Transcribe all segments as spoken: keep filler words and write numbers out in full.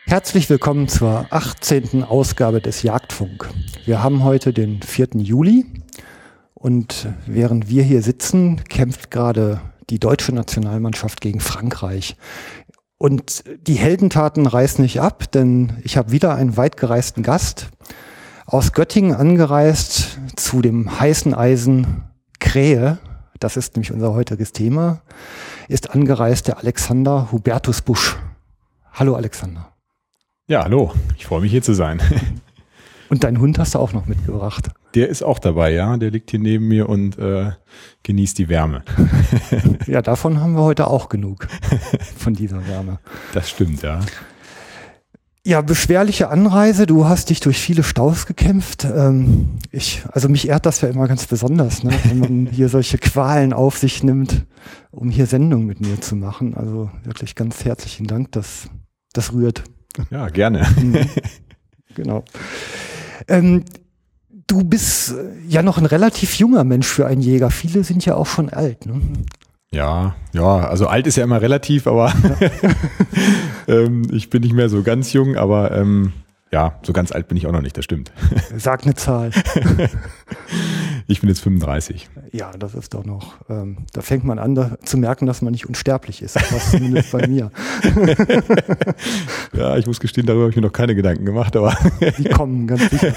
Herzlich willkommen zur achtzehnten Ausgabe des Jagdfunk. Wir haben heute den vierten Juli und während wir hier sitzen, kämpft gerade die deutsche Nationalmannschaft gegen Frankreich. Und die Heldentaten reißen nicht ab, denn ich habe wieder einen weit gereisten Gast aus Göttingen angereist zu dem heißen Eisen Krähe. Das ist nämlich unser heutiges Thema. Ist angereist der Alexander Hubertus Busch. Hallo Alexander. Ja, hallo. Ich freue mich hier zu sein. Und deinen Hund hast du auch noch mitgebracht. Der ist auch dabei, ja. Der liegt hier neben mir und äh, genießt die Wärme. Ja, davon haben wir heute auch genug, von dieser Wärme. Das stimmt, ja. Ja, beschwerliche Anreise. Du hast dich durch viele Staus gekämpft. Ähm, ich, also mich ehrt das ja immer ganz besonders, ne? Wenn man hier solche Qualen auf sich nimmt, um hier Sendung mit mir zu machen. Also wirklich ganz herzlichen Dank. Das, das rührt. Ja, gerne. Genau. Ähm, du bist ja noch ein relativ junger Mensch für einen Jäger. Viele sind ja auch schon alt, ne? Ja, ja, also alt ist ja immer relativ, aber ja. ähm, ich bin nicht mehr so ganz jung, aber ähm, ja, so ganz alt bin ich auch noch nicht, das stimmt. Sag eine Zahl. Ich bin jetzt fünfunddreißig. Ja, das ist doch noch, ähm, da fängt man an da, zu merken, dass man nicht unsterblich ist, was zumindest bei mir. Ja, ich muss gestehen, darüber habe ich mir noch keine Gedanken gemacht, aber die kommen, ganz sicher.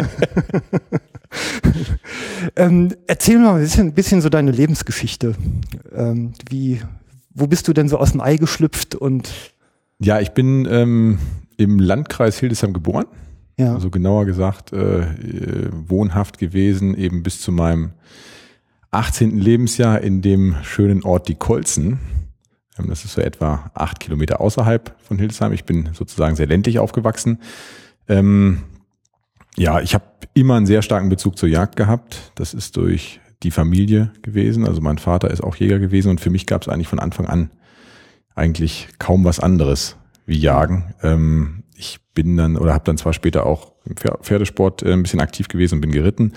ähm, erzähl mal ein bisschen, ein bisschen so deine Lebensgeschichte. Ähm, wie, wo bist du denn so aus dem Ei geschlüpft? Und ja, ich bin ähm, im Landkreis Hildesheim geboren. Ja. Also genauer gesagt äh, wohnhaft gewesen, eben bis zu meinem achtzehnten Lebensjahr in dem schönen Ort Die Kolzen. Ähm, das ist so etwa acht Kilometer außerhalb von Hildesheim. Ich bin sozusagen sehr ländlich aufgewachsen. Ähm, ja, ich habe immer einen sehr starken Bezug zur Jagd gehabt. Das ist durch die Familie gewesen. Also mein Vater ist auch Jäger gewesen und für mich gab es eigentlich von Anfang an eigentlich kaum was anderes wie Jagen. Ähm, ich bin dann oder habe dann zwar später auch im Pferdesport äh, ein bisschen aktiv gewesen und bin geritten.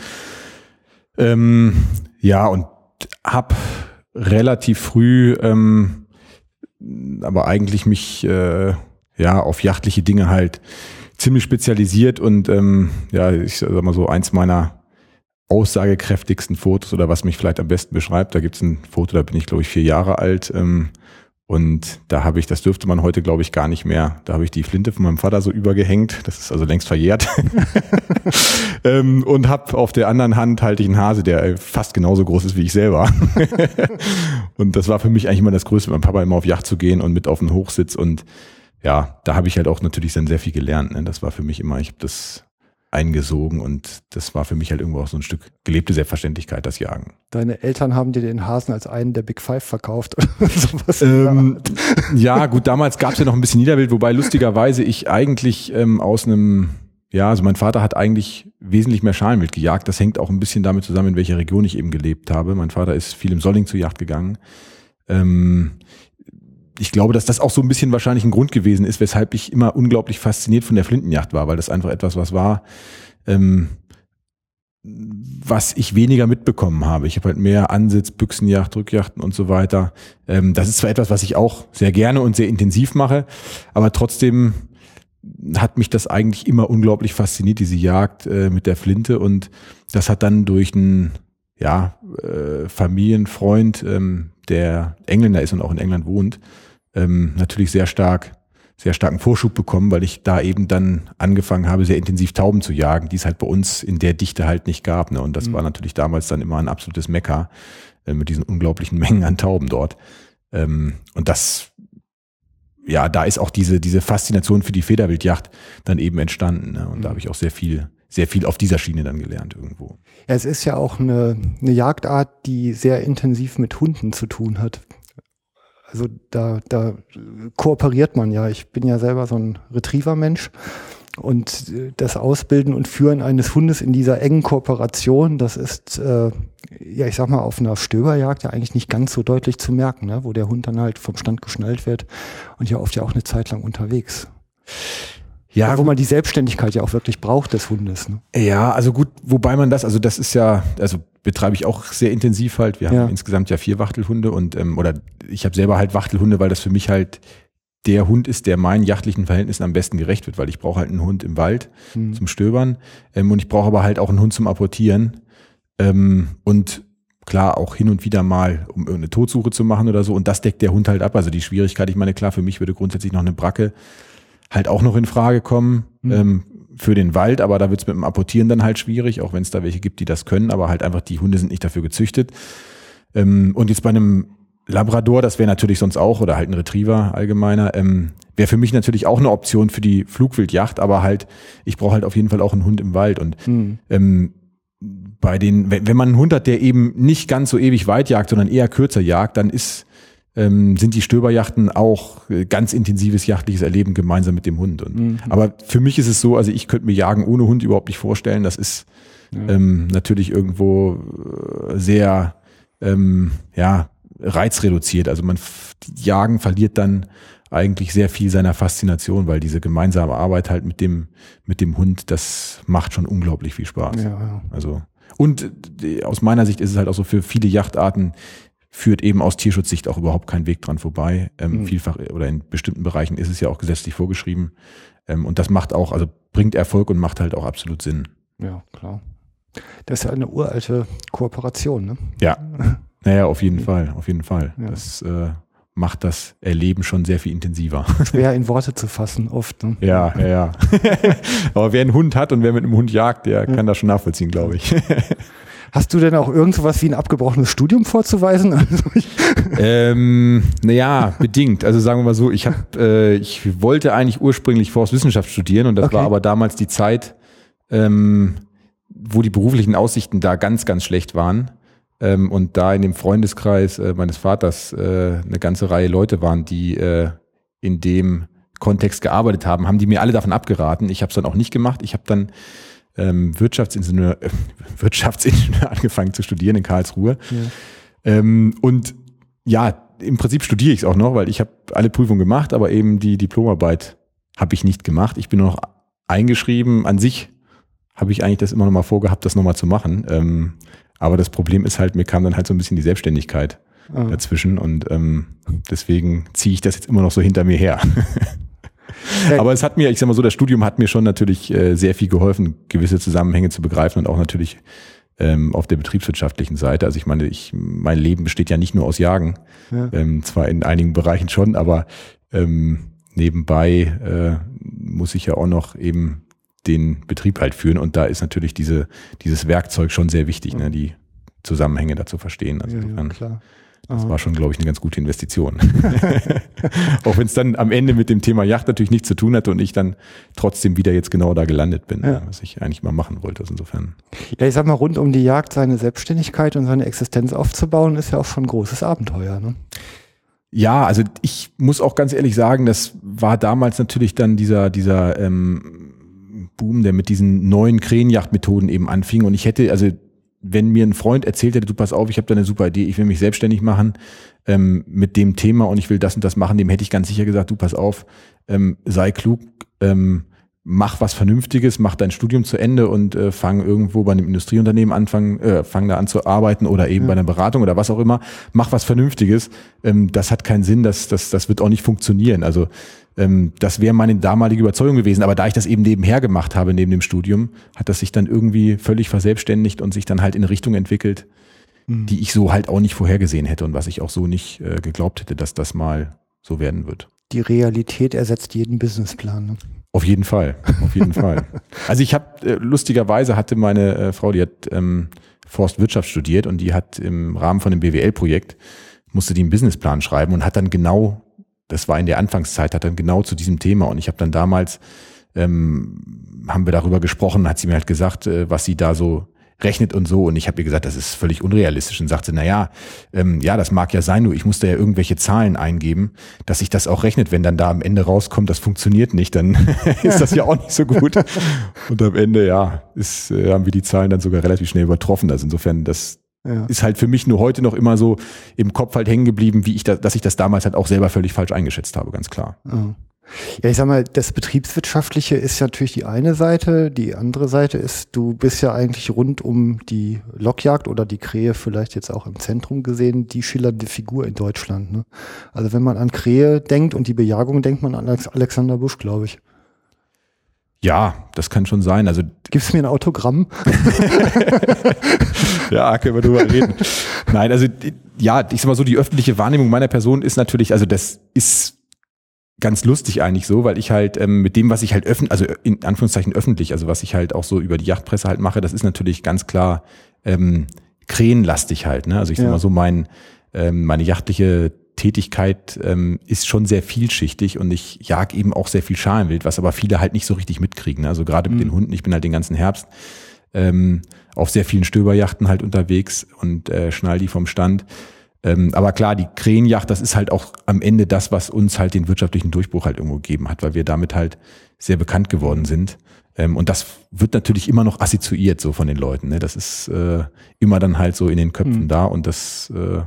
Ähm, ja, und habe relativ früh ähm, aber eigentlich mich äh, ja auf jachtliche Dinge halt ziemlich spezialisiert und ähm, ja, ich sag mal so eins meiner aussagekräftigsten Fotos oder was mich vielleicht am besten beschreibt, da gibt's ein Foto, da bin ich glaube ich vier Jahre alt ähm, und da habe ich, das dürfte man heute glaube ich gar nicht mehr, da habe ich die Flinte von meinem Vater so übergehängt, das ist also längst verjährt ähm, und habe auf der anderen Hand halte ich einen Hase, der fast genauso groß ist wie ich selber und das war für mich eigentlich immer das Größte, mit meinem Papa immer auf Jagd zu gehen und mit auf den Hochsitz und ja, da habe ich halt auch natürlich dann sehr viel gelernt. Ne? Das war für mich immer, ich habe das eingesogen und das war für mich halt irgendwo auch so ein Stück gelebte Selbstverständlichkeit, das Jagen. Deine Eltern haben dir den Hasen als einen der Big Five verkauft oder sowas? Ähm, ja, gut, damals gab es ja noch ein bisschen Niederwild, wobei lustigerweise ich eigentlich ähm, aus einem, ja, also mein Vater hat eigentlich wesentlich mehr Schalenwild gejagt. Das hängt auch ein bisschen damit zusammen, in welcher Region ich eben gelebt habe. Mein Vater ist viel im Solling zur Jagd gegangen. Ähm, Ich glaube, dass das auch so ein bisschen wahrscheinlich ein Grund gewesen ist, weshalb ich immer unglaublich fasziniert von der Flintenjagd war, weil das einfach etwas was war, ähm, was ich weniger mitbekommen habe. Ich habe halt mehr Ansitz, Büchsenjagd, Drückjagden und so weiter. Ähm, das ist zwar etwas, was ich auch sehr gerne und sehr intensiv mache, aber trotzdem hat mich das eigentlich immer unglaublich fasziniert, diese Jagd äh, mit der Flinte und das hat dann durch einen ja, äh, Familienfreund, ähm, der Engländer ist und auch in England wohnt, ähm, natürlich sehr stark, sehr starken Vorschub bekommen, weil ich da eben dann angefangen habe, sehr intensiv Tauben zu jagen, die es halt bei uns in der Dichte halt nicht gab. Ne? Und das mhm. war natürlich damals dann immer ein absolutes Mekka äh, mit diesen unglaublichen Mengen an Tauben dort. Ähm, und das, ja, da ist auch diese diese Faszination für die Federwildjagd dann eben entstanden. Ne? Und mhm. da habe ich auch sehr viel sehr viel auf dieser Schiene dann gelernt irgendwo. Ja, es ist ja auch eine, eine Jagdart, die sehr intensiv mit Hunden zu tun hat. Also da, da kooperiert man ja. Ich bin ja selber so ein Retriever-Mensch und das Ausbilden und Führen eines Hundes in dieser engen Kooperation, das ist, äh, ja, ich sag mal, auf einer Stöberjagd ja eigentlich nicht ganz so deutlich zu merken, ne? Wo der Hund dann halt vom Stand geschnallt wird und ja oft ja auch eine Zeit lang unterwegs. Ja, wo man die Selbstständigkeit ja auch wirklich braucht des Hundes. Ne? Ja, also gut, wobei man das, also das ist ja, also betreibe ich auch sehr intensiv halt. Wir haben ja. insgesamt ja vier Wachtelhunde und ähm, oder ich habe selber halt Wachtelhunde, weil das für mich halt der Hund ist, der meinen jachtlichen Verhältnissen am besten gerecht wird, weil ich brauche halt einen Hund im Wald mhm. zum Stöbern ähm, und ich brauche aber halt auch einen Hund zum Apportieren ähm, und klar auch hin und wieder mal, um irgendeine Totsuche zu machen oder so, und das deckt der Hund halt ab. Also die Schwierigkeit, ich meine, klar, für mich würde grundsätzlich noch eine Bracke halt auch noch in Frage kommen mhm. ähm, für den Wald, aber da wird es mit dem Apportieren dann halt schwierig, auch wenn es da welche gibt, die das können, aber halt einfach die Hunde sind nicht dafür gezüchtet. Ähm, und jetzt bei einem Labrador, das wäre natürlich sonst auch, oder halt ein Retriever allgemeiner, ähm, wäre für mich natürlich auch eine Option für die Flugwildjagd, aber halt, ich brauche halt auf jeden Fall auch einen Hund im Wald und mhm. ähm, bei den, wenn, wenn man einen Hund hat, der eben nicht ganz so ewig weit jagt, sondern eher kürzer jagt, dann ist, ähm, sind die Stöberjachten auch ganz intensives jachtliches Erleben gemeinsam mit dem Hund. Und, mhm. aber für mich ist es so, also ich könnte mir Jagen ohne Hund überhaupt nicht vorstellen. Das ist ja. ähm, natürlich irgendwo sehr, ähm, ja, reizreduziert. Also man, Jagen verliert dann eigentlich sehr viel seiner Faszination, weil diese gemeinsame Arbeit halt mit dem mit dem Hund, das macht schon unglaublich viel Spaß. Ja, ja. Also und aus meiner Sicht ist es halt auch so, für viele Yachtarten führt eben aus Tierschutzsicht auch überhaupt kein Weg dran vorbei. Ähm, mhm. Vielfach oder in bestimmten Bereichen ist es ja auch gesetzlich vorgeschrieben. Ähm, und das macht auch, also bringt Erfolg und macht halt auch absolut Sinn. Ja, klar. Das ist ja eine uralte Kooperation, ne? Ja, naja, auf jeden mhm. Fall, auf jeden Fall. Ja. Das äh, macht das Erleben schon sehr viel intensiver. Schwer in Worte zu fassen, oft. Ne? Ja, ja, ja. Aber wer einen Hund hat und wer mit einem Hund jagt, der ja. kann das schon nachvollziehen, glaube ich. Hast du denn auch irgend sowas wie ein abgebrochenes Studium vorzuweisen? Also ähm, naja, bedingt. Also sagen wir mal so, ich hab, äh, ich wollte eigentlich ursprünglich Forstwissenschaft studieren und das okay. war aber damals die Zeit, ähm, wo die beruflichen Aussichten da ganz, ganz schlecht waren. Ähm, und da in dem Freundeskreis äh, meines Vaters äh, eine ganze Reihe Leute waren, die äh, in dem Kontext gearbeitet haben, haben die mir alle davon abgeraten. Ich habe es dann auch nicht gemacht. Ich habe dann ähm, Wirtschaftsingenieur, äh, Wirtschaftsingenieur angefangen zu studieren in Karlsruhe. Ja. Ähm, und ja, im Prinzip studiere ich es auch noch, weil ich habe alle Prüfungen gemacht, aber eben die Diplomarbeit habe ich nicht gemacht. Ich bin nur noch eingeschrieben. An sich habe ich eigentlich das immer noch mal vorgehabt, das nochmal zu machen. Ähm, Aber das Problem ist halt, mir kam dann halt so ein bisschen die Selbstständigkeit oh. dazwischen und ähm, deswegen ziehe ich das jetzt immer noch so hinter mir her. Ja. Aber es hat mir, ich sag mal so, das Studium hat mir schon natürlich äh, sehr viel geholfen, gewisse Zusammenhänge zu begreifen und auch natürlich ähm, auf der betriebswirtschaftlichen Seite. Also ich meine, ich, mein Leben besteht ja nicht nur aus Jagen, ja. ähm, zwar in einigen Bereichen schon, aber ähm, nebenbei äh, muss ich ja auch noch eben den Betrieb halt führen und da ist natürlich diese dieses Werkzeug schon sehr wichtig, ja. ne, die Zusammenhänge da zu verstehen. Also ja, ja, klar. Das war schon, glaube ich, eine ganz gute Investition. Auch wenn es dann am Ende mit dem Thema Yacht natürlich nichts zu tun hatte und ich dann trotzdem wieder jetzt genau da gelandet bin, ja. was ich eigentlich mal machen wollte. Also insofern. Ja, ich sag mal, rund um die Jagd seine Selbstständigkeit und seine Existenz aufzubauen, ist ja auch schon ein großes Abenteuer, ne? Ja, also ich muss auch ganz ehrlich sagen, das war damals natürlich dann dieser dieser ähm, Boom, der mit diesen neuen Krähenjagdmethoden eben anfing und ich hätte, also wenn mir ein Freund erzählt hätte, du pass auf, ich habe da eine super Idee, ich will mich selbstständig machen ähm, mit dem Thema und ich will das und das machen, dem hätte ich ganz sicher gesagt, du pass auf, ähm, sei klug, ähm, mach was Vernünftiges, mach dein Studium zu Ende und äh, fang irgendwo bei einem Industrieunternehmen anfangen, äh, fang da an zu arbeiten oder eben ja. bei einer Beratung oder was auch immer, mach was Vernünftiges. Ähm, das hat keinen Sinn, das, das, das wird auch nicht funktionieren. Also ähm, das wäre meine damalige Überzeugung gewesen. Aber da ich das eben nebenher gemacht habe, neben dem Studium, hat das sich dann irgendwie völlig verselbstständigt und sich dann halt in eine Richtung entwickelt, mhm. die ich so halt auch nicht vorhergesehen hätte und was ich auch so nicht äh, geglaubt hätte, dass das mal so werden wird. Die Realität ersetzt jeden Businessplan, ne? Auf jeden Fall, auf jeden Fall. Also ich habe, äh, lustigerweise hatte meine äh, Frau, die hat ähm, Forstwirtschaft studiert und die hat im Rahmen von einem B W L-Projekt, musste die einen Businessplan schreiben und hat dann genau, das war in der Anfangszeit, hat dann genau zu diesem Thema und ich habe dann damals, ähm, haben wir darüber gesprochen, hat sie mir halt gesagt, äh, was sie da so rechnet und so und ich habe ihr gesagt, das ist völlig unrealistisch und sagte, na ja, ähm, ja, das mag ja sein, nur ich muss da ja irgendwelche Zahlen eingeben, dass sich das auch rechnet, wenn dann da am Ende rauskommt, das funktioniert nicht, dann ist das ja auch nicht so gut und am Ende, ja, ist, äh, haben wir die Zahlen dann sogar relativ schnell übertroffen, also insofern, das ja. ist halt für mich nur heute noch immer so im Kopf halt hängen geblieben, wie ich da, dass ich das damals halt auch selber völlig falsch eingeschätzt habe, ganz klar. Ja. Ja, ich sag mal, das Betriebswirtschaftliche ist ja natürlich die eine Seite. Die andere Seite ist, du bist ja eigentlich rund um die Lockjagd oder die Krähe vielleicht jetzt auch im Zentrum gesehen, die schillernde Figur in Deutschland. Ne? Also wenn man an Krähe denkt und die Bejagung, denkt man an Alexander Busch, glaube ich. Ja, das kann schon sein. Also gibst mir ein Autogramm? Ja, können wir drüber reden. Nein, also ja, ich sag mal so, die öffentliche Wahrnehmung meiner Person ist natürlich, also das ist ganz lustig eigentlich so, weil ich halt ähm, mit dem, was ich halt öffentlich, also in Anführungszeichen öffentlich, also was ich halt auch so über die Yachtpresse halt mache, das ist natürlich ganz klar ähm, krähenlastig halt. Ne? Also ich sag ja. mal so, mein ähm, meine yachtliche Tätigkeit ähm, ist schon sehr vielschichtig und ich jag eben auch sehr viel Schalenwild, was aber viele halt nicht so richtig mitkriegen. Ne? Also gerade mit mhm. den Hunden, ich bin halt den ganzen Herbst ähm, auf sehr vielen Stöberjachten halt unterwegs und äh, schnall die vom Stand. Ähm, aber klar, die Krähenjacht, das ist halt auch am Ende das, was uns halt den wirtschaftlichen Durchbruch halt irgendwo gegeben hat, weil wir damit halt sehr bekannt geworden sind. Ähm, und das wird natürlich immer noch assoziiert so von den Leuten. Ne? Das ist äh, immer dann halt so in den Köpfen mhm. da und das äh,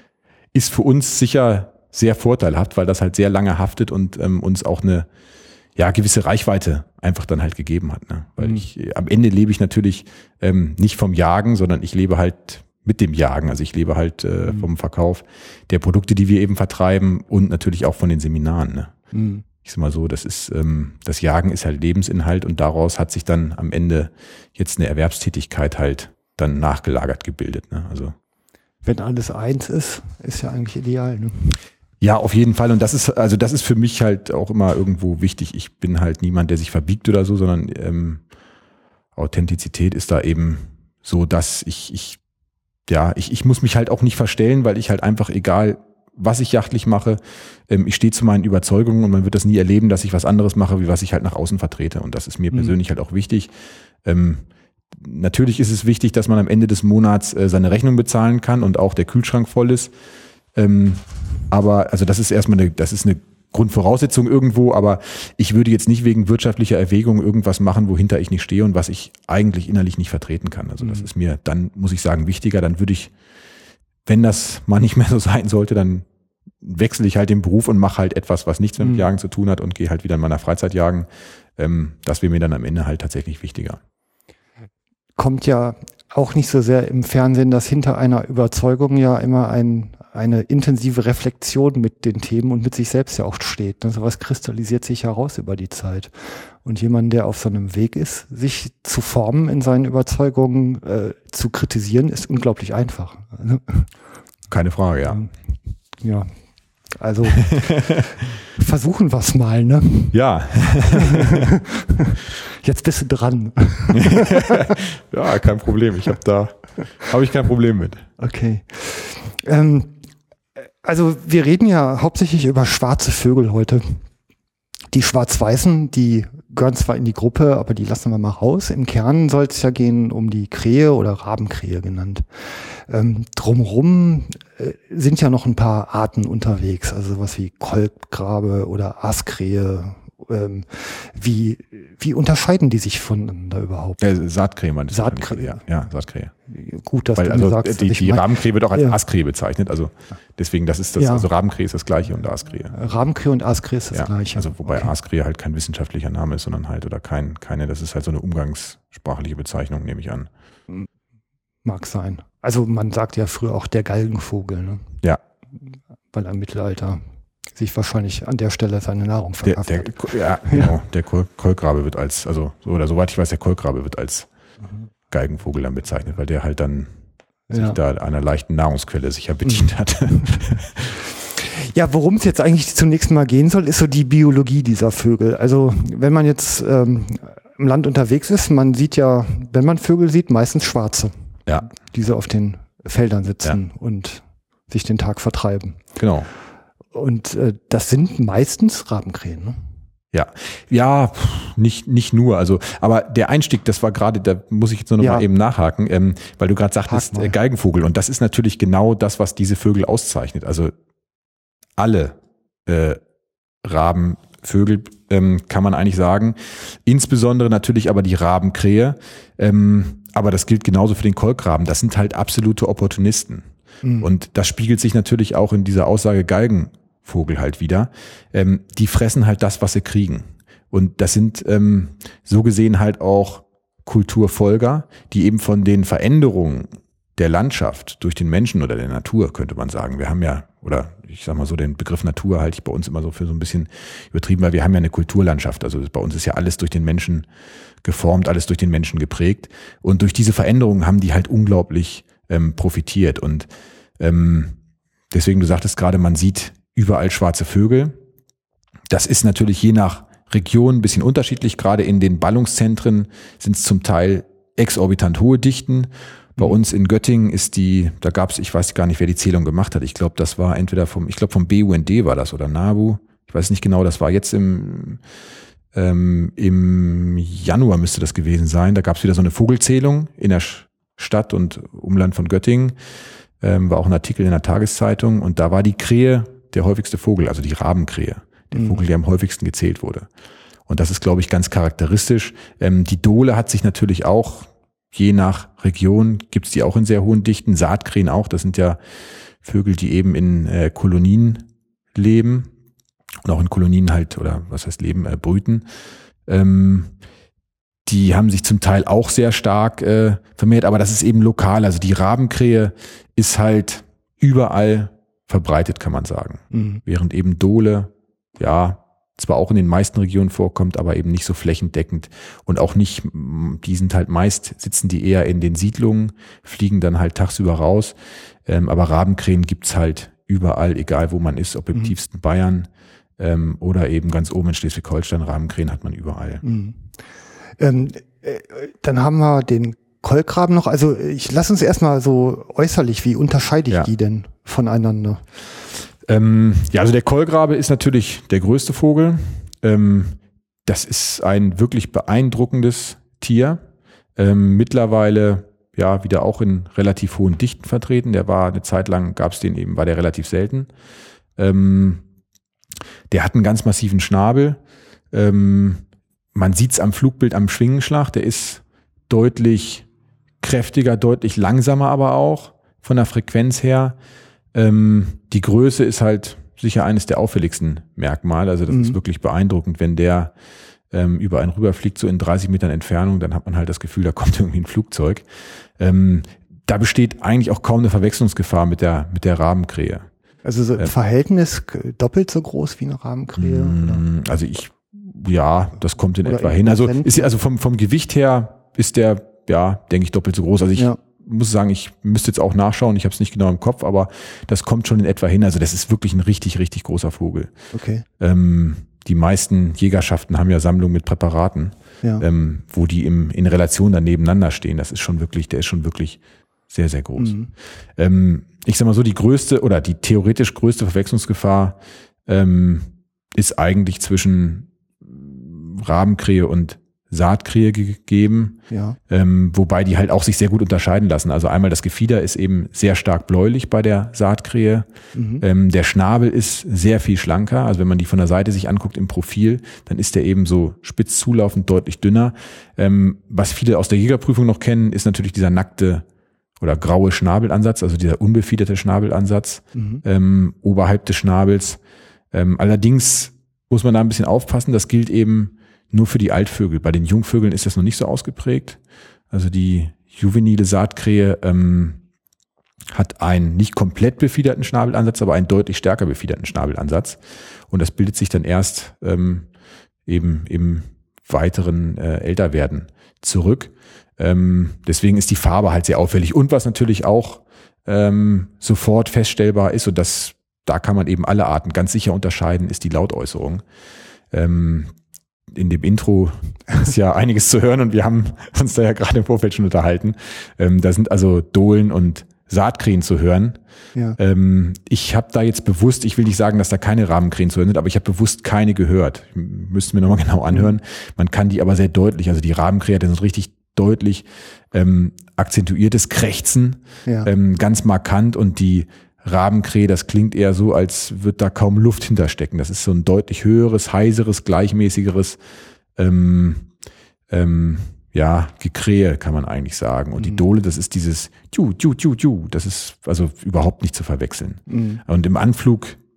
ist für uns sicher sehr vorteilhaft, weil das halt sehr lange haftet und ähm, uns auch eine ja gewisse Reichweite einfach dann halt gegeben hat. Ne? Weil mhm. ich am Ende lebe ich natürlich ähm, nicht vom Jagen, sondern ich lebe halt mit dem Jagen. Also ich lebe halt äh, mhm. vom Verkauf der Produkte, die wir eben vertreiben und natürlich auch von den Seminaren. Ne? Mhm. Ich sag mal so, das ist ähm, das Jagen ist halt Lebensinhalt und daraus hat sich dann am Ende jetzt eine Erwerbstätigkeit halt dann nachgelagert gebildet. Ne? Also wenn alles eins ist, ist ja eigentlich ideal. Ne? Ja, auf jeden Fall. Und das ist also das ist für mich halt auch immer irgendwo wichtig. Ich bin halt niemand, der sich verbiegt oder so, sondern ähm, Authentizität ist da eben so, dass ich ich Ja, ich, ich muss mich halt auch nicht verstellen, weil ich halt einfach, egal was ich jachtlich mache, ähm, ich stehe zu meinen Überzeugungen und man wird das nie erleben, dass ich was anderes mache, wie was ich halt nach außen vertrete. Und das ist mir mhm. persönlich halt auch wichtig. Ähm, natürlich ist es wichtig, dass man am Ende des Monats äh, seine Rechnung bezahlen kann und auch der Kühlschrank voll ist. Ähm, aber also das ist erstmal eine, das ist eine Grundvoraussetzung irgendwo, aber ich würde jetzt nicht wegen wirtschaftlicher Erwägungen irgendwas machen, wohinter ich nicht stehe und was ich eigentlich innerlich nicht vertreten kann. Also das ist mir dann, muss ich sagen, wichtiger. Dann würde ich, wenn das mal nicht mehr so sein sollte, dann wechsle ich halt den Beruf und mache halt etwas, was nichts mehr mit Jagen zu tun hat und gehe halt wieder in meiner Freizeit jagen. Ähm, das wäre mir dann am Ende halt tatsächlich wichtiger. Kommt ja auch nicht so sehr im Fernsehen, dass hinter einer Überzeugung ja immer ein eine intensive Reflexion mit den Themen und mit sich selbst ja auch steht. So was kristallisiert sich heraus über die Zeit. Und jemand, der auf so einem Weg ist, sich zu formen in seinen Überzeugungen, äh, zu kritisieren, ist unglaublich einfach. Keine Frage, ja. Ja, also versuchen wir es mal, ne? Ja. Jetzt bist du dran. Ja, kein Problem. Ich habe da, habe ich kein Problem mit. Okay. Ähm, also wir reden ja hauptsächlich über schwarze Vögel heute. Die Schwarz-Weißen, die gehören zwar in die Gruppe, aber die lassen wir mal raus. Im Kern soll es ja gehen um die Krähe oder Rabenkrähe genannt. Ähm, drumherum äh, sind ja noch ein paar Arten unterwegs, also sowas wie Kolkrabe oder Aaskrähe. Ähm, wie, wie unterscheiden die sich voneinander überhaupt? Ja, Saatkrähe, man. Saatkrähe. Ja, ja, Saatkrähe. Gut, dass Weil, du also, mir sagst. Die, die mein, Rabenkrähe wird auch als ja. Aaskrähe bezeichnet. Also deswegen, das ist das, ja. also Rabenkrähe ist das Gleiche und Aaskrähe. Rabenkrähe und Aaskrähe ist das ja, Gleiche. Also wobei okay. Aaskrähe halt kein wissenschaftlicher Name ist, sondern halt oder kein, keine, das ist halt so eine umgangssprachliche Bezeichnung, nehme ich an. Mag sein. Also man sagt ja früher auch der Galgenvogel, ne? Ja. Weil im Mittelalter sich wahrscheinlich an der Stelle seine Nahrung verkauft der, der, Ja, genau. Ja. Der Kolkrabe wird als, also so oder soweit ich weiß, der Kolkrabe wird als mhm. Galgenvogel dann bezeichnet, weil der halt dann ja. sich da einer leichten Nahrungsquelle sicher bedient mhm. hat. Ja, worum es jetzt eigentlich zunächst mal gehen soll, ist so die Biologie dieser Vögel. Also wenn man jetzt ähm, im Land unterwegs ist, man sieht ja, wenn man Vögel sieht, meistens schwarze, ja. die so auf den Feldern sitzen ja. und sich den Tag vertreiben. Genau. Und äh, das sind meistens Rabenkrähen, ne? Ja, ja, nicht nicht nur, also, aber der Einstieg, das war gerade, da muss ich jetzt nur noch ja. mal eben nachhaken, ähm, weil du gerade sagtest, äh, Galgenvogel, und das ist natürlich genau das, was diese Vögel auszeichnet. Also alle äh, Rabenvögel ähm, kann man eigentlich sagen, insbesondere natürlich aber die Rabenkrähe, ähm, aber das gilt genauso für den Kolkraben. Das sind halt absolute Opportunisten. Mhm. Und das spiegelt sich natürlich auch in dieser Aussage Galgenvogel Vogel halt wieder, ähm, die fressen halt das, was sie kriegen. Und das sind ähm, so gesehen halt auch Kulturfolger, die eben von den Veränderungen der Landschaft durch den Menschen oder der Natur, könnte man sagen. Wir haben ja, oder ich sag mal so, den Begriff Natur halte ich bei uns immer so für so ein bisschen übertrieben, weil wir haben ja eine Kulturlandschaft. Also bei uns ist ja alles durch den Menschen geformt, alles durch den Menschen geprägt. Und durch diese Veränderungen haben die halt unglaublich ähm, profitiert. Und ähm, deswegen, du sagtest gerade, man sieht überall schwarze Vögel. Das ist natürlich je nach Region ein bisschen unterschiedlich. Gerade in den Ballungszentren sind es zum Teil exorbitant hohe Dichten. Bei uns in Göttingen ist die, da gab es, ich weiß gar nicht, wer die Zählung gemacht hat. Ich glaube, das war entweder vom, ich glaube vom B U N D war das oder NABU. Ich weiß nicht genau, das war jetzt im, ähm, im Januar müsste das gewesen sein. Da gab es wieder so eine Vogelzählung in der Stadt und Umland von Göttingen. Ähm, war auch ein Artikel in der Tageszeitung und da war die Krähe der häufigste Vogel, also die Rabenkrähe, der mhm. Vogel, der am häufigsten gezählt wurde. Und das ist, glaube ich, ganz charakteristisch. Ähm, die Dole hat sich natürlich auch, je nach Region gibt's die auch in sehr hohen Dichten, Saatkrähen auch, das sind ja Vögel, die eben in äh, Kolonien leben und auch in Kolonien halt, oder was heißt leben, äh, brüten. Ähm, die haben sich zum Teil auch sehr stark äh, vermehrt, aber das ist eben lokal, also die Rabenkrähe ist halt überall verbreitet, kann man sagen. Mhm. Während eben Dole, ja, zwar auch in den meisten Regionen vorkommt, aber eben nicht so flächendeckend und auch nicht, die sind halt meist, sitzen die eher in den Siedlungen, fliegen dann halt tagsüber raus, ähm, aber Rabenkrähen gibt's halt überall, egal wo man ist, ob im mhm. tiefsten Bayern ähm, oder eben ganz oben in Schleswig-Holstein, Rabenkrähen hat man überall. Mhm. Ähm, äh, dann haben wir den Kolkraben noch, also ich lass uns erstmal so äußerlich, wie unterscheide ich ja. die denn voneinander? Ähm, ja, also der Kolkrabe ist natürlich der größte Vogel. Ähm, das ist ein wirklich beeindruckendes Tier. Ähm, mittlerweile ja wieder auch in relativ hohen Dichten vertreten. Der war eine Zeit lang, gab es den eben, war der relativ selten. Ähm, der hat einen ganz massiven Schnabel. Ähm, man sieht es am Flugbild am Schwingenschlag. Der ist deutlich kräftiger, deutlich langsamer aber auch von der Frequenz her. Ähm, die Größe ist halt sicher eines der auffälligsten Merkmale. Also das mhm. ist wirklich beeindruckend, wenn der ähm, über einen rüberfliegt, so in dreißig Metern Entfernung, dann hat man halt das Gefühl, da kommt irgendwie ein Flugzeug. Ähm, da besteht eigentlich auch kaum eine Verwechslungsgefahr mit der, mit der Rabenkrähe. Also so im ähm, Verhältnis doppelt so groß wie eine Rabenkrähe? Mh, also ich, ja, das kommt in etwa hin. Also ist also vom, vom Gewicht her ist der, ja, denke ich, doppelt so groß. Also ich ja. muss sagen, ich müsste jetzt auch nachschauen, ich habe es nicht genau im Kopf, aber das kommt schon in etwa hin. Also das ist wirklich ein richtig, richtig großer Vogel. Okay. Ähm, die meisten Jägerschaften haben ja Sammlungen mit Präparaten, ja. ähm, wo die im, in Relation dann nebeneinander stehen. Das ist schon wirklich, der ist schon wirklich sehr, sehr groß. Mhm. Ähm, ich sag mal so, die größte oder die theoretisch größte Verwechslungsgefahr ähm, ist eigentlich zwischen Rabenkrähe und Saatkrähe gegeben, ja. ähm, wobei die halt auch sich sehr gut unterscheiden lassen. Also einmal das Gefieder ist eben sehr stark bläulich bei der Saatkrähe. Mhm. Ähm, der Schnabel ist sehr viel schlanker. Also wenn man die von der Seite sich anguckt im Profil, dann ist der eben so spitz zulaufend deutlich dünner. Ähm, was viele aus der Jägerprüfung noch kennen, ist natürlich dieser nackte oder graue Schnabelansatz, also dieser unbefiederte Schnabelansatz mhm. ähm, oberhalb des Schnabels. Ähm, allerdings muss man da ein bisschen aufpassen. Das gilt eben nur für die Altvögel. Bei den Jungvögeln ist das noch nicht so ausgeprägt. Also die juvenile Saatkrähe ähm, hat einen nicht komplett befiederten Schnabelansatz, aber einen deutlich stärker befiederten Schnabelansatz. Und das bildet sich dann erst ähm, eben im weiteren äh, Älterwerden zurück. Ähm, deswegen ist die Farbe halt sehr auffällig. Und was natürlich auch ähm, sofort feststellbar ist, und das, da kann man eben alle Arten ganz sicher unterscheiden, ist die Lautäußerung. Ähm, in dem Intro ist ja einiges zu hören und wir haben uns da ja gerade im Vorfeld schon unterhalten. Ähm, da sind also Dohlen und Saatkrähen zu hören. Ja. Ähm, ich habe da jetzt bewusst, ich will nicht sagen, dass da keine Rabenkrähen zu hören sind, aber ich habe bewusst keine gehört. Müssten wir nochmal genau anhören. Man kann die aber sehr deutlich, also die Rabenkrähe, das sind richtig deutlich ähm, akzentuiertes Krächzen, ja. ähm, ganz markant, und die Rabenkrähe, das klingt eher so, als würde da kaum Luft hinterstecken. Das ist so ein deutlich höheres, heiseres, gleichmäßigeres ähm, ähm, ja, Gekrähe, kann man eigentlich sagen. Und mhm. die Dole, das ist dieses Ju, Ju, Ju, Ju. Das ist also überhaupt nicht zu verwechseln. Mhm. Und im Anflug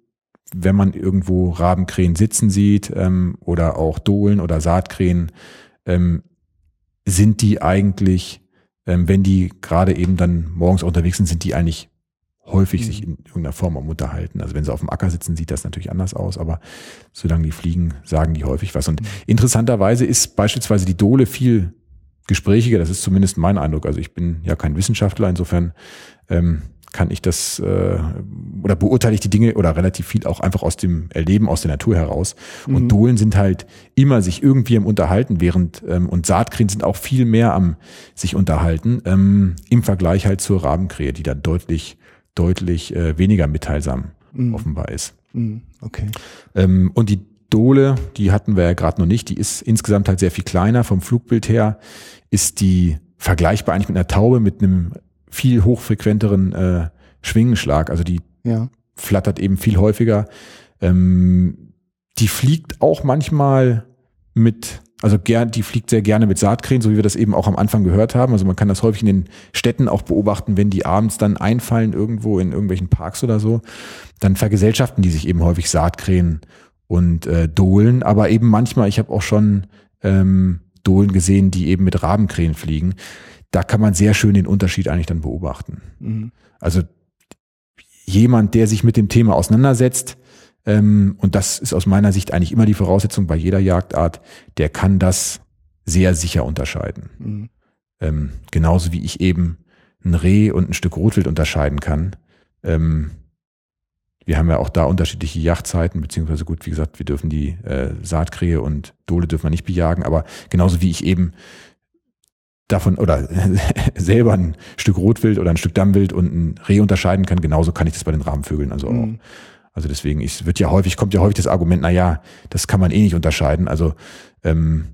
wenn man irgendwo Rabenkrähen sitzen sieht ähm, oder auch Dohlen oder Saatkrähen, ähm, sind die eigentlich, ähm, wenn die gerade eben dann morgens unterwegs sind, sind die eigentlich häufig mhm. sich in irgendeiner Form am Unterhalten. Also wenn sie auf dem Acker sitzen, sieht das natürlich anders aus, aber solange die fliegen, sagen die häufig was. Und mhm. interessanterweise ist beispielsweise die Dohle viel gesprächiger, das ist zumindest mein Eindruck. Also ich bin ja kein Wissenschaftler, insofern ähm, kann ich das äh, oder beurteile ich die Dinge oder relativ viel auch einfach aus dem Erleben, aus der Natur heraus. Mhm. Und Dohlen sind halt immer sich irgendwie am Unterhalten, während ähm, und Saatkrähen sind auch viel mehr am sich unterhalten, ähm, im Vergleich halt zur Rabenkrähe, die dann deutlich, deutlich äh, weniger mitteilsam mhm. offenbar ist. Mhm. Okay. Ähm, und die Dohle, die hatten wir ja gerade noch nicht, die ist insgesamt halt sehr viel kleiner. Vom Flugbild her ist die vergleichbar eigentlich mit einer Taube, mit einem viel hochfrequenteren äh, Schwingenschlag, also die ja. flattert eben viel häufiger. Ähm, die fliegt auch manchmal mit, also gern, die fliegt sehr gerne mit Saatkrähen, so wie wir das eben auch am Anfang gehört haben. Also man kann das häufig in den Städten auch beobachten, wenn die abends dann einfallen irgendwo in irgendwelchen Parks oder so, dann vergesellschaften die sich eben häufig Saatkrähen und äh, Dohlen, aber eben manchmal, ich habe auch schon ähm, Dohlen gesehen, die eben mit Rabenkrähen fliegen. Da kann man sehr schön den Unterschied eigentlich dann beobachten. Mhm. Also jemand, der sich mit dem Thema auseinandersetzt, ähm, und das ist aus meiner Sicht eigentlich immer die Voraussetzung bei jeder Jagdart, der kann das sehr sicher unterscheiden. Mhm. Ähm, genauso wie ich eben ein Reh und ein Stück Rotwild unterscheiden kann. Ähm, wir haben ja auch da unterschiedliche Jagdzeiten, beziehungsweise gut, wie gesagt, wir dürfen die äh, Saatkrähe und Dohle dürfen wir nicht bejagen, aber genauso wie ich eben davon oder selber ein Stück Rotwild oder ein Stück Dammwild und ein Reh unterscheiden kann, genauso kann ich das bei den Rabenvögeln also mhm. auch. Also deswegen, es wird ja häufig, kommt ja häufig das Argument, na ja, das kann man eh nicht unterscheiden. Also ähm,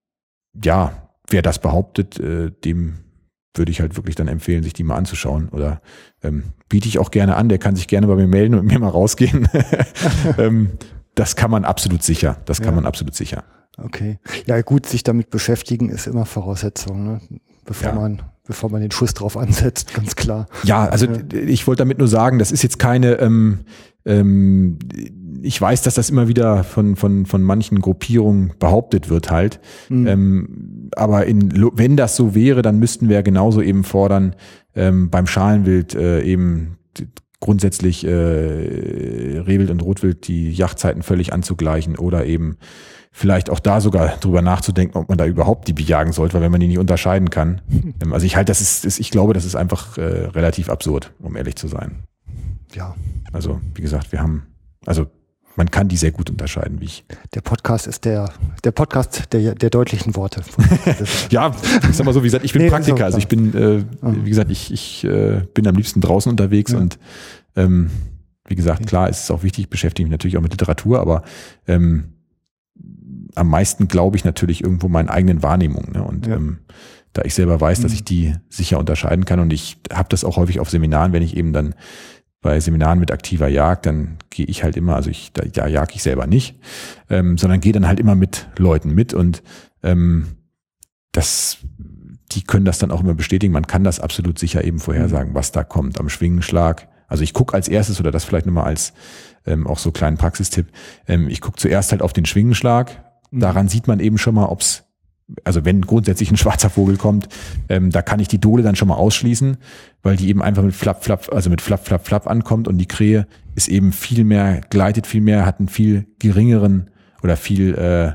ja, wer das behauptet, äh, dem würde ich halt wirklich dann empfehlen, sich die mal anzuschauen. Oder ähm, biete ich auch gerne an, der kann sich gerne bei mir melden und mit mir mal rausgehen. ähm, das kann man absolut sicher. Das kann ja. man absolut sicher. Okay. Ja gut, sich damit beschäftigen ist immer Voraussetzung, ne? Bevor ja. man bevor man den Schuss drauf ansetzt, ganz klar. Ja, also ja. ich wollte damit nur sagen, das ist jetzt keine, ähm, ähm, ich weiß, dass das immer wieder von von von manchen Gruppierungen behauptet wird halt, mhm. ähm, aber in, wenn das so wäre, dann müssten wir genauso eben fordern, ähm, beim Schalenwild äh, eben grundsätzlich äh, Rehwild und Rotwild die Jagdzeiten völlig anzugleichen oder eben vielleicht auch da sogar drüber nachzudenken, ob man da überhaupt die bejagen sollte, weil wenn man die nicht unterscheiden kann. Also ich halte, das ist, ist ich glaube, das ist einfach äh, relativ absurd, um ehrlich zu sein. Ja. Also wie gesagt, wir haben, also man kann die sehr gut unterscheiden, wie ich. Der Podcast ist der, der Podcast der, der deutlichen Worte. Ja, ich sag mal so, wie gesagt, ich bin nee, Praktiker, also ich bin, äh, wie gesagt, ich, ich äh, bin am liebsten draußen unterwegs ja. und ähm, wie gesagt, okay. klar, ist es auch wichtig, ich beschäftige mich natürlich auch mit Literatur, aber ähm, am meisten glaube ich natürlich irgendwo meinen eigenen Wahrnehmungen. Ne? Und ja. ähm, da ich selber weiß, dass ich die sicher unterscheiden kann und ich habe das auch häufig auf Seminaren, wenn ich eben dann bei Seminaren mit aktiver Jagd, dann gehe ich halt immer, also ich da, da jag ich selber nicht, ähm, sondern gehe dann halt immer mit Leuten mit und ähm, das, die können das dann auch immer bestätigen. Man kann das absolut sicher eben vorhersagen, was da kommt am Schwingenschlag. Also ich gucke als erstes, oder das vielleicht nochmal als ähm, auch so kleinen Praxistipp, ähm, ich gucke zuerst halt auf den Schwingenschlag. Daran sieht man eben schon mal, ob's, also wenn grundsätzlich ein schwarzer Vogel kommt, ähm, da kann ich die Dohle dann schon mal ausschließen, weil die eben einfach mit Flapp, Flapp, also mit Flapp, Flapp, Flapp ankommt und die Krähe ist eben viel mehr, gleitet viel mehr, hat einen viel geringeren oder viel äh,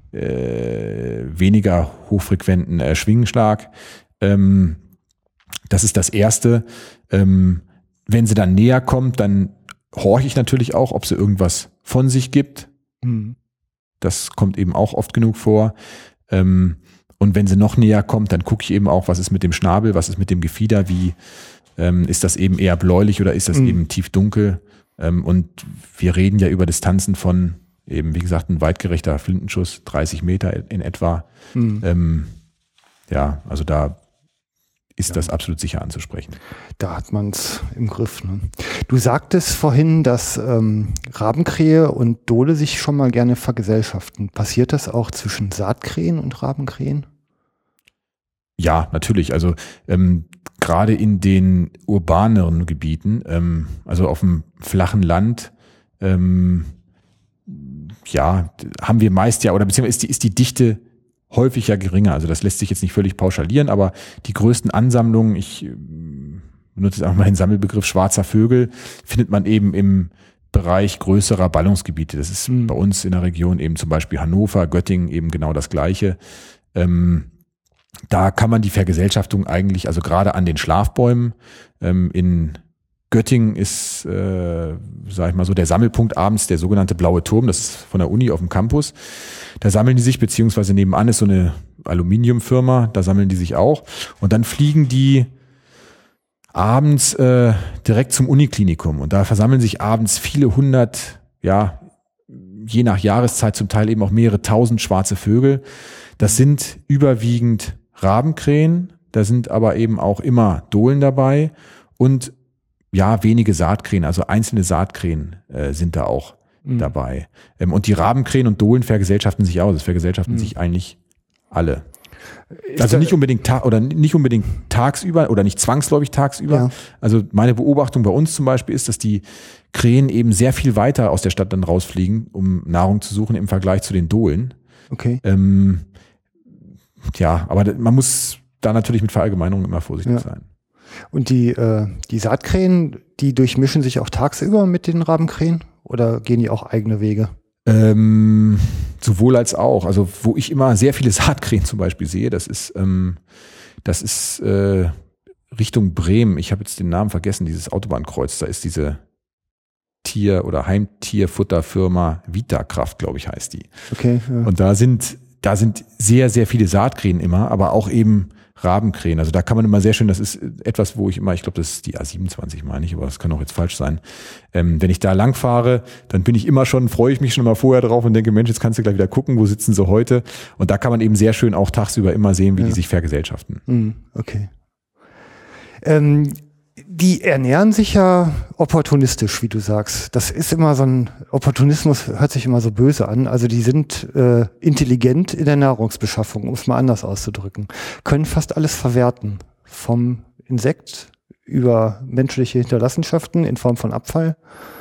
äh, weniger hochfrequenten äh, Schwingenschlag. Ähm, das ist das Erste. Ähm, wenn sie dann näher kommt, dann horche ich natürlich auch, ob sie irgendwas von sich gibt. Mhm. Das kommt eben auch oft genug vor. Und wenn sie noch näher kommt, dann gucke ich eben auch, was ist mit dem Schnabel, was ist mit dem Gefieder, wie ist das eben eher bläulich oder ist das mhm. eben tiefdunkel? Und wir reden ja über Distanzen von eben, wie gesagt, ein weitgerechter Flintenschuss, dreißig Meter in etwa. Mhm. Ähm, ja, also da ist ja. das absolut sicher anzusprechen. Da hat man es im Griff. Ne? Du sagtest vorhin, dass ähm, Rabenkrähe und Dohle sich schon mal gerne vergesellschaften. Passiert das auch zwischen Saatkrähen und Rabenkrähen? Ja, natürlich. Also ähm, gerade in den urbaneren Gebieten, ähm, also auf dem flachen Land, ähm, ja, haben wir meist ja, oder beziehungsweise ist die, ist die Dichte häufig ja geringer. Also das lässt sich jetzt nicht völlig pauschalieren, aber die größten Ansammlungen, ich benutze jetzt auch mal den Sammelbegriff schwarzer Vögel, findet man eben im Bereich größerer Ballungsgebiete. Das ist mhm. bei uns in der Region eben zum Beispiel Hannover, Göttingen eben genau das Gleiche. Ähm, da kann man die Vergesellschaftung eigentlich, also gerade an den Schlafbäumen, ähm, in Göttingen ist, äh, sag ich mal so, der Sammelpunkt abends der sogenannte Blaue Turm, das ist von der Uni auf dem Campus. Da sammeln die sich, beziehungsweise nebenan ist so eine Aluminiumfirma, da sammeln die sich auch. Und dann fliegen die abends äh, direkt zum Uniklinikum. Und da versammeln sich abends viele hundert, ja, je nach Jahreszeit zum Teil eben auch mehrere tausend schwarze Vögel. Das sind überwiegend Rabenkrähen, da sind aber eben auch immer Dohlen dabei und ja, wenige Saatkrähen, also einzelne Saatkrähen äh, sind da auch mhm. dabei. Ähm, und die Rabenkrähen und Dohlen vergesellschaften sich auch. Das vergesellschaften mhm. sich eigentlich alle. Ist also nicht unbedingt ta- oder nicht unbedingt tagsüber oder nicht zwangsläufig tagsüber. Ja. Also meine Beobachtung bei uns zum Beispiel ist, dass die Krähen eben sehr viel weiter aus der Stadt dann rausfliegen, um Nahrung zu suchen im Vergleich zu den Dohlen. Okay. Ähm, ja, aber man muss da natürlich mit Verallgemeinerungen immer vorsichtig ja. sein. Und die, äh, die Saatkrähen, die durchmischen sich auch tagsüber mit den Rabenkrähen oder gehen die auch eigene Wege? Ähm, sowohl als auch. Also wo ich immer sehr viele Saatkrähen zum Beispiel sehe, das ist, ähm, das ist äh, Richtung Bremen. Ich habe jetzt den Namen vergessen, dieses Autobahnkreuz. Da ist diese Tier- oder Heimtierfutterfirma Vitakraft, glaube ich, heißt die. Okay. Ja. Und da sind, da sind sehr, sehr viele Saatkrähen immer, aber auch eben Rabenkrähen. Also da kann man immer sehr schön, das ist etwas, wo ich immer, ich glaube, das ist die A siebenundzwanzig, meine ich, aber das kann auch jetzt falsch sein. Ähm, wenn ich da lang fahre, dann bin ich immer schon, freue ich mich schon mal vorher drauf und denke, Mensch, jetzt kannst du gleich wieder gucken, wo sitzen sie heute? Und da kann man eben sehr schön auch tagsüber immer sehen, wie ja. die sich vergesellschaften. Okay. Ähm, die ernähren sich ja opportunistisch, wie du sagst. Das ist immer so ein, Opportunismus hört sich immer so böse an. Also die sind äh, intelligent in der Nahrungsbeschaffung, um es mal anders auszudrücken. Können fast alles verwerten. Vom Insekt über menschliche Hinterlassenschaften in Form von Abfall,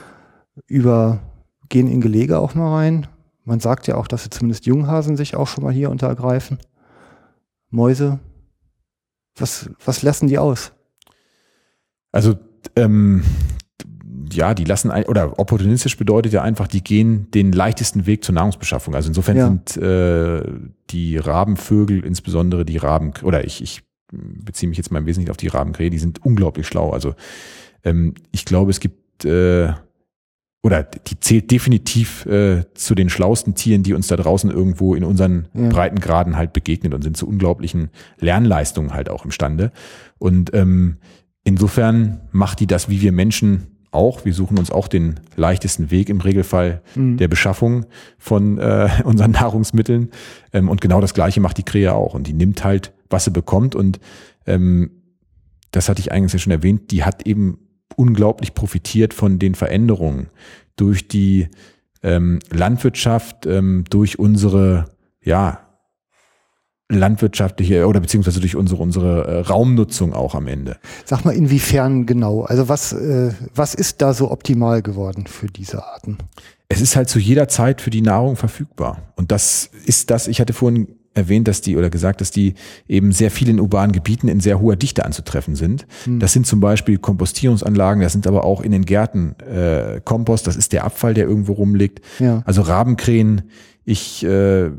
über gehen in Gelege auch mal rein. Man sagt ja auch, dass sie zumindest Junghasen sich auch schon mal hier untergreifen. Mäuse. Was, was lassen die aus? Also ähm, ja, die lassen ein, oder opportunistisch bedeutet ja einfach, die gehen den leichtesten Weg zur Nahrungsbeschaffung. Also insofern ja. sind äh, die Rabenvögel, insbesondere die Raben, oder ich, ich beziehe mich jetzt mal im Wesentlichen auf die Rabenkrähe, die sind unglaublich schlau. Also ähm, ich glaube, es gibt äh, oder die zählt definitiv äh, zu den schlauesten Tieren, die uns da draußen irgendwo in unseren ja. Breitengraden halt begegnet und sind zu unglaublichen Lernleistungen halt auch imstande. Und ähm, insofern macht die das wie wir Menschen auch. Wir suchen uns auch den leichtesten Weg im Regelfall mhm. der Beschaffung von äh, unseren Nahrungsmitteln. Ähm, und genau das Gleiche macht die Krähe auch. Und die nimmt halt, was sie bekommt. Und ähm, das hatte ich eigentlich ja schon erwähnt, die hat eben unglaublich profitiert von den Veränderungen durch die ähm, Landwirtschaft, ähm, durch unsere, ja, landwirtschaftliche oder beziehungsweise durch unsere unsere äh, Raumnutzung auch am Ende. Sag mal, inwiefern genau? Also was äh, was ist da so optimal geworden für diese Arten? Es ist halt zu jeder Zeit für die Nahrung verfügbar. Und das ist das, ich hatte vorhin erwähnt, dass die oder gesagt, dass die eben sehr viel in urbanen Gebieten in sehr hoher Dichte anzutreffen sind. Hm. Das sind zum Beispiel Kompostierungsanlagen, das sind aber auch in den Gärten äh, Kompost, das ist der Abfall, der irgendwo rumliegt. Ja. Also Rabenkrähen, ich äh,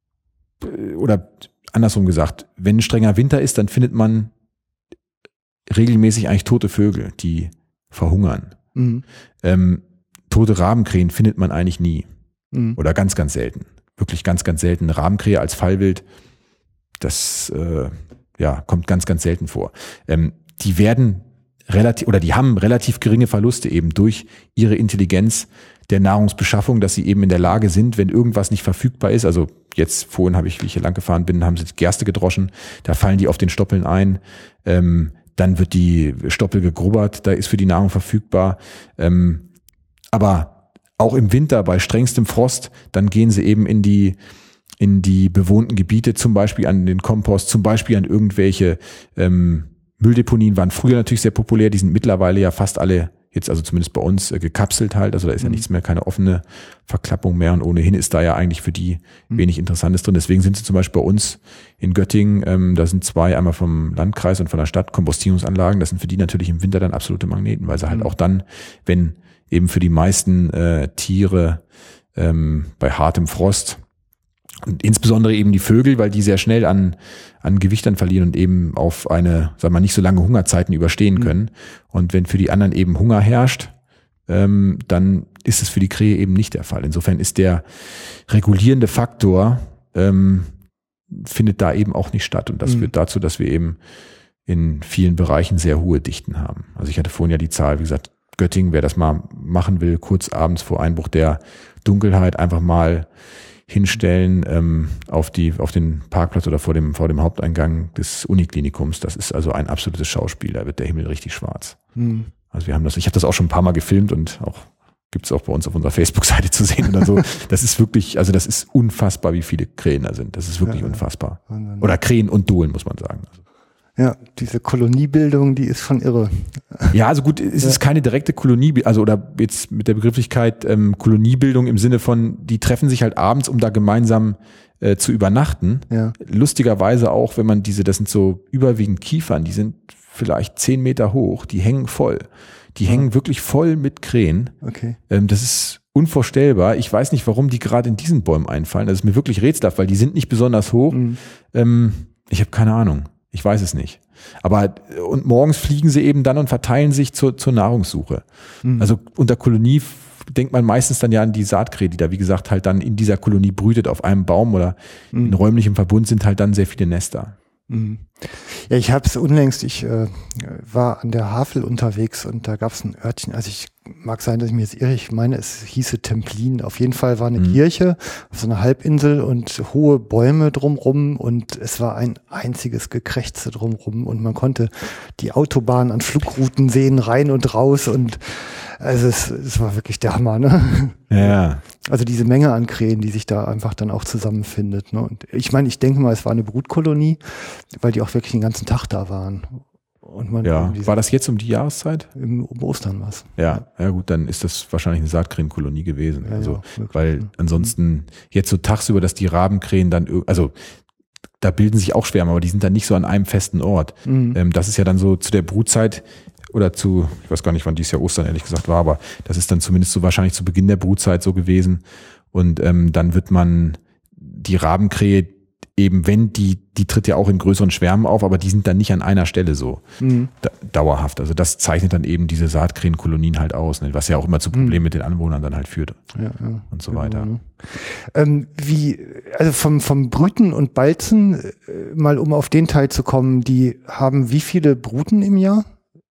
oder andersrum gesagt, wenn ein strenger Winter ist, dann findet man regelmäßig eigentlich tote Vögel, die verhungern. Mhm. Ähm, tote Rabenkrähen findet man eigentlich nie. Mhm. Oder ganz, ganz selten. Wirklich ganz, ganz selten. Rabenkrähe als Fallwild, das äh, ja, kommt ganz, ganz selten vor. Ähm, die werden relativ, oder die haben relativ geringe Verluste eben durch ihre Intelligenz der Nahrungsbeschaffung, dass sie eben in der Lage sind, wenn irgendwas nicht verfügbar ist, also jetzt vorhin habe ich, wie ich hier lang gefahren bin, haben sie Gerste gedroschen, da fallen die auf den Stoppeln ein, ähm, dann wird die Stoppel gegrubbert, da ist für die Nahrung verfügbar, ähm, aber auch im Winter bei strengstem Frost, dann gehen sie eben in die in die bewohnten Gebiete, zum Beispiel an den Kompost, zum Beispiel an irgendwelche ähm, Mülldeponien, waren früher natürlich sehr populär, die sind mittlerweile ja fast alle jetzt also zumindest bei uns äh, gekapselt halt, also da ist mhm. ja nichts mehr, keine offene Verklappung mehr und ohnehin ist da ja eigentlich für die mhm. wenig Interessantes drin. Deswegen sind sie zum Beispiel bei uns in Göttingen, ähm, da sind zwei, einmal vom Landkreis und von der Stadt Kompostierungsanlagen, das sind für die natürlich im Winter dann absolute Magneten, weil sie halt mhm. auch dann, wenn eben für die meisten äh, Tiere ähm, bei hartem Frost und insbesondere eben die Vögel, weil die sehr schnell an an Gewicht dann verlieren und eben auf eine, sagen wir mal, nicht so lange Hungerzeiten überstehen können. Mhm. Und wenn für die anderen eben Hunger herrscht, ähm, dann ist es für die Krähe eben nicht der Fall. Insofern ist der regulierende Faktor, ähm, findet da eben auch nicht statt. Und das mhm. führt dazu, dass wir eben in vielen Bereichen sehr hohe Dichten haben. Also ich hatte vorhin ja die Zahl, wie gesagt, Göttingen, wer das mal machen will, kurz abends vor Einbruch der Dunkelheit einfach mal hinstellen ähm, auf die auf den Parkplatz oder vor dem vor dem Haupteingang des Uniklinikums. Das ist also ein absolutes Schauspiel. Da wird der Himmel richtig schwarz. Mhm. Also wir haben das. Ich habe das auch schon ein paar Mal gefilmt und auch gibt's auch bei uns auf unserer Facebook-Seite zu sehen oder so. Das ist wirklich, also das ist unfassbar, wie viele Krähen da sind. Das ist wirklich ja, unfassbar. Oder Krähen und Dohlen, muss man sagen. Ja, diese Koloniebildung, die ist schon irre. Ja, also gut, es ja. ist keine direkte Kolonie, also oder jetzt mit der Begrifflichkeit ähm, Koloniebildung im Sinne von, die treffen sich halt abends, um da gemeinsam äh, zu übernachten. Ja. Lustigerweise auch, wenn man diese, das sind so überwiegend Kiefern, die sind vielleicht zehn Meter hoch, die hängen voll. Die ja. hängen wirklich voll mit Krähen. Okay. Ähm, das ist unvorstellbar. Ich weiß nicht, warum die gerade in diesen Bäumen einfallen. Das ist mir wirklich rätselhaft, weil die sind nicht besonders hoch. Mhm. Ähm, ich habe keine Ahnung. Ich weiß es nicht. Aber und morgens fliegen sie eben dann und verteilen sich zur, zur Nahrungssuche. Mhm. Also unter Kolonie denkt man meistens dann ja an die Saatkrähe, die da wie gesagt halt dann in dieser Kolonie brütet auf einem Baum oder mhm. in räumlichem Verbund sind halt dann sehr viele Nester. Mhm. Ja, ich habe es unlängst, ich äh, war an der Havel unterwegs und da gab es ein Örtchen, also ich mag sein, dass ich mir jetzt irre, ich meine, es hieße Templin. Auf jeden Fall war eine mhm. Kirche auf so einer Halbinsel und hohe Bäume drumrum und es war ein einziges Gekrächze drumrum und man konnte die Autobahn an Flugrouten sehen, rein und raus und also es, es war wirklich der Hammer, ne? Ja. Also diese Menge an Krähen, die sich da einfach dann auch zusammenfindet, ne? Und ich meine, ich denke mal, es war eine Brutkolonie, weil die auch wirklich den ganzen Tag da waren. Und man ja, war das jetzt um die Jahreszeit? Im, um Ostern was. Ja, ja, ja gut, dann ist das wahrscheinlich eine Saatkrähenkolonie gewesen. Ja, also, ja, weil ansonsten jetzt so tagsüber, dass die Rabenkrähen dann, also da bilden sich auch Schwärme, aber die sind dann nicht so an einem festen Ort. Mhm. Ähm, das ist ja dann so zu der Brutzeit oder zu, ich weiß gar nicht, wann dies Jahr Ostern ehrlich gesagt war, aber das ist dann zumindest so wahrscheinlich zu Beginn der Brutzeit so gewesen. Und ähm, dann wird man die Rabenkrähe eben, wenn die, die tritt ja auch in größeren Schwärmen auf, aber die sind dann nicht an einer Stelle so mhm. da, dauerhaft. Also das zeichnet dann eben diese Saatkrähenkolonien halt aus, ne, was ja auch immer zu Problemen mhm. mit den Anwohnern dann halt führt ja, ja, und so weiter. Genau. Ähm, wie, also vom, vom Brüten und Balzen, äh, mal um auf den Teil zu kommen, die haben wie viele Bruten im Jahr?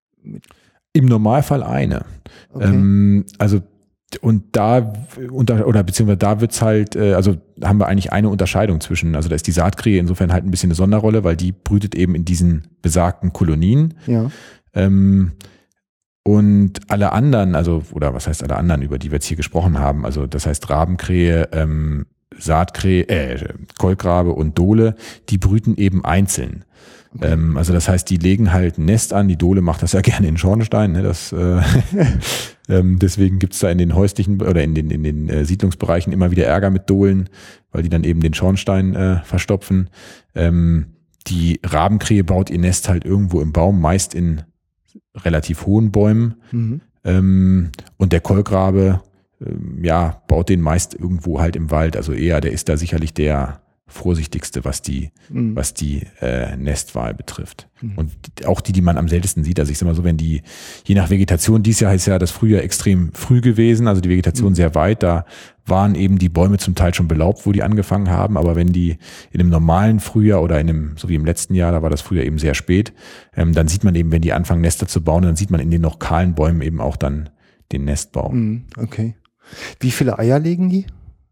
Im Normalfall eine. Okay. Ähm, also und da unter, oder beziehungsweise da wird's halt, äh, also haben wir eigentlich eine Unterscheidung zwischen, also da ist die Saatkrähe insofern halt ein bisschen eine Sonderrolle, weil die brütet eben in diesen besagten Kolonien. Ja. Ähm, und alle anderen, also oder was heißt alle anderen, über die wir jetzt hier gesprochen haben, also das heißt Rabenkrähe, ähm, Saatkrähe, äh, Kolkrabe und Dole, die brüten eben einzeln. Okay. Ähm, also das heißt, die legen halt ein Nest an, die Dole macht das ja gerne in Schornstein, ne, das äh, ähm, deswegen gibt's da in den häuslichen oder in den in den äh, Siedlungsbereichen immer wieder Ärger mit Dohlen, weil die dann eben den Schornstein äh, verstopfen. Ähm, die Rabenkrähe baut ihr Nest halt irgendwo im Baum, meist in relativ hohen Bäumen. Mhm. Ähm, und der Kolkrabe, ähm, ja, baut den meist irgendwo halt im Wald. Also eher, der ist da sicherlich der vorsichtigste, was die, mhm. was die äh, Nestwahl betrifft. Mhm. Und auch die, die man am seltensten sieht. Also ich sag mal so, wenn die, je nach Vegetation, dieses Jahr ist ja das Frühjahr extrem früh gewesen, also die Vegetation mhm. sehr weit, da waren eben die Bäume zum Teil schon belaubt, wo die angefangen haben, aber wenn die in einem normalen Frühjahr oder in einem, so wie im letzten Jahr, da war das Frühjahr eben sehr spät, ähm, dann sieht man eben, wenn die anfangen Nester zu bauen, dann sieht man in den noch kahlen Bäumen eben auch dann den Nestbau. Mhm. Okay. Wie viele Eier legen die?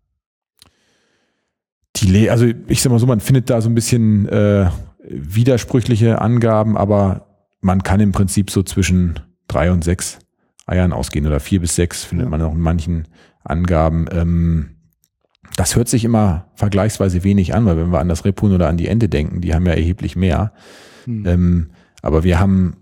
Die Le- also ich sag mal so, man findet da so ein bisschen äh, widersprüchliche Angaben, aber man kann im Prinzip so zwischen drei und sechs Eiern ausgehen oder vier bis sechs findet ja. man auch in manchen Angaben. Ähm, das hört sich immer vergleichsweise wenig an, weil wenn wir an das Rebhuhn oder an die Ente denken, die haben ja erheblich mehr. Hm. Ähm, aber wir haben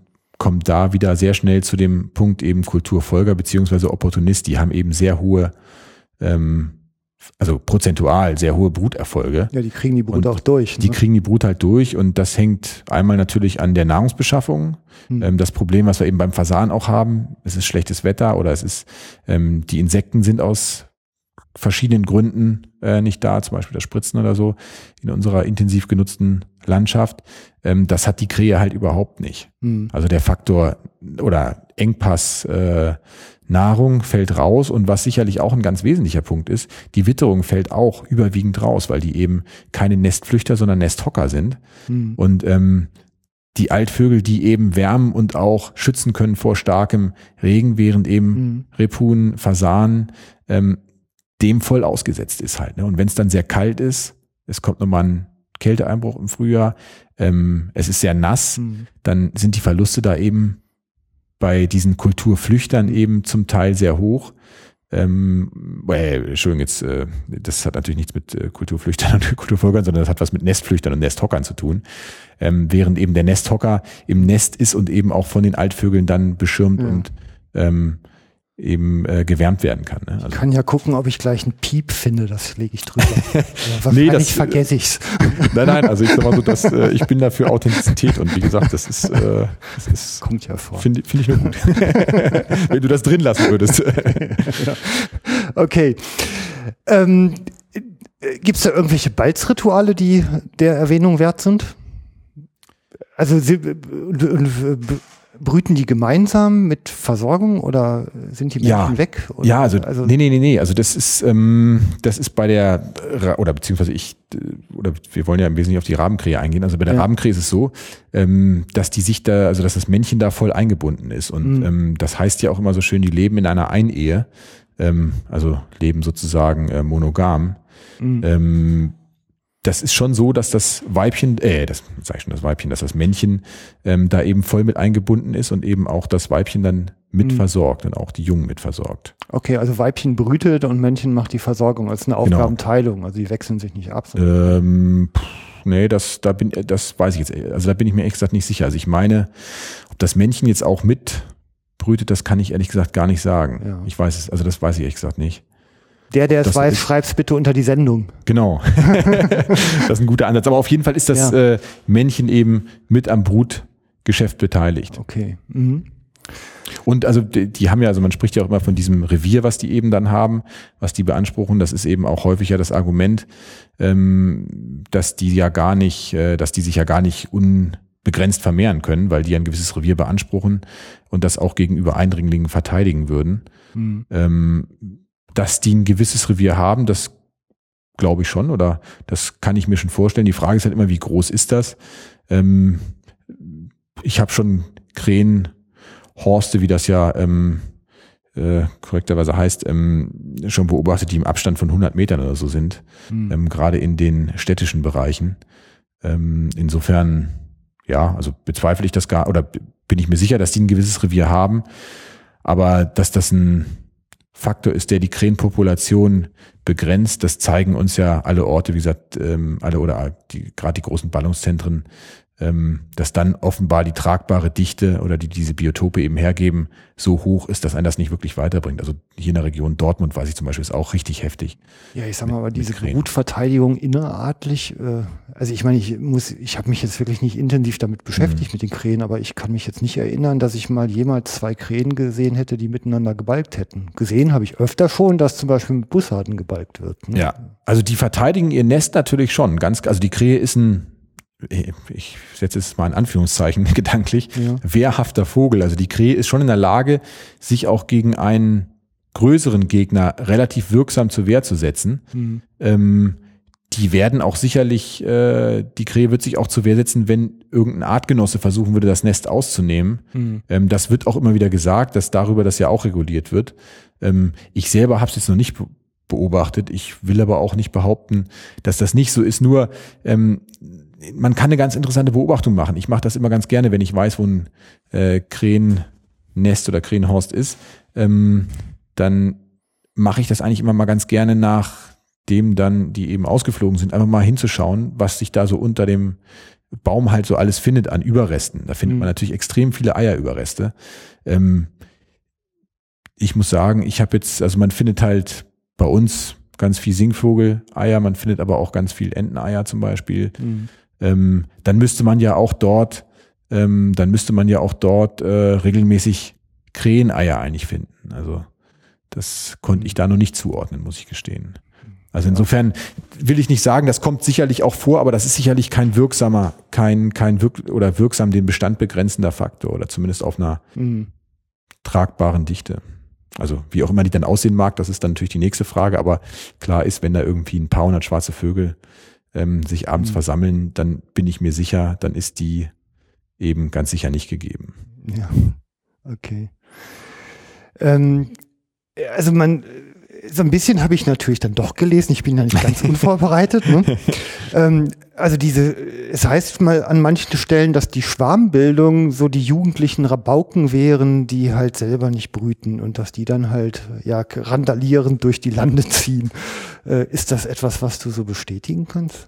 kommt da wieder sehr schnell zu dem Punkt eben Kulturfolger beziehungsweise Opportunist. Die haben eben sehr hohe, ähm, also prozentual sehr hohe Bruterfolge. Ja, die kriegen die Brut auch durch. Ne? Die kriegen die Brut halt durch und das hängt einmal natürlich an der Nahrungsbeschaffung. Hm. Ähm, das Problem, was wir eben beim Fasan auch haben, es ist schlechtes Wetter oder es ist, ähm, die Insekten sind aus verschiedenen Gründen äh, nicht da, zum Beispiel das Spritzen oder so in unserer intensiv genutzten Landschaft. Ähm, das hat die Krähe halt überhaupt nicht. Hm. Also der Faktor oder Engpass äh, Nahrung fällt raus und was sicherlich auch ein ganz wesentlicher Punkt ist, die Witterung fällt auch überwiegend raus, weil die eben keine Nestflüchter, sondern Nesthocker sind. Hm. Und ähm, die Altvögel, die eben wärmen und auch schützen können vor starkem Regen, während eben hm. Rebhuhn, Fasan ähm, dem voll ausgesetzt ist halt. Ne? Und wenn es dann sehr kalt ist, es kommt nochmal ein Kälteeinbruch im Frühjahr, ähm, es ist sehr nass, mhm. dann sind die Verluste da eben bei diesen Kulturflüchtern eben zum Teil sehr hoch. Ähm, äh, Entschuldigung, jetzt, äh, das hat natürlich nichts mit äh, Kulturflüchtern und Kulturfolgern, sondern das hat was mit Nestflüchtern und Nesthockern zu tun. Ähm, während eben der Nesthocker im Nest ist und eben auch von den Altvögeln dann beschirmt ja. und ähm, eben äh, gewärmt werden kann. Ne? Also ich kann ja gucken, ob ich gleich einen Piep finde, das lege ich drüber. Wahrscheinlich nee, vergesse ich's. Nein, nein, also ich sag mal so, dass, äh, ich bin da für Authentizität und wie gesagt, das ist, äh, das ist kommt ja vor. Finde find ich nur gut. Wenn du das drin lassen würdest. Ja. Okay. Ähm, Gibt es da irgendwelche Balzrituale, die der Erwähnung wert sind? Also sie, brüten die gemeinsam mit Versorgung oder sind die Menschen ja. weg? Oder? Ja, also, also nee, nee, nee, nee. Also das ist, ähm, das ist bei der, oder beziehungsweise ich, oder wir wollen ja im Wesentlichen auf die Rabenkrähe eingehen. Also bei der ja. Rabenkrähe ist es so, ähm, dass die sich da, also dass das Männchen da voll eingebunden ist. Und mhm. ähm, das heißt ja auch immer so schön, die leben in einer Einehe, ähm, also leben sozusagen äh, monogam. Mhm. Ähm, Das ist schon so, dass das Weibchen, äh, das sag ich schon, das Weibchen, dass das Männchen ähm, da eben voll mit eingebunden ist und eben auch das Weibchen dann mit mhm. versorgt und auch die Jungen mit versorgt. Okay, also Weibchen brütet und Männchen macht die Versorgung. Das ist eine Aufgabenteilung, genau. Also die wechseln sich nicht ab. Ähm, pff, nee, das, da bin, das weiß ich jetzt, also da bin ich mir ehrlich gesagt nicht sicher. Also ich meine, ob das Männchen jetzt auch mit brütet, das kann ich ehrlich gesagt gar nicht sagen. Ja. Ich weiß es, also das weiß ich ehrlich gesagt nicht. Der, der es das weiß, schreib's bitte unter die Sendung. Genau. Das ist ein guter Ansatz. Aber auf jeden Fall ist das ja. äh, Männchen eben mit am Brutgeschäft beteiligt. Okay. Mhm. Und also die, die haben ja, also man spricht ja auch immer von diesem Revier, was die eben dann haben, was die beanspruchen. Das ist eben auch häufig ja das Argument, ähm, dass die ja gar nicht, äh, dass die sich ja gar nicht unbegrenzt vermehren können, weil die ein gewisses Revier beanspruchen und das auch gegenüber Eindringlingen verteidigen würden. Mhm. Ähm, Dass die ein gewisses Revier haben, das glaube ich schon oder das kann ich mir schon vorstellen. Die Frage ist halt immer, wie groß ist das? Ähm, ich habe schon Krähenhorste, wie das ja ähm, äh, korrekterweise heißt, ähm, schon beobachtet, die im Abstand von hundert Metern oder so sind, mhm. ähm, gerade in den städtischen Bereichen. Ähm, insofern, ja, also bezweifle ich das gar, oder bin ich mir sicher, dass die ein gewisses Revier haben, aber dass das ein Faktor ist, der die Krähenpopulation begrenzt. Das zeigen uns ja alle Orte, wie gesagt, ähm, alle oder die, gerade die großen Ballungszentren, ähm, dass dann offenbar die tragbare Dichte oder die diese Biotope eben hergeben, so hoch ist, dass einen das nicht wirklich weiterbringt. Also hier in der Region Dortmund, weiß ich zum Beispiel, ist auch richtig heftig. Ja, ich sag mal, aber diese Brutverteidigung innerartlich, äh, also ich meine, ich muss, ich habe mich jetzt wirklich nicht intensiv damit beschäftigt mhm. mit den Krähen, aber ich kann mich jetzt nicht erinnern, dass ich mal jemals zwei Krähen gesehen hätte, die miteinander gebalgt hätten. Gesehen habe ich öfter schon, dass zum Beispiel mit Bussarden gebalgt wird. Ne? Ja, also die verteidigen ihr Nest natürlich schon. Ganz, also die Krähe ist ein, ich setze es mal in Anführungszeichen gedanklich, ja. wehrhafter Vogel. Also die Krähe ist schon in der Lage, sich auch gegen einen größeren Gegner relativ wirksam zur Wehr zu setzen. Mhm. Ähm, die werden auch sicherlich, äh, die Krähe wird sich auch zur Wehr setzen, wenn irgendein Artgenosse versuchen würde, das Nest auszunehmen. Mhm. Ähm, das wird auch immer wieder gesagt, dass darüber das ja auch reguliert wird. Ähm, ich selber habe es jetzt noch nicht beobachtet. Ich will aber auch nicht behaupten, dass das nicht so ist. Nur ähm, man kann eine ganz interessante Beobachtung machen. Ich mache das immer ganz gerne, wenn ich weiß, wo ein äh, Krähennest oder Krähenhorst ist. Ähm, dann mache ich das eigentlich immer mal ganz gerne, nachdem dann die eben ausgeflogen sind, einfach mal hinzuschauen, was sich da so unter dem Baum halt so alles findet an Überresten. Da findet mhm. man natürlich extrem viele Eierüberreste. Ähm, ich muss sagen, ich habe jetzt, also man findet halt bei uns ganz viel Singvogel-Eier, man findet aber auch ganz viel Enteneier zum Beispiel. Mhm. Ähm, dann müsste man ja auch dort, ähm, dann müsste man ja auch dort äh, regelmäßig Kräheneier eigentlich finden. Also das konnte ich da noch nicht zuordnen, muss ich gestehen. Also insofern will ich nicht sagen, das kommt sicherlich auch vor, aber das ist sicherlich kein wirksamer, kein, kein wirk oder wirksam den Bestand begrenzender Faktor oder zumindest auf einer mhm. tragbaren Dichte. Also wie auch immer die dann aussehen mag, das ist dann natürlich die nächste Frage, aber klar ist, wenn da irgendwie ein paar hundert schwarze Vögel ähm, sich abends mhm. versammeln, dann bin ich mir sicher, dann ist die eben ganz sicher nicht gegeben. Ja, okay. Ähm, also man... So ein bisschen habe ich natürlich dann doch gelesen. Ich bin ja nicht ganz unvorbereitet. Ne? ähm, also diese, es heißt mal an manchen Stellen, dass die Schwarmbildung so die jugendlichen Rabauken wären, die halt selber nicht brüten und dass die dann halt ja randalierend durch die Lande ziehen. Äh, ist das etwas, was du so bestätigen kannst?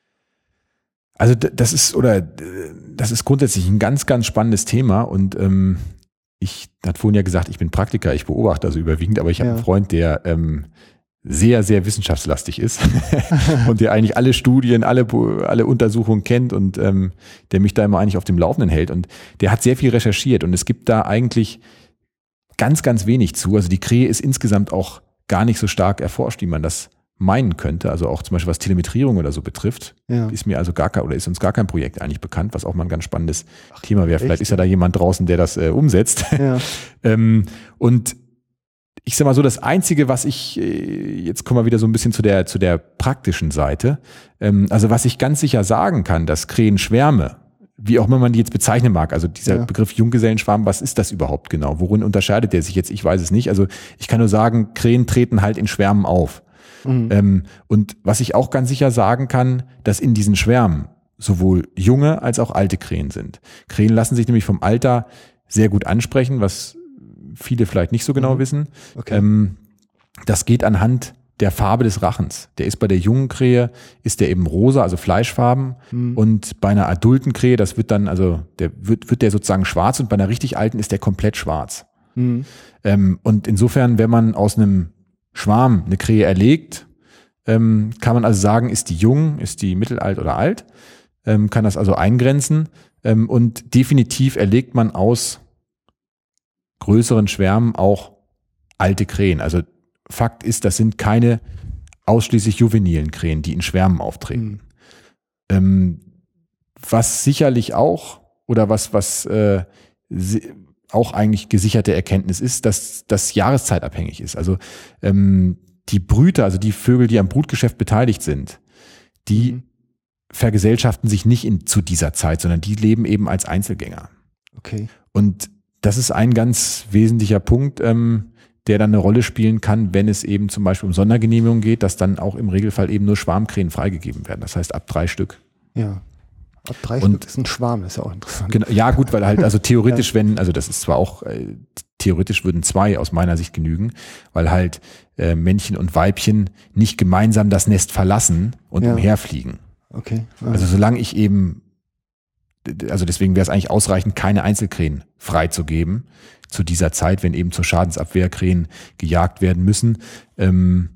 Also das ist oder das ist grundsätzlich ein ganz, ganz spannendes Thema und ähm, ich hatte vorhin ja gesagt, ich bin Praktiker, ich beobachte also überwiegend, aber ich habe ja. einen Freund, der ähm, sehr, sehr wissenschaftslastig ist und der eigentlich alle Studien, alle, alle Untersuchungen kennt und ähm, der mich da immer eigentlich auf dem Laufenden hält. Und der hat sehr viel recherchiert und es gibt da eigentlich ganz, ganz wenig zu. Also die Krähe ist insgesamt auch gar nicht so stark erforscht, wie man das meinen könnte, also auch zum Beispiel was Telemetrierung oder so betrifft, ja. ist mir also gar kein, oder ist uns gar kein Projekt eigentlich bekannt, was auch mal ein ganz spannendes Ach, Thema wäre. Vielleicht echt? Ist ja da jemand draußen, der das äh, umsetzt. Ja. ähm, und ich sag mal so, das Einzige, was ich, äh, jetzt kommen wir wieder so ein bisschen zu der, zu der praktischen Seite, ähm, also was ich ganz sicher sagen kann, dass Krähenschwärme, wie auch immer man die jetzt bezeichnen mag, also dieser ja. Begriff Junggesellenschwarm, was ist das überhaupt genau? Worin unterscheidet der sich jetzt? Ich weiß es nicht. Also ich kann nur sagen, Krähen treten halt in Schwärmen auf. Mhm. Ähm, und was ich auch ganz sicher sagen kann, dass in diesen Schwärmen sowohl junge als auch alte Krähen sind. Krähen lassen sich nämlich vom Alter sehr gut ansprechen, was viele vielleicht nicht so genau mhm. wissen. Okay. Ähm, das geht anhand der Farbe des Rachens. Der ist bei der jungen Krähe, ist der eben rosa, also fleischfarben. Mhm. Und bei einer adulten Krähe, das wird dann, also der wird, wird der sozusagen schwarz und bei einer richtig alten ist der komplett schwarz. Mhm. Ähm, und insofern, wenn man aus einem Schwarm eine Krähe erlegt, ähm, kann man also sagen, ist die jung, ist die mittelalt oder alt, ähm, kann das also eingrenzen ähm, und definitiv erlegt man aus größeren Schwärmen auch alte Krähen. Also Fakt ist, das sind keine ausschließlich juvenilen Krähen, die in Schwärmen auftreten. Mhm. Ähm, was sicherlich auch oder was, was äh, auch eigentlich gesicherte Erkenntnis ist, dass das jahreszeitabhängig ist. Also ähm, die Brüter, also die Vögel, die am Brutgeschäft beteiligt sind, die mhm. vergesellschaften sich nicht in, zu dieser Zeit, sondern die leben eben als Einzelgänger. Okay. Und das ist ein ganz wesentlicher Punkt, ähm, der dann eine Rolle spielen kann, wenn es eben zum Beispiel um Sondergenehmigungen geht, dass dann auch im Regelfall eben nur Schwarmkrähen freigegeben werden. Das heißt ab drei Stück. Ja. Ab drei und, Stück ist ein Schwarm, ist ja auch interessant. Genau, ja gut, weil halt also theoretisch, ja. wenn, also das ist zwar auch, äh, theoretisch würden zwei aus meiner Sicht genügen, weil halt äh, Männchen und Weibchen nicht gemeinsam das Nest verlassen und ja. umherfliegen. Okay. Ah. Also solange ich eben, also deswegen wäre es eigentlich ausreichend, keine Einzelkrähen freizugeben zu dieser Zeit, wenn eben zur Schadensabwehr Krähen gejagt werden müssen. Ähm,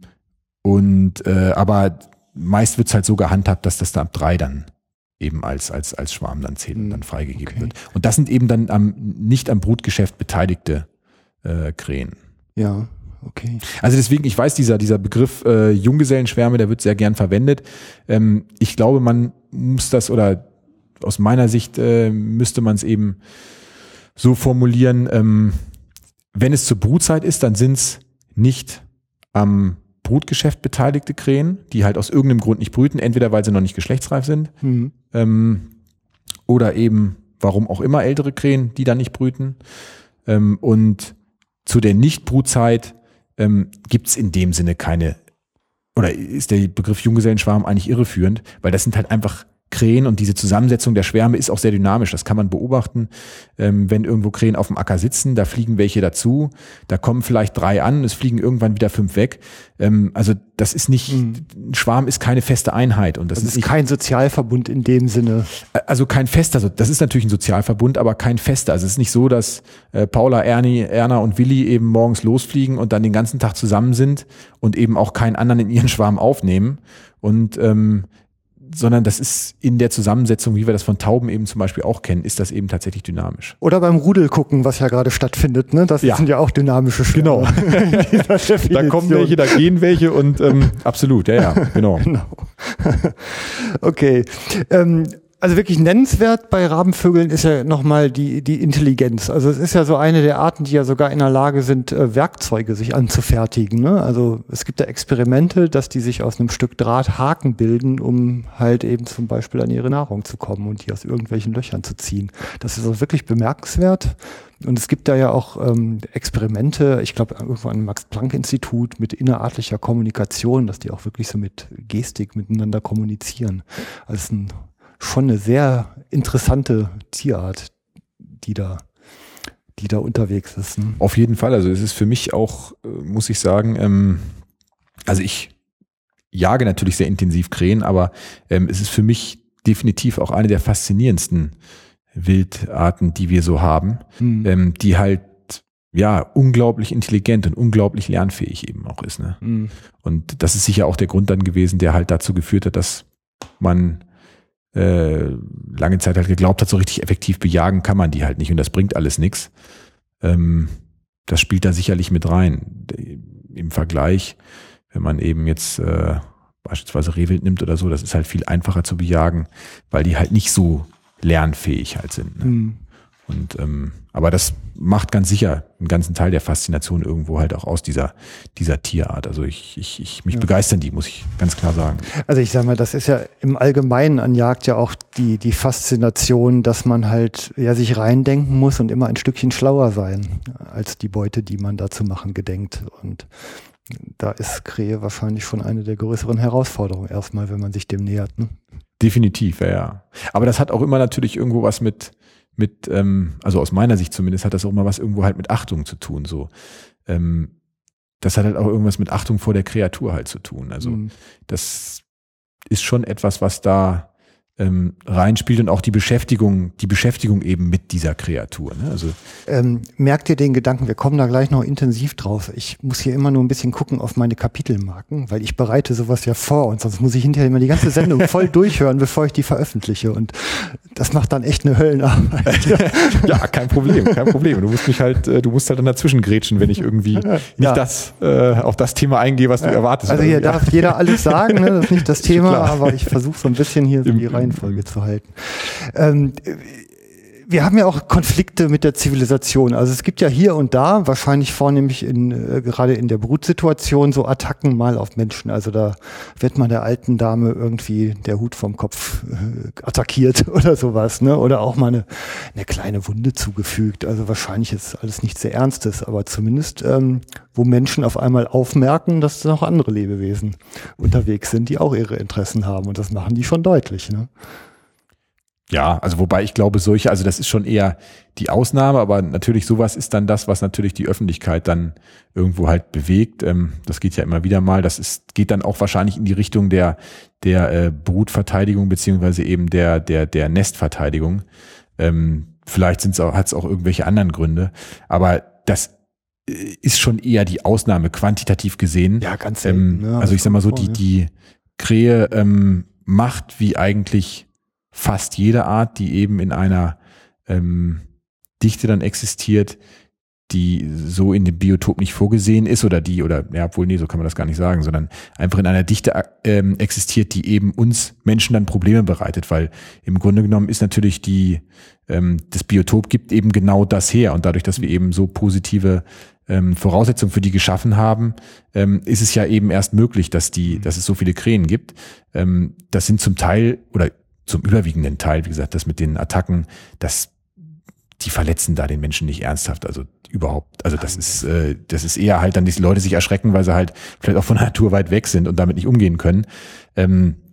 und äh, aber meist wird es halt so gehandhabt, dass das da ab drei dann eben als, als, als Schwarm dann zählt und dann freigegeben okay. wird. Und das sind eben dann am, nicht am Brutgeschäft beteiligte äh, Krähen. Ja, okay. Also deswegen, ich weiß, dieser, dieser Begriff äh, Junggesellenschwärme, der wird sehr gern verwendet. Ähm, ich glaube, man muss das, oder aus meiner Sicht äh, müsste man es eben so formulieren, ähm, wenn es zur Brutzeit ist, dann sind es nicht am Brutgeschäft beteiligte Krähen, die halt aus irgendeinem Grund nicht brüten, entweder weil sie noch nicht geschlechtsreif sind mhm. ähm, oder eben, warum auch immer, ältere Krähen, die dann nicht brüten. Ähm, und zu der Nichtbrutzeit ähm, gibt es in dem Sinne keine, oder ist der Begriff Junggesellenschwarm eigentlich irreführend, weil das sind halt einfach Krähen und diese Zusammensetzung der Schwärme ist auch sehr dynamisch. Das kann man beobachten, ähm, wenn irgendwo Krähen auf dem Acker sitzen, da fliegen welche dazu, da kommen vielleicht drei an, es fliegen irgendwann wieder fünf weg. Ähm, also das ist nicht, mhm. ein Schwarm ist keine feste Einheit. Und das, das ist, ist nicht, kein Sozialverbund in dem Sinne. Also kein fester, also das ist natürlich ein Sozialverbund, aber kein fester. Also es ist nicht so, dass äh, Paula, Ernie, Erna und Willi eben morgens losfliegen und dann den ganzen Tag zusammen sind und eben auch keinen anderen in ihren Schwarm aufnehmen. Und ähm, sondern das ist in der Zusammensetzung, wie wir das von Tauben eben zum Beispiel auch kennen, ist das eben tatsächlich dynamisch. Oder beim Rudel gucken, was ja gerade stattfindet, ne? Das ja. sind ja auch dynamische Schwärme. Genau. Da kommen welche, da gehen welche und ähm, absolut, ja, ja, genau. genau. Okay. Ähm, Also wirklich nennenswert bei Rabenvögeln ist ja nochmal die, die Intelligenz. Also es ist ja so eine der Arten, die ja sogar in der Lage sind, äh, Werkzeuge sich anzufertigen. Ne? Also es gibt ja Experimente, dass die sich aus einem Stück Draht Haken bilden, um halt eben zum Beispiel an ihre Nahrung zu kommen und die aus irgendwelchen Löchern zu ziehen. Das ist also wirklich bemerkenswert. Und es gibt da ja auch ähm, Experimente, ich glaube irgendwo am Max-Planck-Institut mit innerartlicher Kommunikation, dass die auch wirklich so mit Gestik miteinander kommunizieren. Also ein schon eine sehr interessante Tierart, die da, die da unterwegs ist. Ne? Auf jeden Fall. Also es ist für mich auch, muss ich sagen, ähm, also ich jage natürlich sehr intensiv Krähen, aber ähm, es ist für mich definitiv auch eine der faszinierendsten Wildarten, die wir so haben, hm. ähm, die halt ja unglaublich intelligent und unglaublich lernfähig eben auch ist. Ne? Hm. Und das ist sicher auch der Grund dann gewesen, der halt dazu geführt hat, dass man Äh, lange Zeit halt geglaubt hat, so richtig effektiv bejagen kann man die halt nicht und das bringt alles nichts. Ähm, das spielt da sicherlich mit rein. Im Vergleich, wenn man eben jetzt äh, beispielsweise Rehwild nimmt oder so, das ist halt viel einfacher zu bejagen, weil die halt nicht so lernfähig halt sind. Ne? Mhm. Und ähm, aber das macht ganz sicher einen ganzen Teil der Faszination irgendwo halt auch aus dieser dieser Tierart. Also ich ich, ich mich ja. begeistern die, muss ich ganz klar sagen. Also ich sag mal, das ist ja im Allgemeinen an Jagd ja auch die die Faszination, dass man halt ja sich reindenken muss und immer ein Stückchen schlauer sein als die Beute, die man da zu machen gedenkt. Und da ist Krähe wahrscheinlich schon eine der größeren Herausforderungen erstmal, wenn man sich dem nähert. Ne? Definitiv, ja, ja. Aber das hat auch immer natürlich irgendwo was mit mit, ähm, also aus meiner Sicht zumindest, hat das auch mal was irgendwo halt mit Achtung zu tun, so. Ähm, das hat halt auch irgendwas mit Achtung vor der Kreatur halt zu tun. Also mhm. das ist schon etwas, was da ähm, reinspielt und auch die Beschäftigung, die Beschäftigung eben mit dieser Kreatur. Ne? Also ähm, merkt ihr den Gedanken, wir kommen da gleich noch intensiv drauf. Ich muss hier immer nur ein bisschen gucken auf meine Kapitelmarken, weil ich bereite sowas ja vor und sonst muss ich hinterher immer die ganze Sendung voll durchhören, bevor ich die veröffentliche und das macht dann echt eine Höllenarbeit. Ja, kein Problem, kein Problem. Du musst mich halt, du musst halt dann dazwischen grätschen, wenn ich irgendwie nicht ja. das, äh, auf das Thema eingehe, was du ja. erwartest. Also hier ja. darf jeder alles sagen, ne? Das ist nicht das Thema, aber ich versuche so ein bisschen hier so die Reihenfolge zu halten. Ähm, wir haben ja auch Konflikte mit der Zivilisation. Also es gibt ja hier und da, wahrscheinlich vornehmlich in, äh, gerade in der Brutsituation, so Attacken mal auf Menschen. Also da wird mal der alten Dame irgendwie der Hut vom Kopf äh, attackiert oder sowas, ne? Oder auch mal eine, eine kleine Wunde zugefügt. Also wahrscheinlich ist alles nichts sehr Ernstes, aber zumindest, ähm, wo Menschen auf einmal aufmerken, dass noch andere Lebewesen unterwegs sind, die auch ihre Interessen haben. Und das machen die schon deutlich, ne? Ja, also wobei ich glaube, solche, also das ist schon eher die Ausnahme, aber natürlich sowas ist dann das, was natürlich die Öffentlichkeit dann irgendwo halt bewegt. Ähm, das geht ja immer wieder mal. Das ist, geht dann auch wahrscheinlich in die Richtung der der äh, Brutverteidigung beziehungsweise eben der der der Nestverteidigung. Ähm, vielleicht sind's auch, hat's auch irgendwelche anderen Gründe, aber das ist schon eher die Ausnahme quantitativ gesehen. Ja, ganz selten. Ähm, ja, also ich sag mal so, vor, die ja. die Krähe ähm, macht wie eigentlich fast jede Art, die eben in einer ähm, Dichte dann existiert, die so in dem Biotop nicht vorgesehen ist oder die, oder ja, obwohl, nee, so kann man das gar nicht sagen, sondern einfach in einer Dichte ähm, existiert, die eben uns Menschen dann Probleme bereitet, weil im Grunde genommen ist natürlich die, ähm, das Biotop gibt eben genau das her und dadurch, dass wir eben so positive ähm, Voraussetzungen für die geschaffen haben, ähm, ist es ja eben erst möglich, dass die, dass es so viele Krähen gibt. Ähm, das sind zum Teil oder zum überwiegenden Teil, wie gesagt, das mit den Attacken, das, die verletzen da den Menschen nicht ernsthaft, also überhaupt, also das ist, äh, das ist eher halt dann, dass die Leute sich erschrecken, weil sie halt vielleicht auch von der Natur weit weg sind und damit nicht umgehen können. Ähm,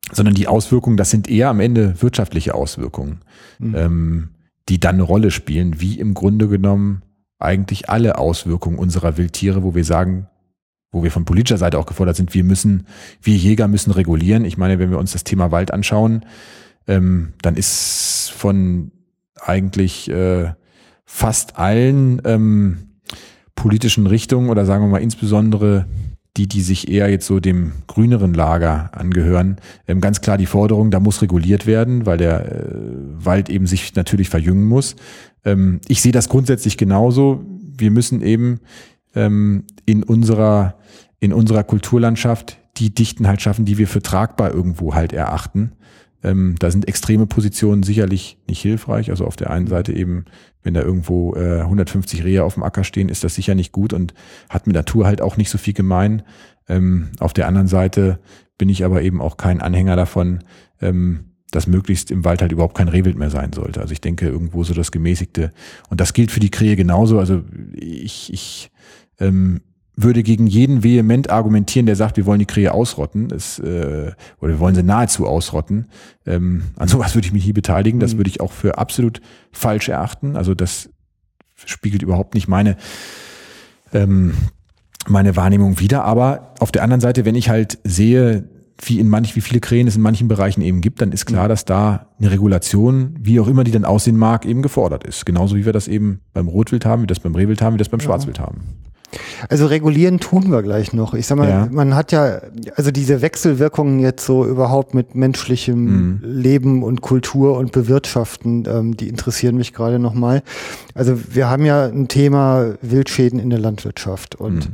sondern die Auswirkungen, das sind eher am Ende wirtschaftliche Auswirkungen, mhm. ähm, die dann eine Rolle spielen, wie im Grunde genommen eigentlich alle Auswirkungen unserer Wildtiere, wo wir sagen, wo wir von politischer Seite auch gefordert sind, wir müssen, wir Jäger müssen regulieren. Ich meine, wenn wir uns das Thema Wald anschauen, ähm, dann ist von eigentlich äh, fast allen ähm, politischen Richtungen oder sagen wir mal insbesondere die, die sich eher jetzt so dem grüneren Lager angehören, ähm, ganz klar die Forderung, da muss reguliert werden, weil der äh, Wald eben sich natürlich verjüngen muss. Ähm, ich sehe das grundsätzlich genauso. Wir müssen eben ähm, in unserer in unserer Kulturlandschaft die Dichten halt schaffen, die wir für tragbar irgendwo halt erachten. Ähm, da sind extreme Positionen sicherlich nicht hilfreich. Also auf der einen Seite eben, wenn da irgendwo äh, hundertfünfzig Rehe auf dem Acker stehen, ist das sicher nicht gut und hat mit Natur halt auch nicht so viel gemein. Ähm, auf der anderen Seite bin ich aber eben auch kein Anhänger davon, ähm, dass möglichst im Wald halt überhaupt kein Rehwild mehr sein sollte. Also ich denke irgendwo so das Gemäßigte. Und das gilt für die Krähe genauso. Also ich, ich ähm, würde gegen jeden vehement argumentieren, der sagt, wir wollen die Krähe ausrotten, es, äh, oder wir wollen sie nahezu ausrotten. Ähm, an sowas würde ich mich nie beteiligen. Das würde ich auch für absolut falsch erachten. Also das spiegelt überhaupt nicht meine ähm, meine Wahrnehmung wider. Aber auf der anderen Seite, wenn ich halt sehe, wie in manch, wie viele Krähen es in manchen Bereichen eben gibt, dann ist klar, dass da eine Regulation, wie auch immer die dann aussehen mag, eben gefordert ist. Genauso wie wir das eben beim Rotwild haben, wie das beim Rehwild haben, wie das beim Schwarzwild haben. Also regulieren tun wir gleich noch. Ich sag mal, ja. man hat ja, also diese Wechselwirkungen jetzt so überhaupt mit menschlichem mhm. Leben und Kultur und Bewirtschaften, ähm, die interessieren mich gerade nochmal. Also wir haben ja ein Thema Wildschäden in der Landwirtschaft und mhm.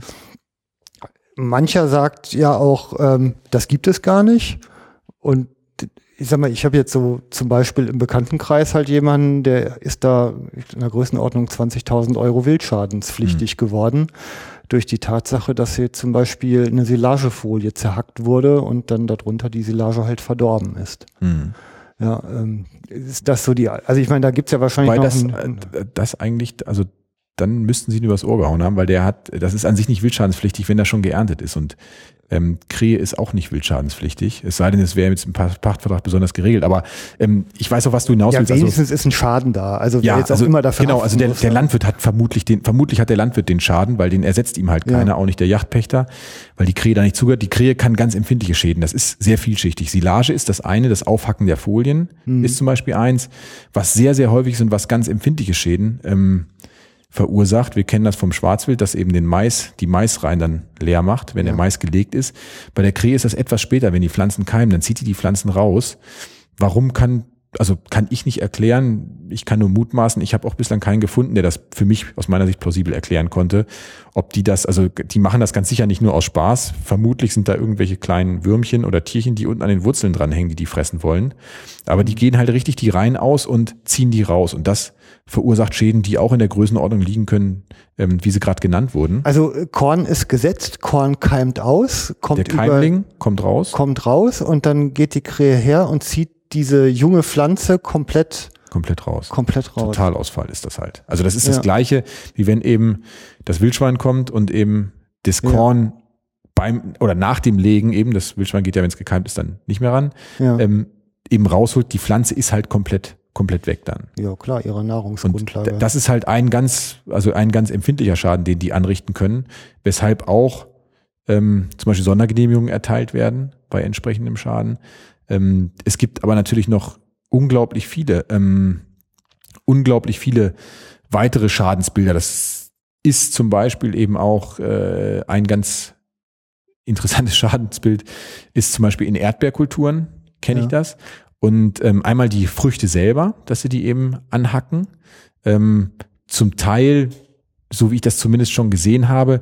mancher sagt ja auch, ähm, das gibt es gar nicht. Und ich sag mal, ich habe jetzt so zum Beispiel im Bekanntenkreis halt jemanden, der ist da in der Größenordnung zwanzigtausend Euro wildschadensflichtig mhm. geworden durch die Tatsache, dass hier zum Beispiel eine Silagefolie zerhackt wurde und dann darunter die Silage halt verdorben ist. Mhm. Ja, ähm, ist das so die, also ich meine, da gibt's ja wahrscheinlich weil noch das, ein, äh, das eigentlich, also dann müssten sie ihn übers Ohr gehauen haben, weil der hat, das ist an sich nicht wildschadensflichtig, wenn das schon geerntet ist. Und ähm, Krähe ist auch nicht wildschadensflichtig, es sei denn, es wäre mit dem Pachtvertrag besonders geregelt. Aber ähm, ich weiß auch, was du hinaus ja, willst. Wenigstens also, ist ein Schaden da. Also ja, wer jetzt auch also, immer dafür genau, also der, muss, der Landwirt hat vermutlich den, vermutlich hat der Landwirt den Schaden, weil den ersetzt ihm halt keiner, ja. auch nicht der Yachtpächter, weil die Krähe da nicht zugehört. Die Krähe kann ganz empfindliche Schäden. Das ist sehr vielschichtig. Silage ist das eine, das Aufhacken der Folien mhm. ist zum Beispiel eins, was sehr, sehr häufig sind, was ganz empfindliche Schäden ähm, verursacht. Wir kennen das vom Schwarzwild, das eben den Mais, die Maisreihen dann leer macht, wenn ja. der Mais gelegt ist. Bei der Krähe ist das etwas später, wenn die Pflanzen keimen, dann zieht die die Pflanzen raus. Warum kann, also kann ich nicht erklären, ich kann nur mutmaßen, ich habe auch bislang keinen gefunden, der das für mich aus meiner Sicht plausibel erklären konnte, ob die das, also die machen das ganz sicher nicht nur aus Spaß, vermutlich sind da irgendwelche kleinen Würmchen oder Tierchen, die unten an den Wurzeln dranhängen, die die fressen wollen, aber die gehen halt richtig die Reihen aus und ziehen die raus und das verursacht Schäden, die auch in der Größenordnung liegen können, ähm, wie sie gerade genannt wurden. Also Korn ist gesetzt, Korn keimt aus, kommt der Keimling über, kommt raus, kommt raus und dann geht die Krähe her und zieht diese junge Pflanze komplett komplett raus. Komplett raus. Totalausfall ist das halt. Also das ist das ja. Gleiche, wie wenn eben das Wildschwein kommt und eben das Korn ja. beim oder nach dem Legen eben, das Wildschwein geht ja, wenn es gekeimt ist, dann nicht mehr ran, ja. ähm, eben rausholt, die Pflanze ist halt komplett komplett weg dann. Ja, klar, ihre Nahrungsgrundlage. Und das ist halt ein ganz, also ein ganz empfindlicher Schaden, den die anrichten können, weshalb auch ähm, zum Beispiel Sondergenehmigungen erteilt werden bei entsprechendem Schaden. Ähm, es gibt aber natürlich noch unglaublich viele, ähm, unglaublich viele weitere Schadensbilder. Das ist zum Beispiel eben auch äh, ein ganz interessantes Schadensbild, ist zum Beispiel in Erdbeerkulturen, kenne ja. ich das. Und ähm, einmal die Früchte selber, dass sie die eben anhacken. Ähm, zum Teil, so wie ich das zumindest schon gesehen habe,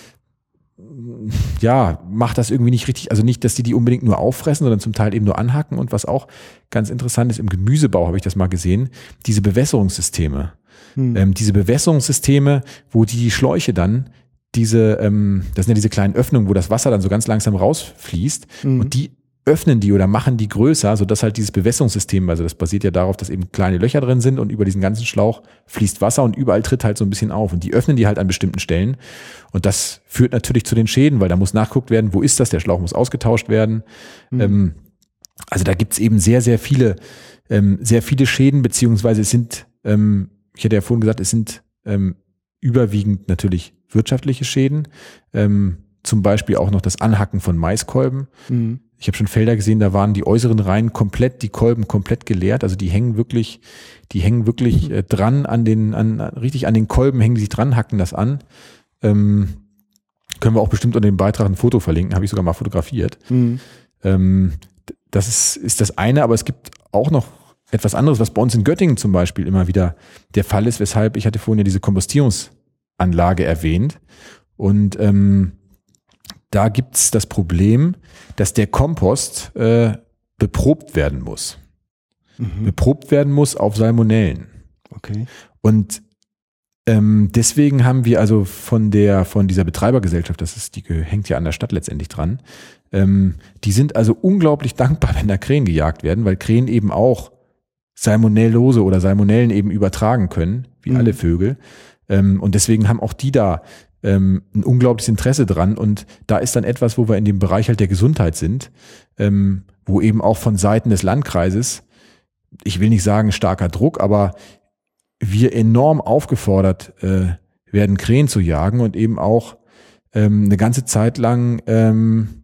ja, macht das irgendwie nicht richtig, also nicht, dass die die unbedingt nur auffressen, sondern zum Teil eben nur anhacken. Und was auch ganz interessant ist, im Gemüsebau habe ich das mal gesehen, diese Bewässerungssysteme. Hm. Ähm, diese Bewässerungssysteme, wo die Schläuche dann diese, ähm, das sind ja diese kleinen Öffnungen, wo das Wasser dann so ganz langsam rausfließt hm. und die öffnen die oder machen die größer, sodass halt dieses Bewässerungssystem, also das basiert ja darauf, dass eben kleine Löcher drin sind und über diesen ganzen Schlauch fließt Wasser und überall tritt halt so ein bisschen auf und die öffnen die halt an bestimmten Stellen und das führt natürlich zu den Schäden, weil da muss nachgeguckt werden, wo ist das, der Schlauch muss ausgetauscht werden. Mhm. Ähm, also da gibt's eben sehr, sehr viele, ähm, sehr viele Schäden, beziehungsweise es sind, ähm, ich hatte ja vorhin gesagt, es sind ähm, überwiegend natürlich wirtschaftliche Schäden, ähm, zum Beispiel auch noch das Anhacken von Maiskolben. Mhm. Ich habe schon Felder gesehen, da waren die äußeren Reihen komplett, die Kolben komplett geleert. Also die hängen wirklich, die hängen wirklich äh, dran an den, an, richtig an den Kolben hängen die sich dran, hacken das an. Ähm, können wir auch bestimmt unter dem Beitrag ein Foto verlinken, habe ich sogar mal fotografiert. Mhm. Ähm, das ist, ist das eine, aber es gibt auch noch etwas anderes, was bei uns in Göttingen zum Beispiel immer wieder der Fall ist, weshalb, ich hatte vorhin ja diese Kompostierungsanlage erwähnt. Und ähm, da gibt's das Problem, dass der Kompost äh, beprobt werden muss. Mhm. Beprobt werden muss auf Salmonellen. Okay. Und ähm, deswegen haben wir also von der von dieser Betreibergesellschaft, das ist die hängt ja an der Stadt letztendlich dran, ähm, die sind also unglaublich dankbar, wenn da Krähen gejagt werden, weil Krähen eben auch Salmonellose oder Salmonellen eben übertragen können, wie mhm. alle Vögel. Ähm, und deswegen haben auch die da ein unglaubliches Interesse dran, und da ist dann etwas, wo wir in dem Bereich halt der Gesundheit sind, ähm, wo eben auch von Seiten des Landkreises, ich will nicht sagen starker Druck, aber wir enorm aufgefordert äh, werden, Krähen zu jagen und eben auch ähm, eine ganze Zeit lang ähm,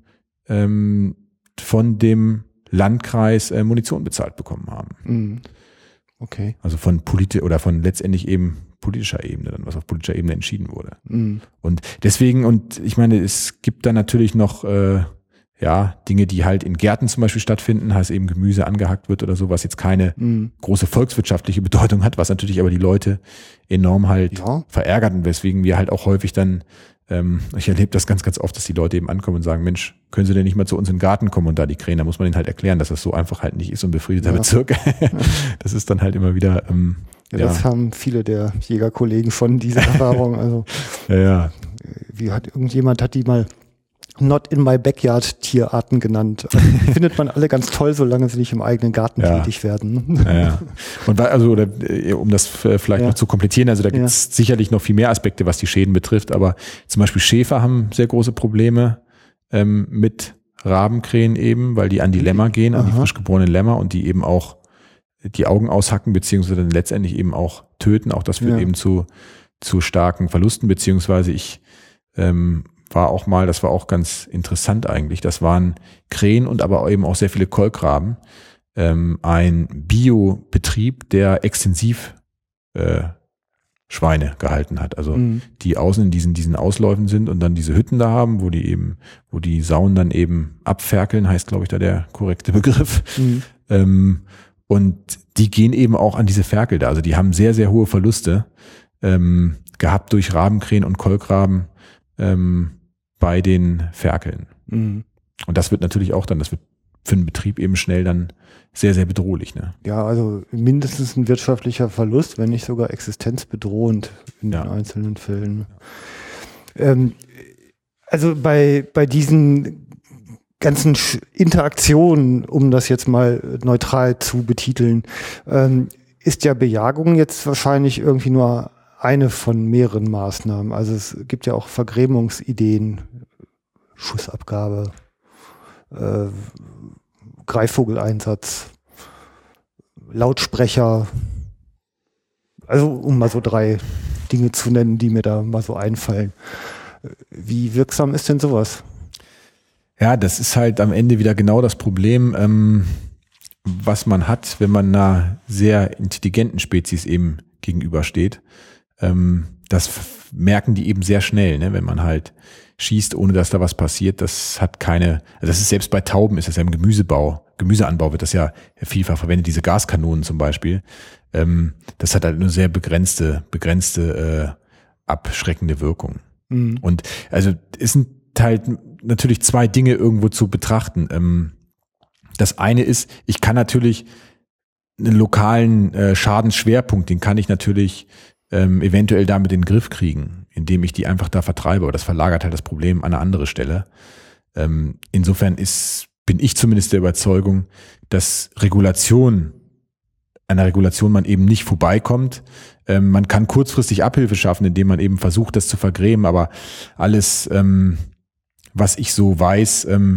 ähm, von dem Landkreis äh, Munition bezahlt bekommen haben. Okay. Also von Polit- oder von letztendlich eben politischer Ebene, dann was auf politischer Ebene entschieden wurde. Mhm. Und deswegen, und ich meine, es gibt da natürlich noch äh, ja Dinge, die halt in Gärten zum Beispiel stattfinden, heißt eben Gemüse angehackt wird oder so, was jetzt keine mhm. große volkswirtschaftliche Bedeutung hat, was natürlich aber die Leute enorm halt ja. verärgert, und weswegen wir halt auch häufig dann, ähm, ich erlebe das ganz, ganz oft, dass die Leute eben ankommen und sagen, Mensch, können Sie denn nicht mal zu uns in den Garten kommen und da die Krähen, da muss man denen halt erklären, dass das so einfach halt nicht ist, so ein befriedeter ja. Bezirk. Das ist dann halt immer wieder ähm, Ja, ja, das haben viele der Jägerkollegen von dieser Erfahrung. Also, ja, ja. Wie hat irgendjemand hat die mal Not in my backyard Tierarten genannt. Also, die findet man alle ganz toll, solange sie nicht im eigenen Garten ja. tätig werden. Ja, ja. Und also, oder, um das vielleicht ja. noch zu komplettieren, also da gibt es ja. sicherlich noch viel mehr Aspekte, was die Schäden betrifft, aber zum Beispiel Schäfer haben sehr große Probleme ähm, mit Rabenkrähen eben, weil die an die Lämmer gehen, an Aha. die frisch geborenen Lämmer, und die eben auch die Augen aushacken, beziehungsweise dann letztendlich eben auch töten. Auch das führt ja. eben zu, zu starken Verlusten, beziehungsweise ich ähm, war auch mal, das war auch ganz interessant eigentlich, das waren Krähen und aber eben auch sehr viele Kolkraben. Ähm, ein Biobetrieb, der extensiv äh, Schweine gehalten hat, also mhm. die außen in diesen, diesen Ausläufen sind und dann diese Hütten da haben, wo die eben, wo die Sauen dann eben abferkeln, heißt glaube ich da der korrekte Begriff. Mhm. Ähm, Und die gehen eben auch an diese Ferkel da. Also die haben sehr, sehr hohe Verluste ähm, gehabt durch Rabenkrähen und Kolkraben ähm, bei den Ferkeln. Mhm. Und das wird natürlich auch dann, das wird für den Betrieb eben schnell dann sehr, sehr bedrohlich. Ne? Ja, also mindestens ein wirtschaftlicher Verlust, wenn nicht sogar existenzbedrohend in ja. den einzelnen Fällen. Ja. Ähm, also bei, bei diesen ganzen Interaktionen, um das jetzt mal neutral zu betiteln, ähm, ist ja Bejagung jetzt wahrscheinlich irgendwie nur eine von mehreren Maßnahmen. Also es gibt ja auch Vergrämungsideen, Schussabgabe, äh, Greifvogeleinsatz, Lautsprecher, also um mal so drei Dinge zu nennen, die mir da mal so einfallen. Wie wirksam ist denn sowas? Ja, das ist halt am Ende wieder genau das Problem, ähm, was man hat, wenn man einer sehr intelligenten Spezies eben gegenübersteht. Ähm, das f- merken die eben sehr schnell, ne? Wenn man halt schießt, ohne dass da was passiert. Das hat keine, also das ist selbst bei Tauben, ist das ja im Gemüsebau, Gemüseanbau wird das ja vielfach verwendet, diese Gaskanonen zum Beispiel. Ähm, das hat halt eine sehr begrenzte, begrenzte äh, abschreckende Wirkung. Mhm. Und also es sind halt natürlich zwei Dinge irgendwo zu betrachten. Ähm, das eine ist, ich kann natürlich einen lokalen äh, Schadensschwerpunkt, den kann ich natürlich ähm, eventuell damit in den Griff kriegen, indem ich die einfach da vertreibe. Aber das verlagert halt das Problem an eine andere Stelle. Ähm, insofern ist, bin ich zumindest der Überzeugung, dass Regulation, einer Regulation man eben nicht vorbeikommt. Ähm, man kann kurzfristig Abhilfe schaffen, indem man eben versucht, das zu vergrämen. Aber alles, ähm, was ich so weiß, ähm,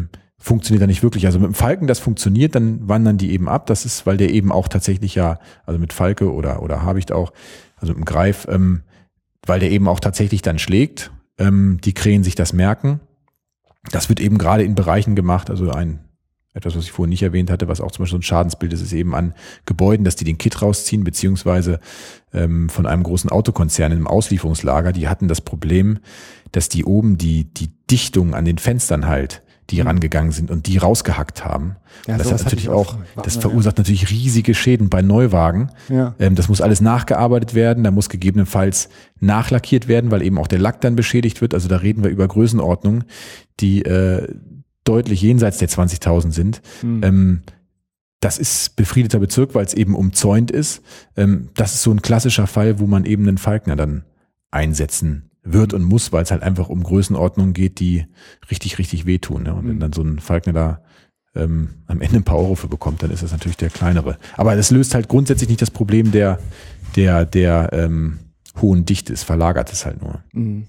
funktioniert da nicht wirklich. Also mit dem Falken, das funktioniert, dann wandern die eben ab. Das ist, weil der eben auch tatsächlich ja, also mit Falke oder, oder Habicht auch, also mit dem Greif, ähm, weil der eben auch tatsächlich dann schlägt, ähm, die Krähen sich das merken. Das wird eben gerade in Bereichen gemacht, also ein etwas, was ich vorhin nicht erwähnt hatte, was auch zum Beispiel so ein Schadensbild ist, ist eben an Gebäuden, dass die den Kit rausziehen, beziehungsweise ähm, von einem großen Autokonzern im Auslieferungslager, die hatten das Problem, dass die oben die die Dichtung an den Fenstern halt, die mhm. rangegangen sind und die rausgehackt haben. Ja, das hat natürlich auch, das verursacht ja. natürlich riesige Schäden bei Neuwagen. Ja. Ähm, das muss alles nachgearbeitet werden, da muss gegebenenfalls nachlackiert werden, weil eben auch der Lack dann beschädigt wird. Also da reden wir über Größenordnungen, die äh, deutlich jenseits der zwanzigtausend sind. Mhm. Ähm, das ist befriedeter Bezirk, weil es eben umzäunt ist. Ähm, das ist so ein klassischer Fall, wo man eben einen Falkner dann einsetzen wird und muss, weil es halt einfach um Größenordnungen geht, die richtig, richtig wehtun. Ne? Und wenn dann so ein Falkner da ähm, am Ende ein paar Euro für bekommt, dann ist das natürlich der kleinere. Aber das löst halt grundsätzlich nicht das Problem der, der, der ähm, hohen Dichte. Es verlagert es halt nur.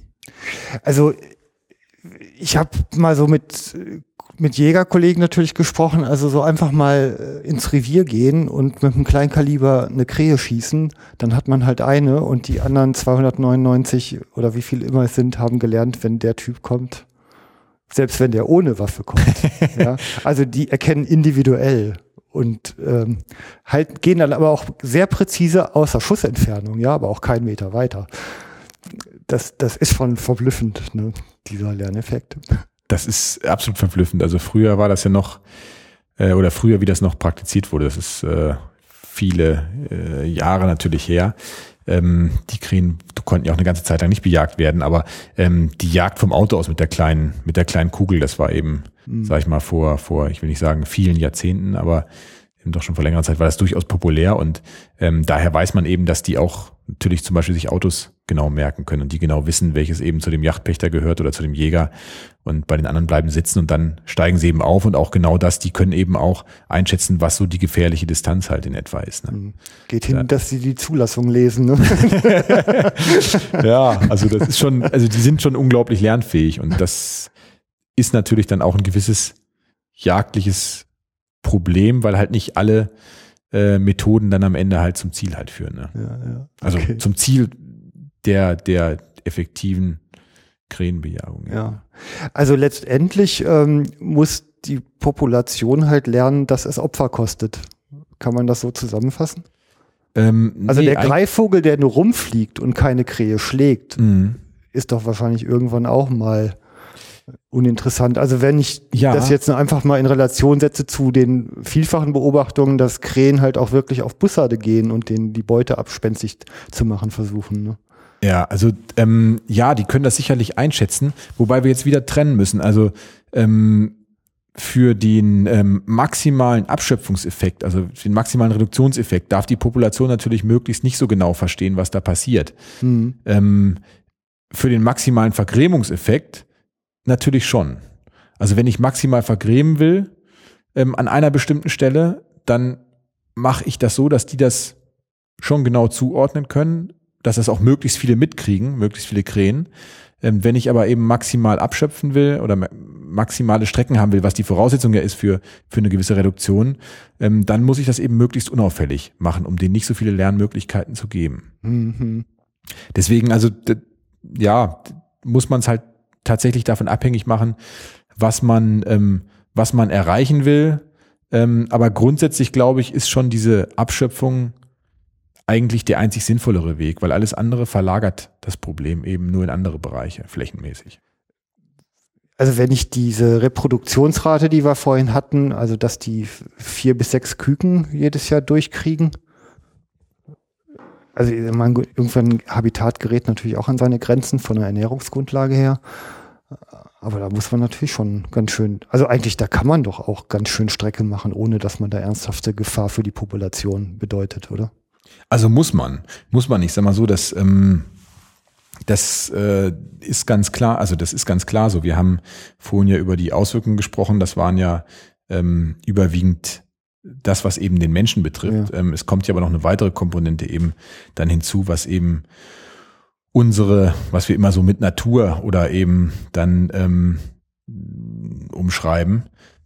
Also ich habe mal so mit, mit Jägerkollegen natürlich gesprochen, also so einfach mal ins Revier gehen und mit einem Kleinkaliber eine Krähe schießen, dann hat man halt eine und die anderen zweihundertneunundneunzig oder wie viel immer es sind, haben gelernt, wenn der Typ kommt, selbst wenn der ohne Waffe kommt. Ja? Also die erkennen individuell und ähm, halt gehen dann aber auch sehr präzise außer Schussentfernung, ja, aber auch keinen Meter weiter. Das, das ist schon verblüffend, ne, dieser Lerneffekt. Das ist absolut verblüffend. Also früher war das ja noch, äh, oder früher, wie das noch praktiziert wurde, das ist äh, viele äh, Jahre natürlich her. Ähm, die Krähen konnten ja auch eine ganze Zeit lang nicht bejagt werden, aber ähm, die Jagd vom Auto aus mit der kleinen, mit der kleinen Kugel, das war eben, mhm. sag ich mal, vor, vor, ich will nicht sagen vielen Jahrzehnten, aber eben doch schon vor längerer Zeit war das durchaus populär und ähm, daher weiß man eben, dass die auch natürlich zum Beispiel sich Autos genau merken können und die genau wissen, welches eben zu dem Yachtpächter gehört oder zu dem Jäger und bei den anderen bleiben sitzen und dann steigen sie eben auf und auch genau das, die können eben auch einschätzen, was so die gefährliche Distanz halt in etwa ist. Ne? Geht hin, ja. dass sie die Zulassung lesen. Ne? Ja, also das ist schon, also die sind schon unglaublich lernfähig und das ist natürlich dann auch ein gewisses jagdliches Problem, weil halt nicht alle äh, Methoden dann am Ende halt zum Ziel halt führen. Ne? Ja, ja. Also okay. zum Ziel der, der effektiven Krähenbejagung. Ja. ja. Also letztendlich ähm, muss die Population halt lernen, dass es Opfer kostet. Kann man das so zusammenfassen? Ähm, also nee, der Greifvogel, der nur rumfliegt und keine Krähe schlägt, mhm. ist doch wahrscheinlich irgendwann auch mal uninteressant. Also wenn ich ja. das jetzt einfach mal in Relation setze zu den vielfachen Beobachtungen, dass Krähen halt auch wirklich auf Bussarde gehen und denen die Beute abspenstig zu machen versuchen. Ne? Ja, also ähm, ja, die können das sicherlich einschätzen, wobei wir jetzt wieder trennen müssen. Also ähm, für den ähm, maximalen Abschöpfungseffekt, also für den maximalen Reduktionseffekt, darf die Population natürlich möglichst nicht so genau verstehen, was da passiert. Mhm. Ähm, für den maximalen Vergrämungseffekt natürlich schon. Also wenn ich maximal vergrämen will ähm, an einer bestimmten Stelle, dann mache ich das so, dass die das schon genau zuordnen können, dass das auch möglichst viele mitkriegen, möglichst viele Krähen. Ähm, wenn ich aber eben maximal abschöpfen will oder ma- maximale Strecken haben will, was die Voraussetzung ja ist für für eine gewisse Reduktion, ähm, dann muss ich das eben möglichst unauffällig machen, um denen nicht so viele Lernmöglichkeiten zu geben. Mhm. Deswegen, also d- ja, muss man es halt tatsächlich davon abhängig machen, was man, ähm, was man erreichen will. Ähm, aber grundsätzlich, glaube ich, ist schon diese Abschöpfung eigentlich der einzig sinnvollere Weg, weil alles andere verlagert das Problem eben nur in andere Bereiche, flächenmäßig. Also wenn ich diese Reproduktionsrate, die wir vorhin hatten, also dass die vier bis sechs Küken jedes Jahr durchkriegen, also man, irgendwann Habitat gerät natürlich auch an seine Grenzen von der Ernährungsgrundlage her. Aber da muss man natürlich schon ganz schön, also eigentlich da kann man doch auch ganz schön Strecke machen, ohne dass man da ernsthafte Gefahr für die Population bedeutet, oder? Also muss man, muss man nicht. Sag mal so, dass ähm, das äh, ist ganz klar, also das ist ganz klar so. Wir haben vorhin ja über die Auswirkungen gesprochen, das waren ja ähm, überwiegend das, was eben den Menschen betrifft. Ja. Ähm, es kommt ja aber noch eine weitere Komponente eben dann hinzu, was eben unsere, was wir immer so mit Natur oder eben dann ähm, umschreiben.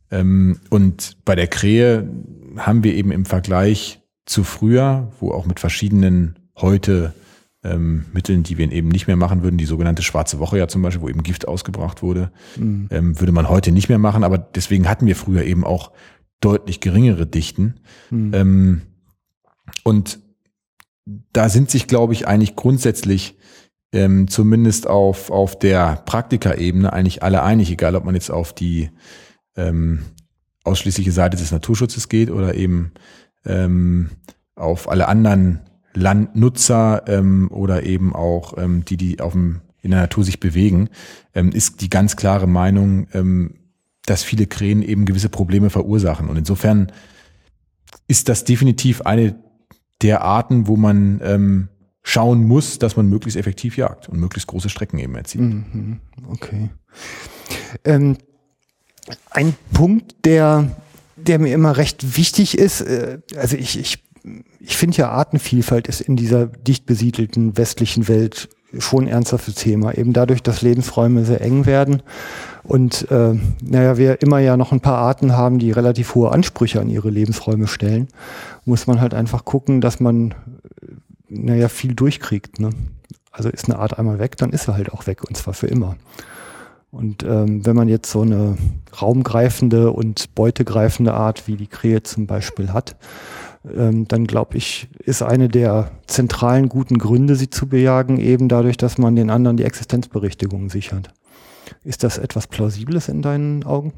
Ähm, und bei der Krähe haben wir eben im Vergleich zu früher, wo auch mit verschiedenen heute ähm, Mitteln, die wir eben nicht mehr machen würden, die sogenannte schwarze Woche ja zum Beispiel, wo eben Gift ausgebracht wurde, mhm. ähm, würde man heute nicht mehr machen. Aber deswegen hatten wir früher eben auch deutlich geringere Dichten. Mhm. Ähm, und da sind sich, glaube ich, eigentlich grundsätzlich ähm, zumindest auf, auf der Praktikerebene eigentlich alle einig, egal ob man jetzt auf die ähm, ausschließliche Seite des Naturschutzes geht oder eben ähm, auf alle anderen Landnutzer ähm, oder eben auch ähm, die, die auf dem, in der Natur sich bewegen, ähm, ist die ganz klare Meinung, ähm, dass viele Krähen eben gewisse Probleme verursachen. Und insofern ist das definitiv eine der Arten, wo man ähm, schauen muss, dass man möglichst effektiv jagt und möglichst große Strecken eben erzielt. Okay. Ähm, ein Punkt, der, der mir immer recht wichtig ist, äh, also ich, ich, ich finde ja Artenvielfalt ist in dieser dicht besiedelten westlichen Welt schon ein ernsthaftes Thema, eben dadurch, dass Lebensräume sehr eng werden und äh, naja, wir immer ja noch ein paar Arten haben, die relativ hohe Ansprüche an ihre Lebensräume stellen, muss man halt einfach gucken, dass man naja viel durchkriegt. Ne? Also ist eine Art einmal weg, dann ist sie halt auch weg und zwar für immer. Und ähm, wenn man jetzt so eine raumgreifende und beutegreifende Art wie die Krähe zum Beispiel hat, ähm, dann glaube ich, ist eine der zentralen guten Gründe, sie zu bejagen, eben dadurch, dass man den anderen die Existenzberechtigung sichert. Ist das etwas Plausibles in deinen Augen?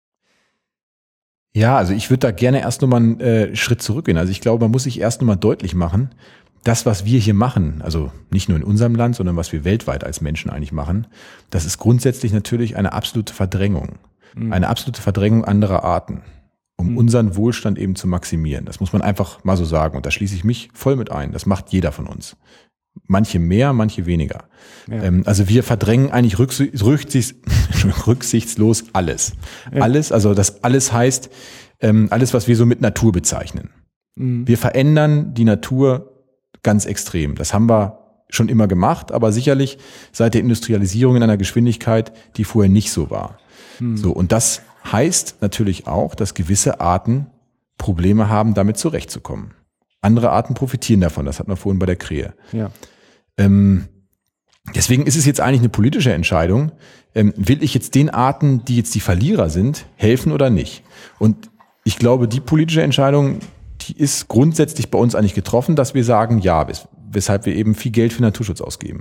Ja, also ich würde da gerne erst nochmal einen äh, Schritt zurückgehen. Also ich glaube, man muss sich erst nochmal deutlich machen, das, was wir hier machen, also nicht nur in unserem Land, sondern was wir weltweit als Menschen eigentlich machen, das ist grundsätzlich natürlich eine absolute Verdrängung. Mhm. Eine absolute Verdrängung anderer Arten, um mhm. unseren Wohlstand eben zu maximieren. Das muss man einfach mal so sagen. Und da schließe ich mich voll mit ein. Das macht jeder von uns. Manche mehr, manche weniger. Ja. Ähm, also wir verdrängen eigentlich rücksichts, rücksichts, rücksichtslos alles. Ja. Alles, also das alles heißt, ähm, alles, was wir so mit Natur bezeichnen. Mhm. Wir verändern die Natur ganz extrem. Das haben wir schon immer gemacht, aber sicherlich seit der Industrialisierung in einer Geschwindigkeit, die vorher nicht so war. Hm. So, und das heißt natürlich auch, dass gewisse Arten Probleme haben, damit zurechtzukommen. Andere Arten profitieren davon, das hatten wir vorhin bei der Krähe. Ja. Ähm, deswegen ist es jetzt eigentlich eine politische Entscheidung, ähm, will ich jetzt den Arten, die jetzt die Verlierer sind, helfen oder nicht? Und ich glaube, die politische Entscheidung, die ist grundsätzlich bei uns eigentlich getroffen, dass wir sagen, ja, wes- weshalb wir eben viel Geld für Naturschutz ausgeben.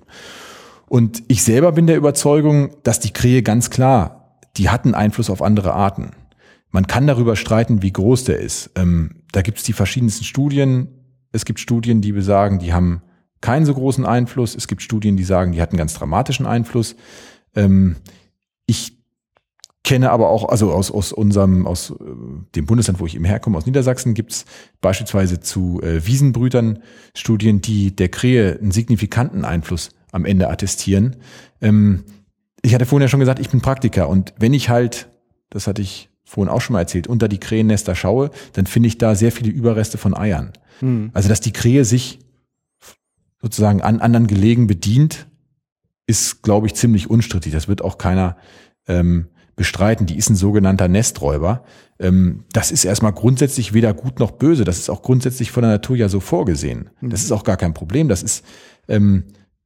Und ich selber bin der Überzeugung, dass die Krähe ganz klar, die hat einen Einfluss auf andere Arten. Man kann darüber streiten, wie groß der ist. Ähm, da gibt es die verschiedensten Studien. Es gibt Studien, die besagen, die haben keinen so großen Einfluss. Es gibt Studien, die sagen, die hatten ganz dramatischen Einfluss. Ähm, ich kenne aber auch, also aus, aus unserem, aus äh, dem Bundesland, wo ich eben herkomme, aus Niedersachsen, gibt es beispielsweise zu äh, Wiesenbrütern Studien, die der Krähe einen signifikanten Einfluss am Ende attestieren. Ähm, ich hatte vorhin ja schon gesagt, ich bin Praktiker und wenn ich halt, das hatte ich vorhin auch schon mal erzählt, unter die Krähennester schaue, dann finde ich da sehr viele Überreste von Eiern. Hm. Also dass die Krähe sich sozusagen an anderen Gelegen bedient, ist, glaube ich, ziemlich unstrittig. Das wird auch keiner ähm, bestreiten. Die ist ein sogenannter Nesträuber. Ähm, das ist erstmal grundsätzlich weder gut noch böse. Das ist auch grundsätzlich von der Natur ja so vorgesehen. Mhm. Das ist auch gar kein Problem. Das ist ähm,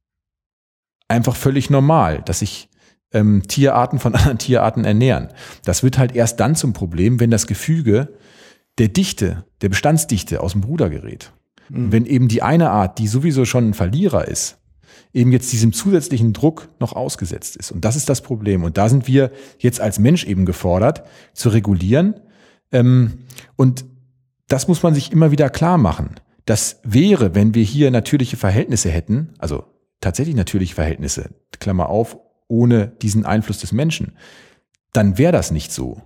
einfach völlig normal, dass sich ähm, Tierarten von anderen Tierarten ernähren. Das wird halt erst dann zum Problem, wenn das Gefüge der Dichte, der Bestandsdichte aus dem Ruder gerät. Mhm. Wenn eben die eine Art, die sowieso schon ein Verlierer ist, eben jetzt diesem zusätzlichen Druck noch ausgesetzt ist. Und das ist das Problem. Und da sind wir jetzt als Mensch eben gefordert, zu regulieren. Und das muss man sich immer wieder klar machen. Das wäre, wenn wir hier natürliche Verhältnisse hätten, also tatsächlich natürliche Verhältnisse, Klammer auf, ohne diesen Einfluss des Menschen, dann wäre das nicht so.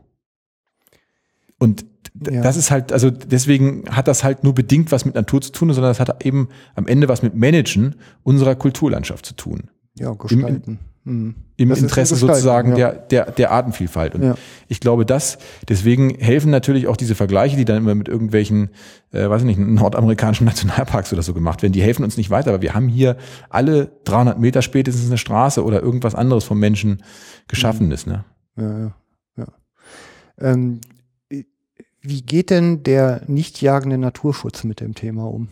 Und ja. das ist halt, also deswegen hat das halt nur bedingt was mit Natur zu tun, sondern das hat eben am Ende was mit Managen unserer Kulturlandschaft zu tun. Ja, gestalten. Im, im Interesse sozusagen ja. der, der, der Artenvielfalt. Und ja. ich glaube, das, deswegen helfen natürlich auch diese Vergleiche, die dann immer mit irgendwelchen, äh, weiß ich nicht, nordamerikanischen Nationalparks oder so gemacht werden, die helfen uns nicht weiter, aber wir haben hier alle dreihundert Meter spätestens eine Straße oder irgendwas anderes vom Menschen Geschaffenes. Ne? Ja, ja, ja. Ähm, wie geht denn der nicht jagende Naturschutz mit dem Thema um?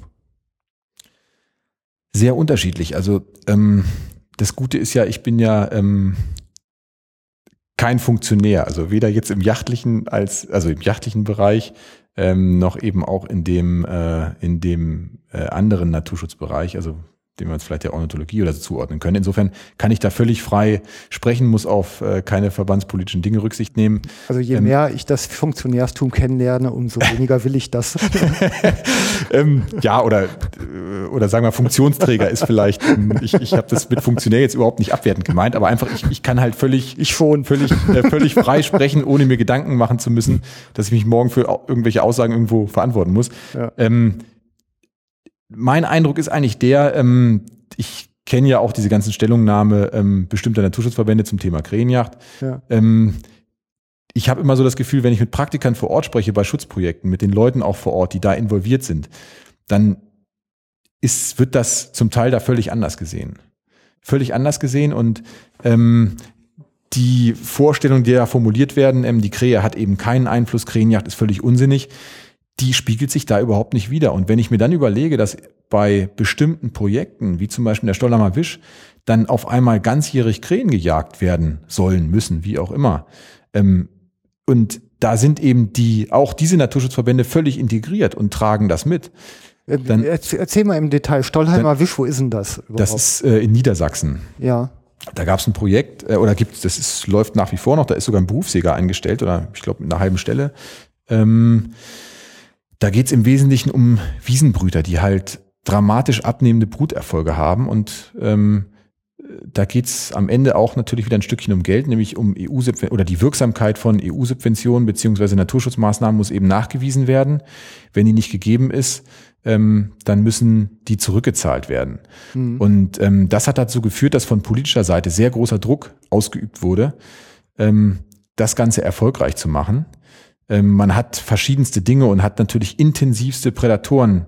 Sehr unterschiedlich. Also ähm, das Gute ist ja, ich bin ja ähm, kein Funktionär, also weder jetzt im jachtlichen als also im jachtlichen Bereich ähm, noch eben auch in dem äh, in dem äh, anderen Naturschutzbereich, also dem wir uns vielleicht der Ornithologie oder so zuordnen können. Insofern kann ich da völlig frei sprechen, muss auf äh, keine verbandspolitischen Dinge Rücksicht nehmen. Also je ähm, mehr ich das Funktionärstum kennenlerne, umso weniger will ich das. ähm, ja, oder oder sagen wir Funktionsträger ist vielleicht, ich, ich habe das mit Funktionär jetzt überhaupt nicht abwertend gemeint, aber einfach, ich, ich kann halt völlig, ich schon. völlig, äh, völlig frei sprechen, ohne mir Gedanken machen zu müssen, dass ich mich morgen für irgendwelche Aussagen irgendwo verantworten muss. Ja. Ähm, Mein Eindruck ist eigentlich der, ähm, ich kenne ja auch diese ganzen Stellungnahme ähm, bestimmter Naturschutzverbände zum Thema Krähenjagd. Ja. Ähm, ich habe immer so das Gefühl, wenn ich mit Praktikern vor Ort spreche bei Schutzprojekten, mit den Leuten auch vor Ort, die da involviert sind, dann ist, wird das zum Teil da völlig anders gesehen. Völlig anders gesehen und ähm, die Vorstellungen, die da formuliert werden, ähm, die Krähe hat eben keinen Einfluss, Krähenjagd ist völlig unsinnig, die spiegelt sich da überhaupt nicht wider. Und wenn ich mir dann überlege, dass bei bestimmten Projekten, wie zum Beispiel der Stollhammer Wisch, dann auf einmal ganzjährig Krähen gejagt werden sollen, müssen, wie auch immer. Ähm, und da sind eben die, auch diese Naturschutzverbände völlig integriert und tragen das mit. Dann, Erzähl mal im Detail, Stollhammer Wisch, wo ist denn das überhaupt? Das ist äh, in Niedersachsen. Ja. Da gab es ein Projekt, äh, oder gibt das ist, läuft nach wie vor noch, da ist sogar ein Berufsjäger eingestellt, oder ich glaube mit einer halben Stelle. Ähm, Da geht es im Wesentlichen um Wiesenbrüter, die halt dramatisch abnehmende Bruterfolge haben. Und ähm, da geht es am Ende auch natürlich wieder ein Stückchen um Geld, nämlich um E U-Subventionen oder die Wirksamkeit von E U-Subventionen beziehungsweise Naturschutzmaßnahmen muss eben nachgewiesen werden. Wenn die nicht gegeben ist, ähm, dann müssen die zurückgezahlt werden. Mhm. Und ähm, das hat dazu geführt, dass von politischer Seite sehr großer Druck ausgeübt wurde, ähm, das Ganze erfolgreich zu machen. Man hat verschiedenste Dinge und hat natürlich intensivste Prädatoren,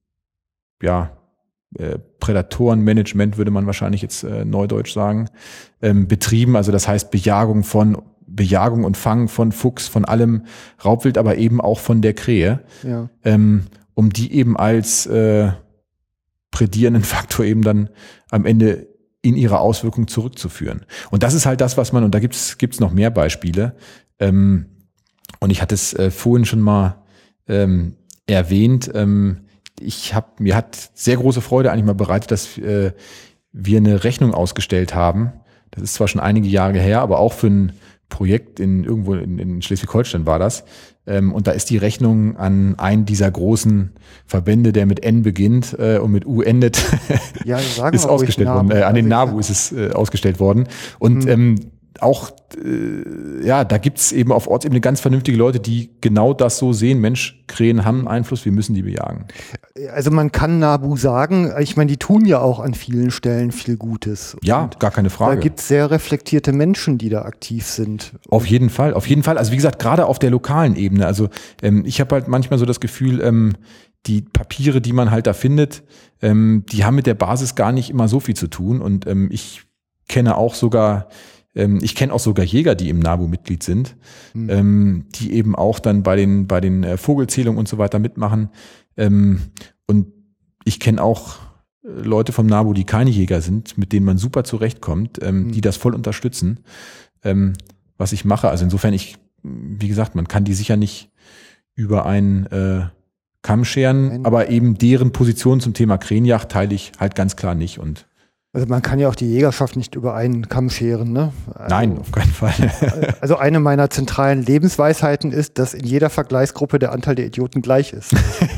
ja, äh, Prädatorenmanagement würde man wahrscheinlich jetzt äh, neudeutsch sagen, ähm, betrieben. Also das heißt Bejagung von, Bejagung und Fang von Fuchs, von allem Raubwild, aber eben auch von der Krähe, ja. ähm, um die eben als äh, prädierenden Faktor eben dann am Ende in ihre Auswirkungen zurückzuführen. Und das ist halt das, was man, und da gibt's gibt's noch mehr Beispiele, ähm, und ich hatte es äh, vorhin schon mal ähm, erwähnt. Ähm, ich habe mir hat sehr große Freude eigentlich mal bereitet, dass äh, wir eine Rechnung ausgestellt haben. Das ist zwar schon einige Jahre her, aber auch für ein Projekt in irgendwo in, in Schleswig-Holstein war das. Ähm, und da ist die Rechnung an einen dieser großen Verbände, der mit N beginnt äh, und mit U endet, ja, sagen ist ausgestellt worden. Äh, an den NABU ist es äh, ausgestellt worden. Und hm. ähm, auch, äh, ja, da gibt's eben auf Ortsebene ganz vernünftige Leute, die genau das so sehen. Mensch, Krähen haben Einfluss, wir müssen die bejagen. Also man kann NABU sagen, ich meine, die tun ja auch an vielen Stellen viel Gutes. Ja, und gar keine Frage. Da gibt's sehr reflektierte Menschen, die da aktiv sind. Auf jeden Fall, auf jeden Fall. Also wie gesagt, gerade auf der lokalen Ebene. Also ähm, ich habe halt manchmal so das Gefühl, ähm, die Papiere, die man halt da findet, ähm, die haben mit der Basis gar nicht immer so viel zu tun. Und ähm, ich kenne auch sogar Ich kenne auch sogar Jäger, die im NABU Mitglied sind, mhm. ähm, die eben auch dann bei den bei den äh, Vogelzählungen und so weiter mitmachen. Ähm, und ich kenne auch äh, Leute vom NABU, die keine Jäger sind, mit denen man super zurechtkommt, ähm, mhm. die das voll unterstützen, ähm, was ich mache. Also insofern, ich, wie gesagt, man kann die sicher nicht über einen äh, Kamm scheren, Nein. aber eben deren Position zum Thema Krähenjagd teile ich halt ganz klar nicht. Und also man kann ja auch die Jägerschaft nicht über einen Kamm scheren, ne? Also, Nein, auf keinen Fall. Also eine meiner zentralen Lebensweisheiten ist, dass in jeder Vergleichsgruppe der Anteil der Idioten gleich ist.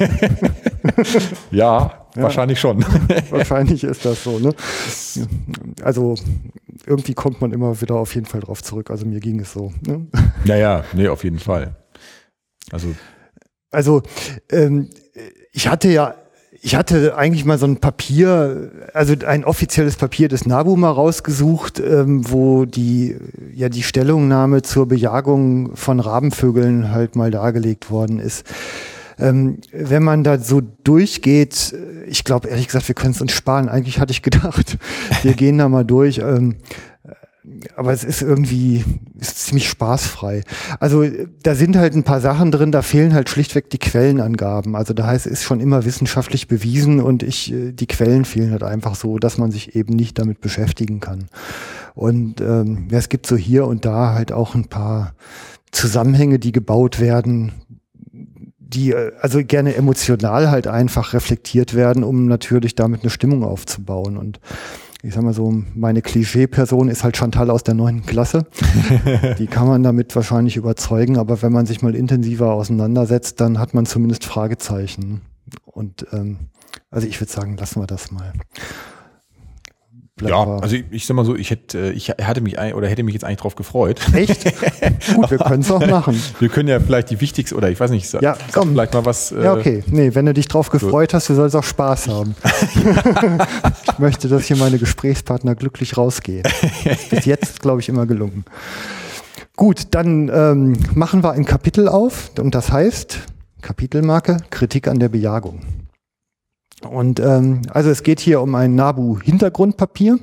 ja, ja, wahrscheinlich schon. Wahrscheinlich ist das so, ne? Also irgendwie kommt man immer wieder auf jeden Fall drauf zurück. Also mir ging es so. Ne? Ja, ja, nee, auf jeden Fall. Also, also ähm, ich hatte ja Ich hatte eigentlich mal so ein Papier, also ein offizielles Papier des NABU mal rausgesucht, ähm, wo die ja die Stellungnahme zur Bejagung von Rabenvögeln halt mal dargelegt worden ist. Ähm, wenn man da so durchgeht, ich glaube ehrlich gesagt, wir können es uns sparen. Eigentlich hatte ich gedacht, wir gehen da mal durch. Ähm, aber es ist irgendwie ist ziemlich spaßfrei. Also da sind halt ein paar Sachen drin, da fehlen halt schlichtweg die Quellenangaben. Also da heißt, es ist schon immer wissenschaftlich bewiesen und ich die Quellen fehlen halt einfach so, dass man sich eben nicht damit beschäftigen kann. Und ähm, ja, es gibt so hier und da halt auch ein paar Zusammenhänge, die gebaut werden, die also gerne emotional halt einfach reflektiert werden, um natürlich damit eine Stimmung aufzubauen. Und ich sag mal so, meine Klischee-Person ist halt Chantal aus der neunten Klasse. Die kann man damit wahrscheinlich überzeugen, aber wenn man sich mal intensiver auseinandersetzt, dann hat man zumindest Fragezeichen. Und ähm, also ich würde sagen, lassen wir das mal. Bleib ja, also ich, ich sag mal so, ich hätte, ich hatte mich ein, oder hätte mich jetzt eigentlich drauf gefreut. Echt? Gut, wir können es auch machen. Wir können ja vielleicht die wichtigste, oder ich weiß nicht, sag, ja, komm. vielleicht mal was. Ja, okay. Nee, wenn du dich drauf gefreut hast, du sollst auch Spaß haben. Ich möchte, dass hier meine Gesprächspartner glücklich rausgehen. Das ist bis jetzt, glaube ich, immer gelungen. Gut, dann ähm, machen wir ein Kapitel auf und das heißt, Kapitelmarke, Kritik an der Bejagung. Und ähm, also es geht hier um ein NABU-Hintergrundpapier.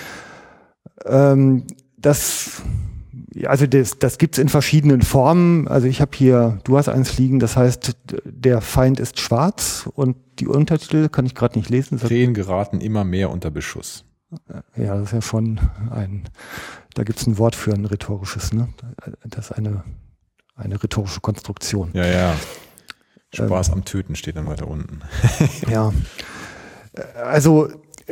Ähm, das, also das, das gibt's in verschiedenen Formen. Also ich habe hier, du hast eins liegen, das heißt, der Feind ist schwarz und die Untertitel kann ich gerade nicht lesen. Krähen geraten immer mehr unter Beschuss. Ja, das ist ja schon ein, da gibt's ein Wort für ein rhetorisches, ne? Das ist eine, eine rhetorische Konstruktion. Ja, ja. Spaß am Töten steht dann weiter unten. Ja, also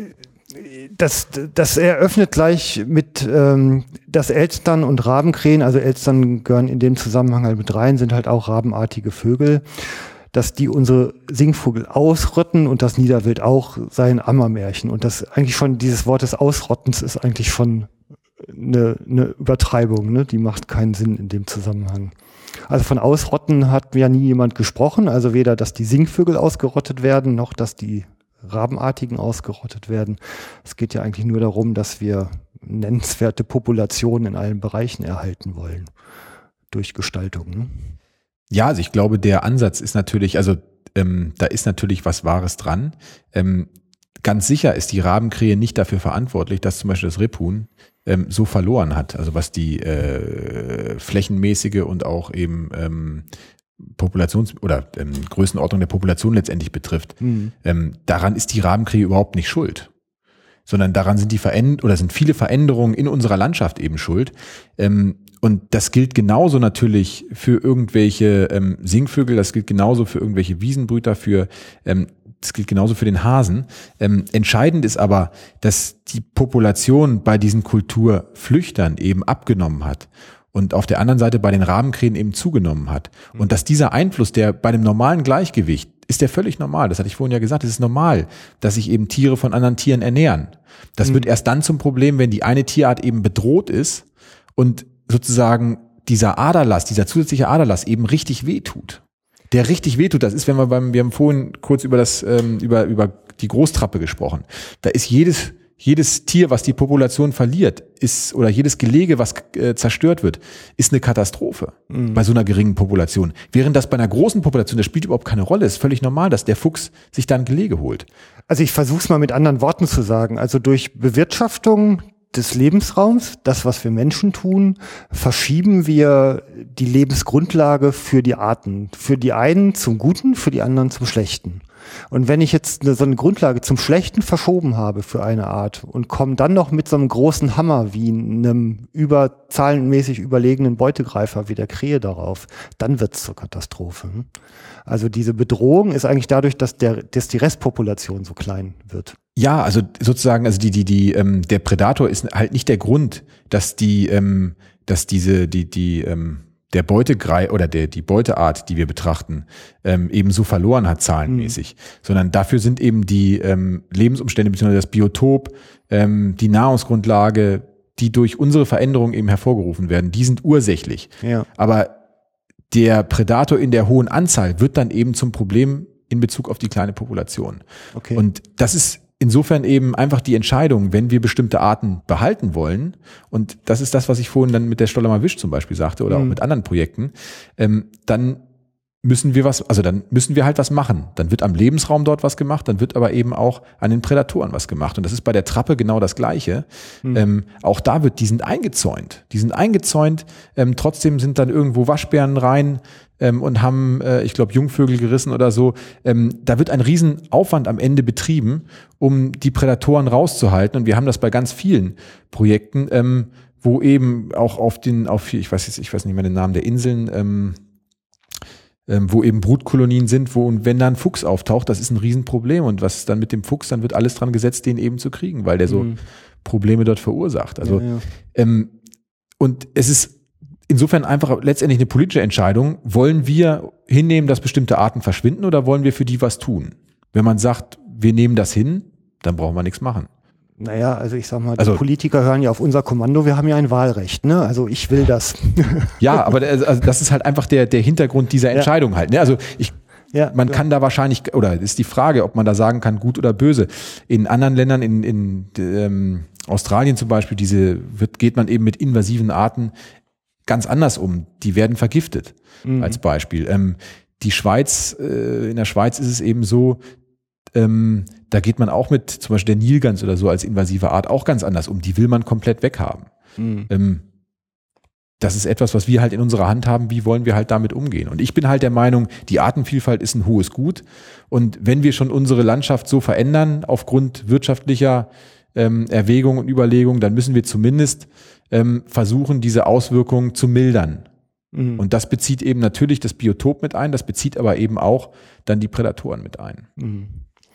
das, das eröffnet gleich mit, ähm, dass Elstern und Rabenkrähen, also Elstern gehören in dem Zusammenhang halt mit rein, sind halt auch rabenartige Vögel, dass die unsere Singvogel ausrotten und das Niederwild auch, sei ein Ammermärchen. Und das eigentlich schon, dieses Wort des Ausrottens ist eigentlich schon eine, eine Übertreibung, ne? Die macht keinen Sinn in dem Zusammenhang. Also von Ausrotten hat ja nie jemand gesprochen, also weder, dass die Singvögel ausgerottet werden, noch, dass die Rabenartigen ausgerottet werden. Es geht ja eigentlich nur darum, dass wir nennenswerte Populationen in allen Bereichen erhalten wollen, durch Gestaltung. Ne? Ja, also ich glaube, der Ansatz ist natürlich, also ähm, da ist natürlich was Wahres dran. Ähm, ganz sicher ist die Rabenkrähe nicht dafür verantwortlich, dass zum Beispiel das Rebhuhn ähm, so verloren hat, also was die äh, flächenmäßige und auch eben ähm, Populations- oder ähm, Größenordnung der Population letztendlich betrifft. Mhm. Ähm, daran ist die Rabenkrähe überhaupt nicht schuld, sondern daran sind die Veränd- oder sind viele Veränderungen in unserer Landschaft eben schuld. Ähm, und das gilt genauso natürlich für irgendwelche ähm, Singvögel, das gilt genauso für irgendwelche Wiesenbrüter, für ähm, das gilt genauso für den Hasen. Ähm, entscheidend ist aber, dass die Population bei diesen Kulturflüchtern eben abgenommen hat und auf der anderen Seite bei den Rabenkrähen eben zugenommen hat. Und dass dieser Einfluss, der bei dem normalen Gleichgewicht, ist der völlig normal. Das hatte ich vorhin ja gesagt, es ist normal, dass sich eben Tiere von anderen Tieren ernähren. Das mhm. wird erst dann zum Problem, wenn die eine Tierart eben bedroht ist und sozusagen dieser Aderlass, dieser zusätzliche Aderlass eben richtig wehtut. Der richtig wehtut, das ist, wenn wir beim, wir haben vorhin kurz über das, ähm, über, über die Großtrappe gesprochen. Da ist jedes, jedes Tier, was die Population verliert, ist, oder jedes Gelege, was äh, zerstört wird, ist eine Katastrophe mhm. bei so einer geringen Population. Während das bei einer großen Population, das spielt überhaupt keine Rolle, ist völlig normal, dass der Fuchs sich da ein Gelege holt. Also ich versuche es mal mit anderen Worten zu sagen. Also durch Bewirtschaftung des Lebensraums, das, was wir Menschen tun, verschieben wir die Lebensgrundlage für die Arten. Für die einen zum Guten, für die anderen zum Schlechten. Und wenn ich jetzt eine, so eine Grundlage zum Schlechten verschoben habe für eine Art und komme dann noch mit so einem großen Hammer wie einem über, zahlenmäßig überlegenen Beutegreifer wie der Krähe darauf, dann wird es zur Katastrophe. Also diese Bedrohung ist eigentlich dadurch, dass, der, dass die Restpopulation so klein wird. Ja, also sozusagen, also die, die, die, ähm, der Predator ist halt nicht der Grund, dass die, ähm, dass diese, die, die, ähm, der Beutegreif oder der, die Beuteart, die wir betrachten, ähm, eben so verloren hat zahlenmäßig, mhm. sondern dafür sind eben die ähm, Lebensumstände bzw. das Biotop, ähm, die Nahrungsgrundlage, die durch unsere Veränderung eben hervorgerufen werden, die sind ursächlich. Ja. Aber der Predator in der hohen Anzahl wird dann eben zum Problem in Bezug auf die kleine Population. Okay. Und das ist insofern eben einfach die Entscheidung, wenn wir bestimmte Arten behalten wollen, und das ist das, was ich vorhin dann mit der Stollermer Wisch zum Beispiel sagte oder mhm. auch mit anderen Projekten, ähm, dann müssen wir was, also dann müssen wir halt was machen. Dann wird am Lebensraum dort was gemacht, dann wird aber eben auch an den Prädatoren was gemacht. Und das ist bei der Trappe genau das Gleiche. Mhm. Ähm, auch da wird, die sind eingezäunt. Die sind eingezäunt, ähm, trotzdem sind dann irgendwo Waschbären rein ähm, und haben, äh, ich glaube, Jungvögel gerissen oder so. Ähm, da wird ein Riesenaufwand am Ende betrieben, um die Prädatoren rauszuhalten. Und wir haben das bei ganz vielen Projekten, ähm, wo eben auch auf den, auf, ich weiß jetzt, ich weiß nicht mehr den Namen der Inseln, ähm, Ähm, wo eben Brutkolonien sind, wo und wenn da ein Fuchs auftaucht, das ist ein Riesenproblem. Und was dann mit dem Fuchs, dann wird alles dran gesetzt, den eben zu kriegen, weil der so mhm. Probleme dort verursacht. Also ja, ja. Ähm, und es ist insofern einfach letztendlich eine politische Entscheidung. Wollen wir hinnehmen, dass bestimmte Arten verschwinden oder wollen wir für die was tun? Wenn man sagt, wir nehmen das hin, dann brauchen wir nichts machen. Naja, also ich sag mal, die also, Politiker hören ja auf unser Kommando, wir haben ja ein Wahlrecht, ne? Also ich will das. Ja, aber der, also das ist halt einfach der, der Hintergrund dieser Entscheidung ja. halt. Ne? Also ich, ja, man ja. kann da wahrscheinlich, oder ist die Frage, ob man da sagen kann, gut oder böse. In anderen Ländern, in, in ähm, Australien zum Beispiel, diese wird, geht man eben mit invasiven Arten ganz anders um. Die werden vergiftet, mhm. als Beispiel. Ähm, die Schweiz, äh, in der Schweiz ist es eben so, Ähm, da geht man auch mit zum Beispiel der Nilgans oder so als invasive Art auch ganz anders um. Die will man komplett weghaben. Mhm. Ähm, das ist etwas, was wir halt in unserer Hand haben. Wie wollen wir halt damit umgehen? Und ich bin halt der Meinung, die Artenvielfalt ist ein hohes Gut. Und wenn wir schon unsere Landschaft so verändern aufgrund wirtschaftlicher ähm, Erwägungen und Überlegungen, dann müssen wir zumindest ähm, versuchen, diese Auswirkungen zu mildern. Mhm. Und das bezieht eben natürlich das Biotop mit ein, das bezieht aber eben auch dann die Prädatoren mit ein. Mhm.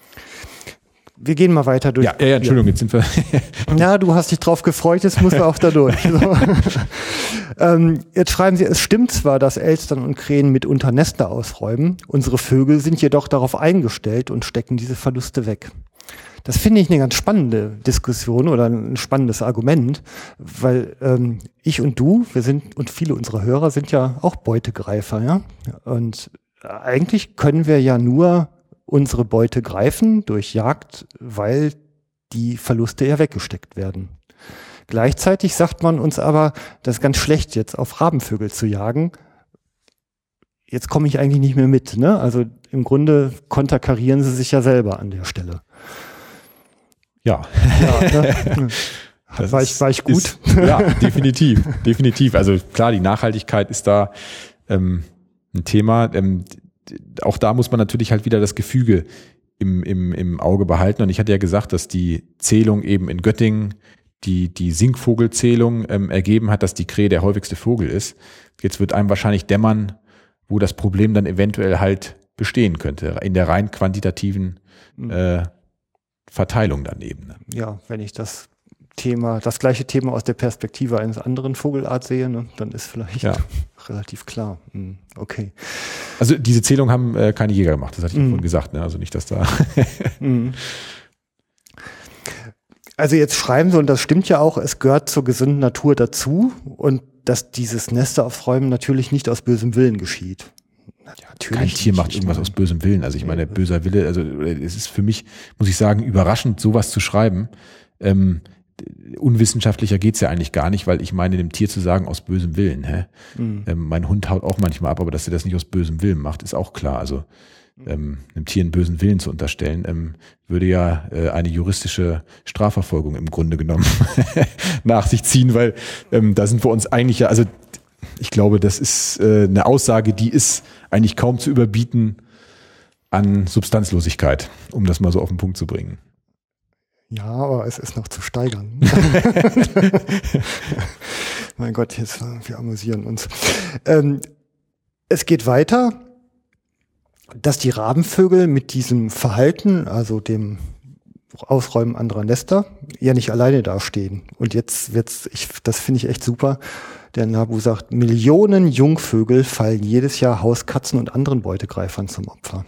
Wir gehen mal weiter durch. Ja, ja, Entschuldigung, jetzt sind wir. Ja, du hast dich drauf gefreut, jetzt musst du auch da durch. So. ähm, jetzt schreiben Sie, es stimmt zwar, dass Elstern und Krähen mitunter Nester ausräumen, unsere Vögel sind jedoch darauf eingestellt und stecken diese Verluste weg. Das finde ich eine ganz spannende Diskussion oder ein spannendes Argument, weil ähm, ich und du, wir sind und viele unserer Hörer sind ja auch Beutegreifer, ja. Und eigentlich können wir ja nur unsere Beute greifen durch Jagd, weil die Verluste ja weggesteckt werden. Gleichzeitig sagt man uns aber, das ist ganz schlecht, jetzt auf Rabenvögel zu jagen. Jetzt komme ich eigentlich nicht mehr mit, ne? Also im Grunde konterkarieren sie sich ja selber an der Stelle. Ja. ja ne? war, ich, war ich gut? Ist, ja, definitiv, definitiv. Also klar, die Nachhaltigkeit ist da ähm, ein Thema. Ähm, auch da muss man natürlich halt wieder das Gefüge im, im, im Auge behalten. Und ich hatte ja gesagt, dass die Zählung eben in Göttingen, die, die Singvogelzählung ähm, ergeben hat, dass die Krähe der häufigste Vogel ist. Jetzt wird einem wahrscheinlich dämmern, wo das Problem dann eventuell halt bestehen könnte, in der rein quantitativen äh, Verteilung daneben. Ne? Ja, wenn ich das Thema, das gleiche Thema aus der Perspektive eines anderen Vogelart sehe, ne, dann ist vielleicht ja. relativ klar. Okay. Also diese Zählung haben äh, keine Jäger gemacht, das hatte ich mm. vorhin gesagt, ne? Also nicht, dass da. mm. Also jetzt schreiben Sie, und das stimmt ja auch, es gehört zur gesunden Natur dazu und dass dieses Nester aufräumen natürlich nicht aus bösem Willen geschieht. Ja, kein Tier macht irgendwas aus bösem Willen. Also ich meine, böser Wille, also es ist für mich, muss ich sagen, überraschend, sowas zu schreiben. Ähm, unwissenschaftlicher geht's ja eigentlich gar nicht, weil ich meine, dem Tier zu sagen, aus bösem Willen. Hä? Mhm. Ähm, mein Hund haut auch manchmal ab, aber dass er das nicht aus bösem Willen macht, ist auch klar. Also ähm, einem Tier einen bösen Willen zu unterstellen, ähm, würde ja äh, eine juristische Strafverfolgung im Grunde genommen nach sich ziehen, weil ähm, da sind wir uns eigentlich ja, also ich glaube, das ist äh, eine Aussage, die ist eigentlich kaum zu überbieten an Substanzlosigkeit, um das mal so auf den Punkt zu bringen. Ja, aber es ist noch zu steigern. Mein Gott, jetzt, wir amüsieren uns. Ähm, es geht weiter, dass die Rabenvögel mit diesem Verhalten, also dem Ausräumen anderer Nester, ja nicht alleine dastehen. Und jetzt wird's, ich, das finde ich echt super. Der Nabu sagt, Millionen Jungvögel fallen jedes Jahr Hauskatzen und anderen Beutegreifern zum Opfer.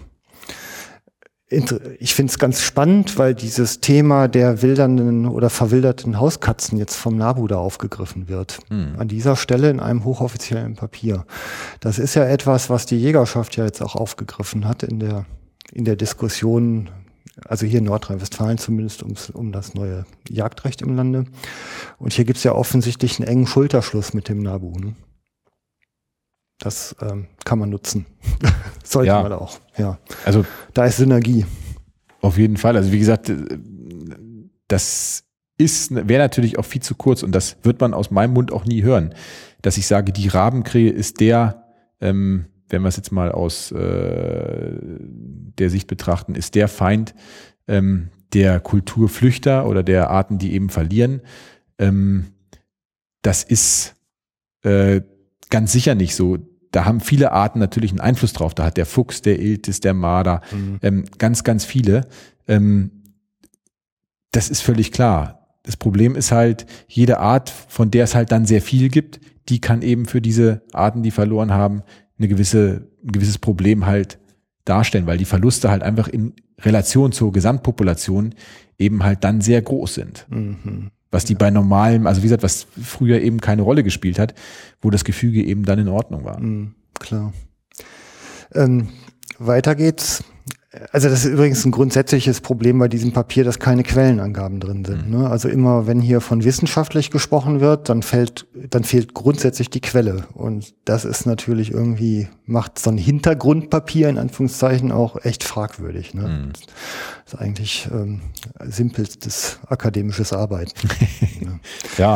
Ich finde es ganz spannend, weil dieses Thema der wildernden oder verwilderten Hauskatzen jetzt vom Nabu da aufgegriffen wird. Hm. An dieser Stelle in einem hochoffiziellen Papier. Das ist ja etwas, was die Jägerschaft ja jetzt auch aufgegriffen hat in der, in der Diskussion, also hier in Nordrhein-Westfalen zumindest ums, um das neue Jagdrecht im Lande. Und hier gibt es ja offensichtlich einen engen Schulterschluss mit dem Nabu. Ne? Das ähm, kann man nutzen. Sollte ja. man auch. Ja. Also da ist Synergie. Auf jeden Fall. Also wie gesagt, das ist wäre natürlich auch viel zu kurz und das wird man aus meinem Mund auch nie hören, dass ich sage, die Rabenkrähe ist der, ähm, wenn wir es jetzt mal aus äh, der Sicht betrachten, ist der Feind ähm, der Kulturflüchter oder der Arten, die eben verlieren. Ähm, das ist äh, ganz sicher nicht so. Da haben viele Arten natürlich einen Einfluss drauf. Da hat der Fuchs, der Iltis, der Marder, mhm. ähm, ganz, ganz viele. Ähm, das ist völlig klar. Das Problem ist halt, jede Art, von der es halt dann sehr viel gibt, die kann eben für diese Arten, die verloren haben, eine gewisse, ein gewisses Problem halt darstellen, weil die Verluste halt einfach in Relation zur Gesamtpopulation eben halt dann sehr groß sind. Mhm. Was die bei normalem, also wie gesagt, was früher eben keine Rolle gespielt hat, wo das Gefüge eben dann in Ordnung war. Mhm, klar. Ähm, weiter geht's. Also das ist übrigens ein grundsätzliches Problem bei diesem Papier, dass keine Quellenangaben drin sind. Mhm. Ne? Also immer, wenn hier von wissenschaftlich gesprochen wird, dann fällt, dann fehlt grundsätzlich die Quelle. Und das ist natürlich irgendwie, macht so ein Hintergrundpapier in Anführungszeichen auch echt fragwürdig. Ne? Mhm. Das ist eigentlich ähm, simpelstes akademisches Arbeiten. Ne? Ja.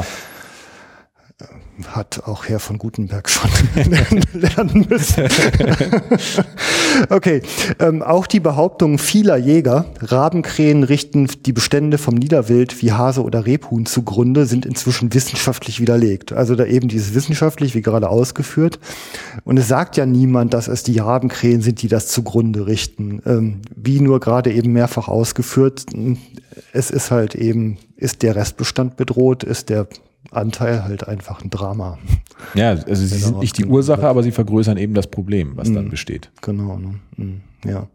Hat auch Herr von Gutenberg schon lernen müssen. Okay, ähm, auch die Behauptungen vieler Jäger, Rabenkrähen richten die Bestände vom Niederwild wie Hase oder Rebhuhn zugrunde, sind inzwischen wissenschaftlich widerlegt. Also da eben dieses wissenschaftlich, wie gerade ausgeführt. Und es sagt ja niemand, dass es die Rabenkrähen sind, die das zugrunde richten. Ähm, wie nur gerade eben mehrfach ausgeführt, es ist halt eben, ist der Restbestand bedroht, ist der Anteil halt einfach ein Drama. Ja, also sie sind nicht die Ursache, aber sie vergrößern eben das Problem, was mm, dann besteht. Genau, ne? mm, ja.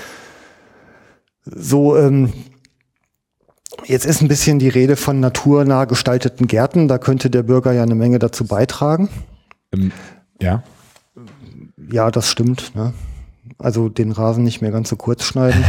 So, ähm, jetzt ist ein bisschen die Rede von naturnah gestalteten Gärten. Da könnte der Bürger ja eine Menge dazu beitragen. Ähm, ja. Ja, das stimmt. Ne? Also den Rasen nicht mehr ganz so kurz schneiden.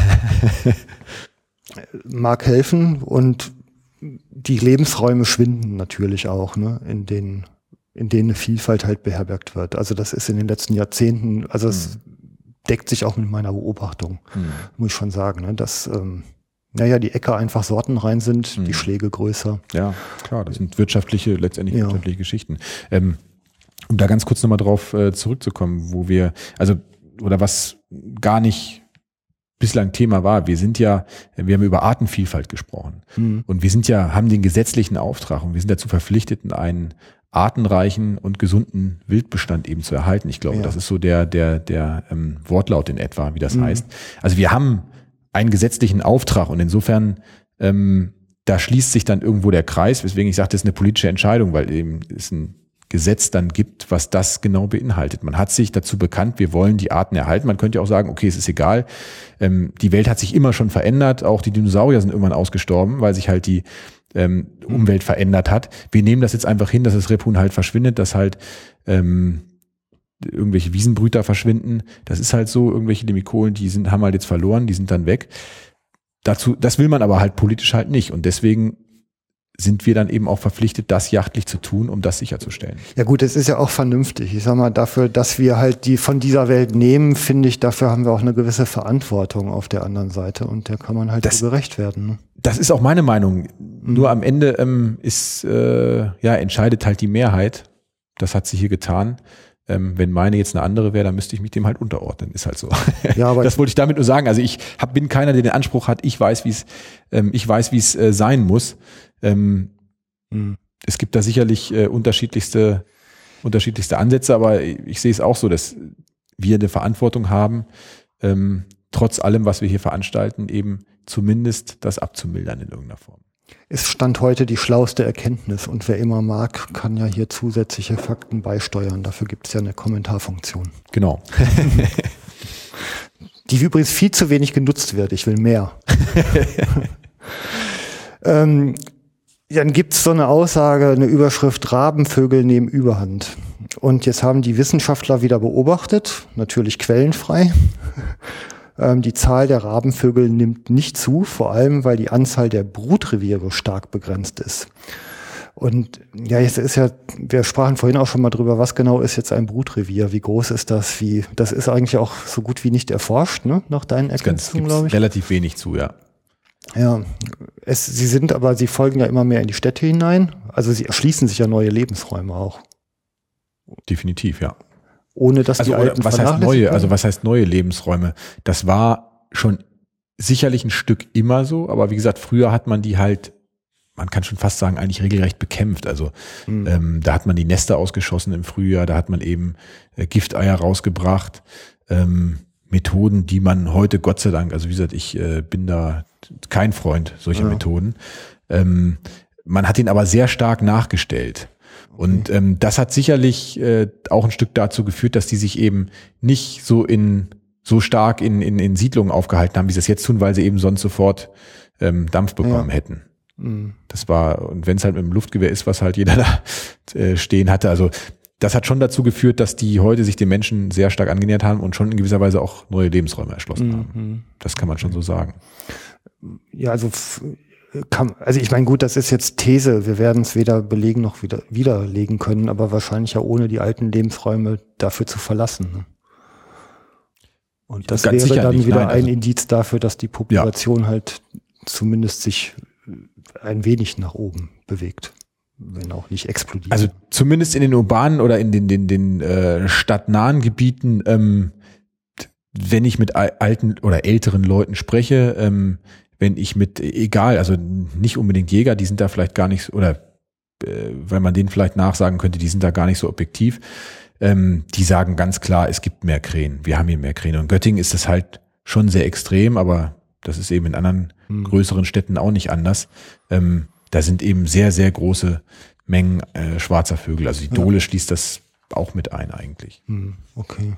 Mag helfen und die Lebensräume schwinden natürlich auch, ne, in denen, in denen eine Vielfalt halt beherbergt wird. Also das ist in den letzten Jahrzehnten, also es mhm. deckt sich auch mit meiner Beobachtung, mhm. muss ich schon sagen, ne, dass, ähm, naja, die Äcker einfach sortenrein sind, mhm. die Schläge größer. Ja, klar, das sind wirtschaftliche, letztendlich ja. wirtschaftliche Geschichten. Ähm, um da ganz kurz nochmal drauf äh, zurückzukommen, wo wir, also, oder was gar nicht bislang Thema war. Wir sind ja, wir haben über Artenvielfalt gesprochen. Mhm. Und wir sind ja, haben den gesetzlichen Auftrag und wir sind dazu verpflichtet, einen artenreichen und gesunden Wildbestand eben zu erhalten. Ich glaube, ja. das ist so der, der, der ähm, Wortlaut in etwa, wie das mhm. heißt. Also wir haben einen gesetzlichen Auftrag und insofern, ähm, da schließt sich dann irgendwo der Kreis, weswegen ich sage, das ist eine politische Entscheidung, weil eben es ein Gesetz dann gibt, was das genau beinhaltet. Man hat sich dazu bekannt, wir wollen die Arten erhalten. Man könnte ja auch sagen, okay, es ist egal. Ähm, die Welt hat sich immer schon verändert. Auch die Dinosaurier sind irgendwann ausgestorben, weil sich halt die ähm, Umwelt verändert hat. Wir nehmen das jetzt einfach hin, dass das Rebhuhn halt verschwindet, dass halt ähm, irgendwelche Wiesenbrüter verschwinden. Das ist halt so, irgendwelche Limikolen, die sind, haben halt jetzt verloren, die sind dann weg. Dazu, das will man aber halt politisch halt nicht. Und deswegen sind wir dann eben auch verpflichtet, das jachtlich zu tun, um das sicherzustellen. Ja gut, es ist ja auch vernünftig. Ich sag mal, dafür, dass wir halt die von dieser Welt nehmen, finde ich, dafür haben wir auch eine gewisse Verantwortung auf der anderen Seite und der kann man halt das, gerecht werden. Ne? Das ist auch meine Meinung. Mhm. Nur am Ende ähm, ist, äh, ja, entscheidet halt die Mehrheit. Das hat sie hier getan. Ähm, wenn meine jetzt eine andere wäre, dann müsste ich mich dem halt unterordnen. Ist halt so. Ja, aber das wollte ich damit nur sagen. Also ich hab, bin keiner, der den Anspruch hat, ich weiß, wie es, ähm, ich weiß, wie es äh, sein muss. Ähm, mhm. Es gibt da sicherlich äh, unterschiedlichste, unterschiedlichste Ansätze, aber ich, ich sehe es auch so, dass wir eine Verantwortung haben, ähm, trotz allem, was wir hier veranstalten, eben zumindest das abzumildern in irgendeiner Form. Es stand heute die schlauste Erkenntnis und wer immer mag, kann ja hier zusätzliche Fakten beisteuern. Dafür gibt es ja eine Kommentarfunktion. Genau. Die übrigens viel zu wenig genutzt wird. Ich will mehr. ähm, Dann gibt es so eine Aussage, eine Überschrift, Rabenvögel nehmen Überhand. Und jetzt haben die Wissenschaftler wieder beobachtet, natürlich quellenfrei, ähm, die Zahl der Rabenvögel nimmt nicht zu, vor allem weil die Anzahl der Brutreviere stark begrenzt ist. Und ja, jetzt ist ja, wir sprachen vorhin auch schon mal drüber, was genau ist jetzt ein Brutrevier? Wie groß ist das? Wie, das ist eigentlich auch so gut wie nicht erforscht, ne? Nach deinen Erkenntnissen, glaube ich. Relativ wenig zu, ja. Ja, es, sie sind aber, sie folgen ja immer mehr in die Städte hinein. Also sie erschließen sich ja neue Lebensräume auch. Definitiv, ja. Ohne dass also, die alten was heißt neue? Also was heißt neue Lebensräume? Das war schon sicherlich ein Stück immer so, aber wie gesagt, früher hat man die halt, man kann schon fast sagen, eigentlich regelrecht bekämpft. Also mhm. ähm, da hat man die Nester ausgeschossen im Frühjahr, da hat man eben äh, Gifteier rausgebracht, ähm, Methoden, die man heute, Gott sei Dank, also wie gesagt, ich äh, bin da kein Freund solcher ja. Methoden. Ähm, man hat ihn aber sehr stark nachgestellt. Und ähm, das hat sicherlich äh, auch ein Stück dazu geführt, dass die sich eben nicht so in so stark in, in, in Siedlungen aufgehalten haben, wie sie es jetzt tun, weil sie eben sonst sofort ähm, Dampf bekommen ja. hätten. Mhm. Das war, und wenn es halt mit dem Luftgewehr ist, was halt jeder da äh, stehen hatte, also das hat schon dazu geführt, dass die heute sich den Menschen sehr stark angenähert haben und schon in gewisser Weise auch neue Lebensräume erschlossen mhm. haben. Das kann man schon so sagen. Ja, also kann, also ich meine, gut, das ist jetzt These. Wir werden es weder belegen noch wieder widerlegen können, aber wahrscheinlich ja ohne die alten Lebensräume dafür zu verlassen. Ne? Und das Ganz wäre dann nicht, wieder nein, ein also, Indiz dafür, dass die Population ja. halt zumindest sich ein wenig nach oben bewegt. Wenn auch nicht explodiert. Also zumindest in den urbanen oder in den, den, den äh, stadtnahen Gebieten, ähm, wenn ich mit alten oder älteren Leuten spreche, ähm, wenn ich mit, egal, also nicht unbedingt Jäger, die sind da vielleicht gar nicht, oder äh, weil man denen vielleicht nachsagen könnte, die sind da gar nicht so objektiv, ähm, die sagen ganz klar, es gibt mehr Krähen, wir haben hier mehr Krähen. Und in Göttingen ist das halt schon sehr extrem, aber das ist eben in anderen hm. größeren Städten auch nicht anders. Ähm, da sind eben sehr, sehr große Mengen äh, schwarzer Vögel. Also die Dole ja. schließt das auch mit ein eigentlich. Hm, okay.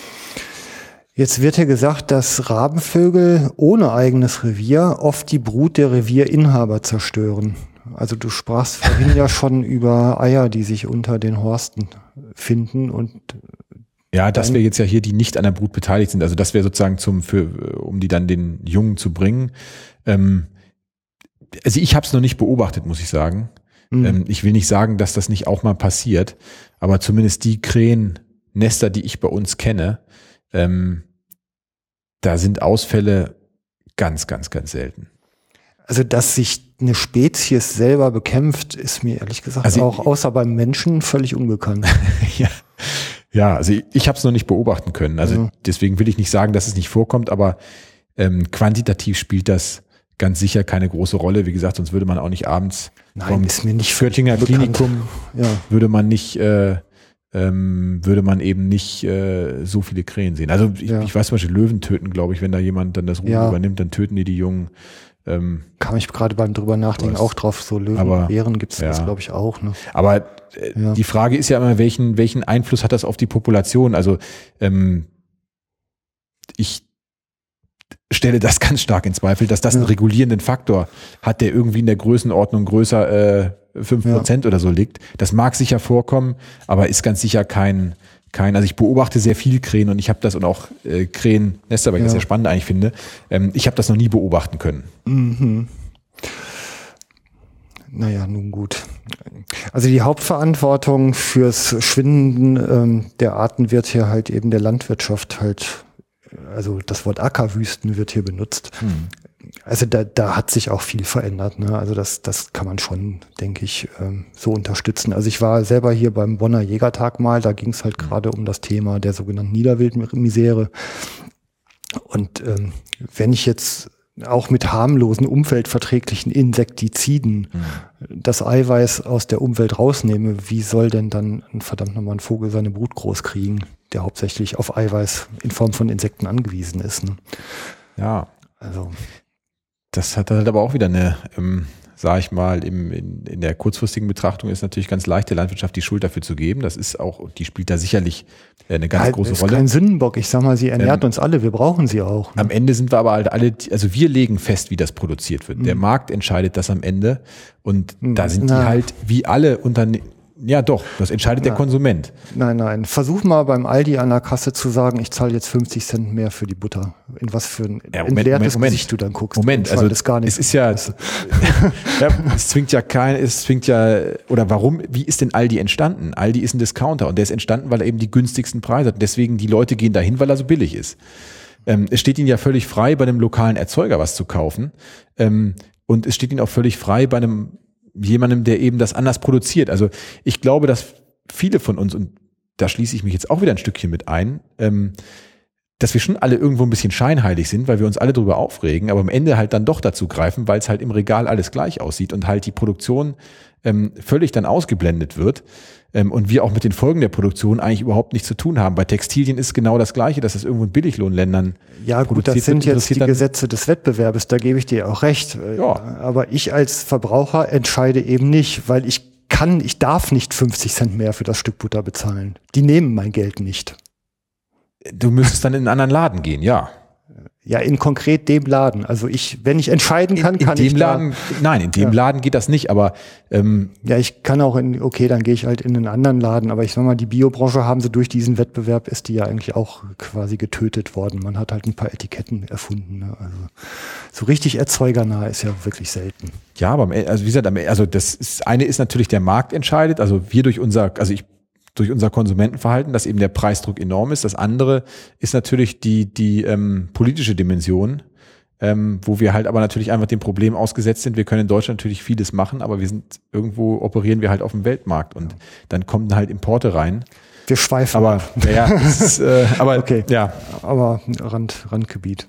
Jetzt wird hier gesagt, dass Rabenvögel ohne eigenes Revier oft die Brut der Revierinhaber zerstören. Also du sprachst vorhin ja schon über Eier, die sich unter den Horsten finden und ja, das wäre jetzt ja hier, die nicht an der Brut beteiligt sind. Also das wäre sozusagen zum, für, um die dann den Jungen zu bringen. Ähm, also ich habe es noch nicht beobachtet, muss ich sagen. Mhm. Ähm, ich will nicht sagen, dass das nicht auch mal passiert, aber zumindest die Krähennester, die ich bei uns kenne, ähm, da sind Ausfälle ganz, ganz, ganz selten. Also dass sich eine Spezies selber bekämpft, ist mir ehrlich gesagt also auch außer beim Menschen völlig unbekannt. ja. Ja, also ich, ich habe es noch nicht beobachten können. Also ja. deswegen will ich nicht sagen, dass es nicht vorkommt, aber ähm, quantitativ spielt das ganz sicher keine große Rolle. Wie gesagt, sonst würde man auch nicht abends Nein, vom ist mir nicht Viertlinger Klinikum ja. würde man nicht, äh, ähm, würde man eben nicht äh, so viele Krähen sehen. Also ich, ja. ich weiß zum Beispiel, Löwen töten, glaube ich, wenn da jemand dann das Ruder ja. übernimmt, dann töten die die Jungen. Ähm, Kam ich gerade beim drüber nachdenken auch drauf, so Löwenbären gibt es ja. das, glaube ich, auch. Ne? Aber äh, ja. die Frage ist ja immer, welchen, welchen Einfluss hat das auf die Population? Also ähm, ich stelle das ganz stark in Zweifel, dass das ja. einen regulierenden Faktor hat, der irgendwie in der Größenordnung größer äh, fünf Prozent ja. oder so liegt. Das mag sicher vorkommen, aber ist ganz sicher kein Kein, also ich beobachte sehr viel Krähen und ich habe das und auch äh, Krähennester, weil ich ja. das sehr spannend eigentlich finde. Ähm, ich habe das noch nie beobachten können. Mhm. Naja, nun gut. Also die Hauptverantwortung fürs Schwinden ähm, der Arten wird hier halt eben der Landwirtschaft halt, also das Wort Ackerwüsten wird hier benutzt. Mhm. Also da, da hat sich auch viel verändert. Ne? Also das, das kann man schon, denke ich, ähm, so unterstützen. Also ich war selber hier beim Bonner Jägertag mal, da ging es halt gerade um das Thema der sogenannten Niederwildmisere. Und ähm, wenn ich jetzt auch mit harmlosen, umweltverträglichen Insektiziden mhm. das Eiweiß aus der Umwelt rausnehme, wie soll denn dann ein verdammt nochmal ein Vogel seine Brut groß kriegen, der hauptsächlich auf Eiweiß in Form von Insekten angewiesen ist? Ne? Ja, also das hat halt aber auch wieder eine, ähm, sage ich mal, im, in, in der kurzfristigen Betrachtung ist natürlich ganz leicht, der Landwirtschaft die Schuld dafür zu geben. Das ist auch, die spielt da sicherlich eine ganz halt, große ist Rolle. Kein Sündenbock. Ich sag mal, sie ernährt ähm, uns alle. Wir brauchen sie auch. Ne? Am Ende sind wir aber halt alle, also wir legen fest, wie das produziert wird. Mhm. Der Markt entscheidet das am Ende und mhm. da sind Na. die halt wie alle Unterne- Ja, doch, das entscheidet nein. der Konsument. Nein, nein. Versuch mal beim Aldi an der Kasse zu sagen, ich zahle jetzt fünfzig Cent mehr für die Butter. In was für ein ja, Moment, entleertes Moment, Gesicht du dann guckst. Moment, also das gar nicht es ist ja, ja, es zwingt ja kein, es zwingt ja, oder warum, wie ist denn Aldi entstanden? Aldi ist ein Discounter und der ist entstanden, weil er eben die günstigsten Preise hat. Deswegen die Leute gehen dahin, weil er so billig ist. Ähm, es steht ihnen ja völlig frei, bei einem lokalen Erzeuger was zu kaufen. Ähm, und es steht ihnen auch völlig frei, bei einem jemandem, der eben das anders produziert. Also ich glaube, dass viele von uns, und da schließe ich mich jetzt auch wieder ein Stückchen mit ein, ähm, dass wir schon alle irgendwo ein bisschen scheinheilig sind, weil wir uns alle drüber aufregen, aber am Ende halt dann doch dazu greifen, weil es halt im Regal alles gleich aussieht und halt die Produktion ähm, völlig dann ausgeblendet wird ähm, und wir auch mit den Folgen der Produktion eigentlich überhaupt nichts zu tun haben. Bei Textilien ist genau das Gleiche, dass es irgendwo in Billiglohnländern ja gut, das sind jetzt die Gesetze des Wettbewerbs, da gebe ich dir auch recht. Ja. Aber ich als Verbraucher entscheide eben nicht, weil ich kann, ich darf nicht fünfzig Cent mehr für das Stück Butter bezahlen. Die nehmen mein Geld nicht. Du müsstest dann in einen anderen Laden gehen, ja. Ja, in konkret dem Laden. Also ich, wenn ich entscheiden kann, in, in kann dem ich Laden, da, nein, in dem ja. Laden geht das nicht, aber ähm, ja, ich kann auch in, okay, dann gehe ich halt in einen anderen Laden, aber ich sag mal, die Biobranche haben sie durch diesen Wettbewerb, ist die ja eigentlich auch quasi getötet worden. Man hat halt ein paar Etiketten erfunden. Ne? Also so richtig erzeugernah ist ja wirklich selten. Ja, aber also wie gesagt, also das ist, eine ist natürlich der Markt entscheidet, also wir durch unser, also ich durch unser Konsumentenverhalten, dass eben der Preisdruck enorm ist. Das andere ist natürlich die die ähm, politische Dimension, ähm, wo wir halt aber natürlich einfach dem Problem ausgesetzt sind. Wir können in Deutschland natürlich vieles machen, aber wir sind irgendwo operieren wir halt auf dem Weltmarkt und dann kommen halt Importe rein. Wir schweifen. Aber ja, ist, äh, aber okay. ja, aber Rand Randgebiet.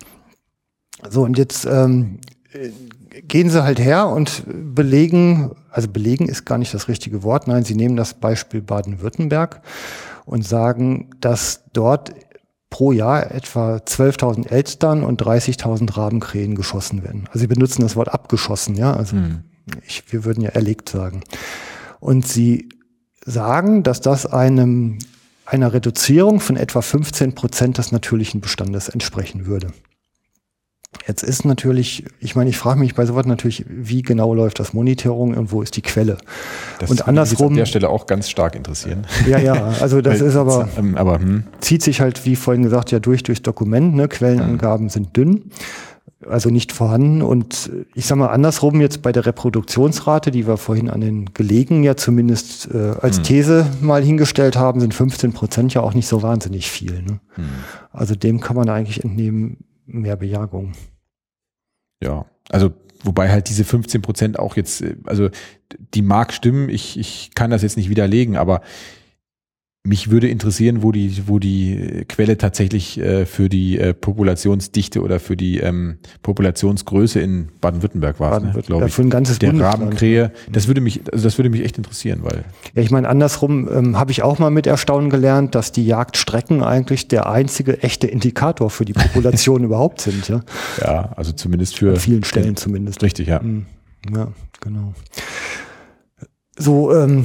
So und jetzt ähm, gehen sie halt her und belegen, also belegen ist gar nicht das richtige Wort, nein, sie nehmen das Beispiel Baden-Württemberg und sagen, dass dort pro Jahr etwa zwölftausend Elstern und dreißigtausend Rabenkrähen geschossen werden. Also sie benutzen das Wort abgeschossen, ja, also hm. ich, wir würden ja erlegt sagen. Und sie sagen, dass das einem einer Reduzierung von etwa fünfzehn Prozent des natürlichen Bestandes entsprechen würde. Jetzt ist natürlich, ich meine, ich frage mich bei sowas natürlich, wie genau läuft das Monitoring und wo ist die Quelle? Das und andersrum würde mich an der Stelle auch ganz stark interessieren. Ja, ja, also das ist aber, ähm, aber hm. zieht sich halt, wie vorhin gesagt, ja durch durchs Dokument, ne? Quellenangaben hm. sind dünn, also nicht vorhanden. Und ich sage mal andersrum jetzt bei der Reproduktionsrate, die wir vorhin an den Gelegen ja zumindest äh, als hm. These mal hingestellt haben, sind fünfzehn Prozent ja auch nicht so wahnsinnig viel. Ne? Hm. Also dem kann man eigentlich entnehmen, mehr Bejagung. Ja, also wobei halt diese fünfzehn Prozent auch jetzt, also die mag stimmen, ich, ich kann das jetzt nicht widerlegen, aber mich würde interessieren, wo die, wo die Quelle tatsächlich äh, für die äh, Populationsdichte oder für die ähm, Populationsgröße in Baden-Württemberg war, Baden ne, glaube ich. Ja, für ein ganzes der Bundesland. Rabenkrähe, das würde mich, also das würde mich echt interessieren, weil. Ja, ich meine, andersrum ähm, habe ich auch mal mit Erstaunen gelernt, dass die Jagdstrecken eigentlich der einzige echte Indikator für die Population überhaupt sind. Ja, ja, also zumindest für. An vielen Stellen zumindest. Richtig, ja. Ja, genau. So, ähm,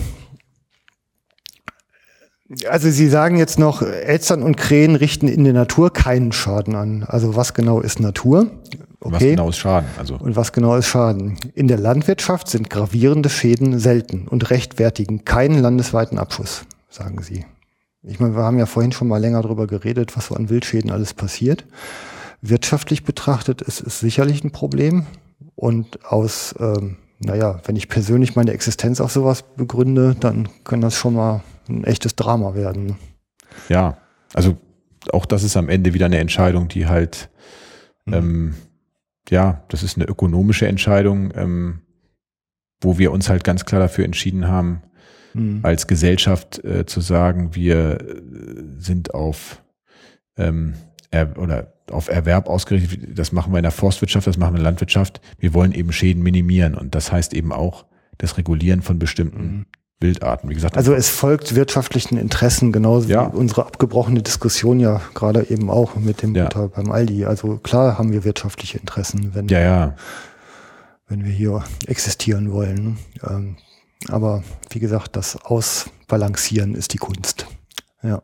also Sie sagen jetzt noch, Elstern und Krähen richten in der Natur keinen Schaden an. Also was genau ist Natur? Okay. Was genau ist Schaden? Also. Und was genau ist Schaden? In der Landwirtschaft sind gravierende Schäden selten und rechtfertigen keinen landesweiten Abschuss, sagen Sie. Ich meine, wir haben ja vorhin schon mal länger darüber geredet, was so an Wildschäden alles passiert. Wirtschaftlich betrachtet ist es sicherlich ein Problem. Und aus, ähm, naja, wenn ich persönlich meine Existenz auf sowas begründe, dann kann das schon mal ein echtes Drama werden. Ja, also auch das ist am Ende wieder eine Entscheidung, die halt, mhm. ähm, ja, das ist eine ökonomische Entscheidung, ähm, wo wir uns halt ganz klar dafür entschieden haben, mhm. als Gesellschaft äh, zu sagen, wir äh, sind auf ähm, er, oder auf Erwerb ausgerichtet. Das machen wir in der Forstwirtschaft, das machen wir in der Landwirtschaft. Wir wollen eben Schäden minimieren und das heißt eben auch das Regulieren von bestimmten mhm. Wildarten, wie gesagt. Also es folgt wirtschaftlichen Interessen, genauso ja. wie unsere abgebrochene Diskussion ja gerade eben auch mit dem ja. Butter beim Aldi. Also klar haben wir wirtschaftliche Interessen, wenn, ja, ja. wenn wir hier existieren wollen. Ähm, aber wie gesagt, das Ausbalancieren ist die Kunst. Ja.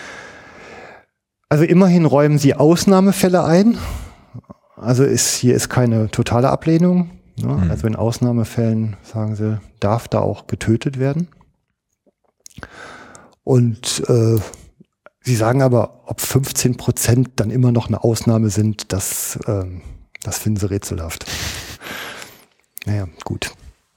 Also immerhin räumen Sie Ausnahmefälle ein. Also ist, hier ist keine totale Ablehnung. Ne? Mhm. Also in Ausnahmefällen, sagen Sie, darf da auch getötet werden. Und äh, Sie sagen aber, ob fünfzehn Prozent dann immer noch eine Ausnahme sind, das, ähm, das finden Sie rätselhaft. Naja, gut.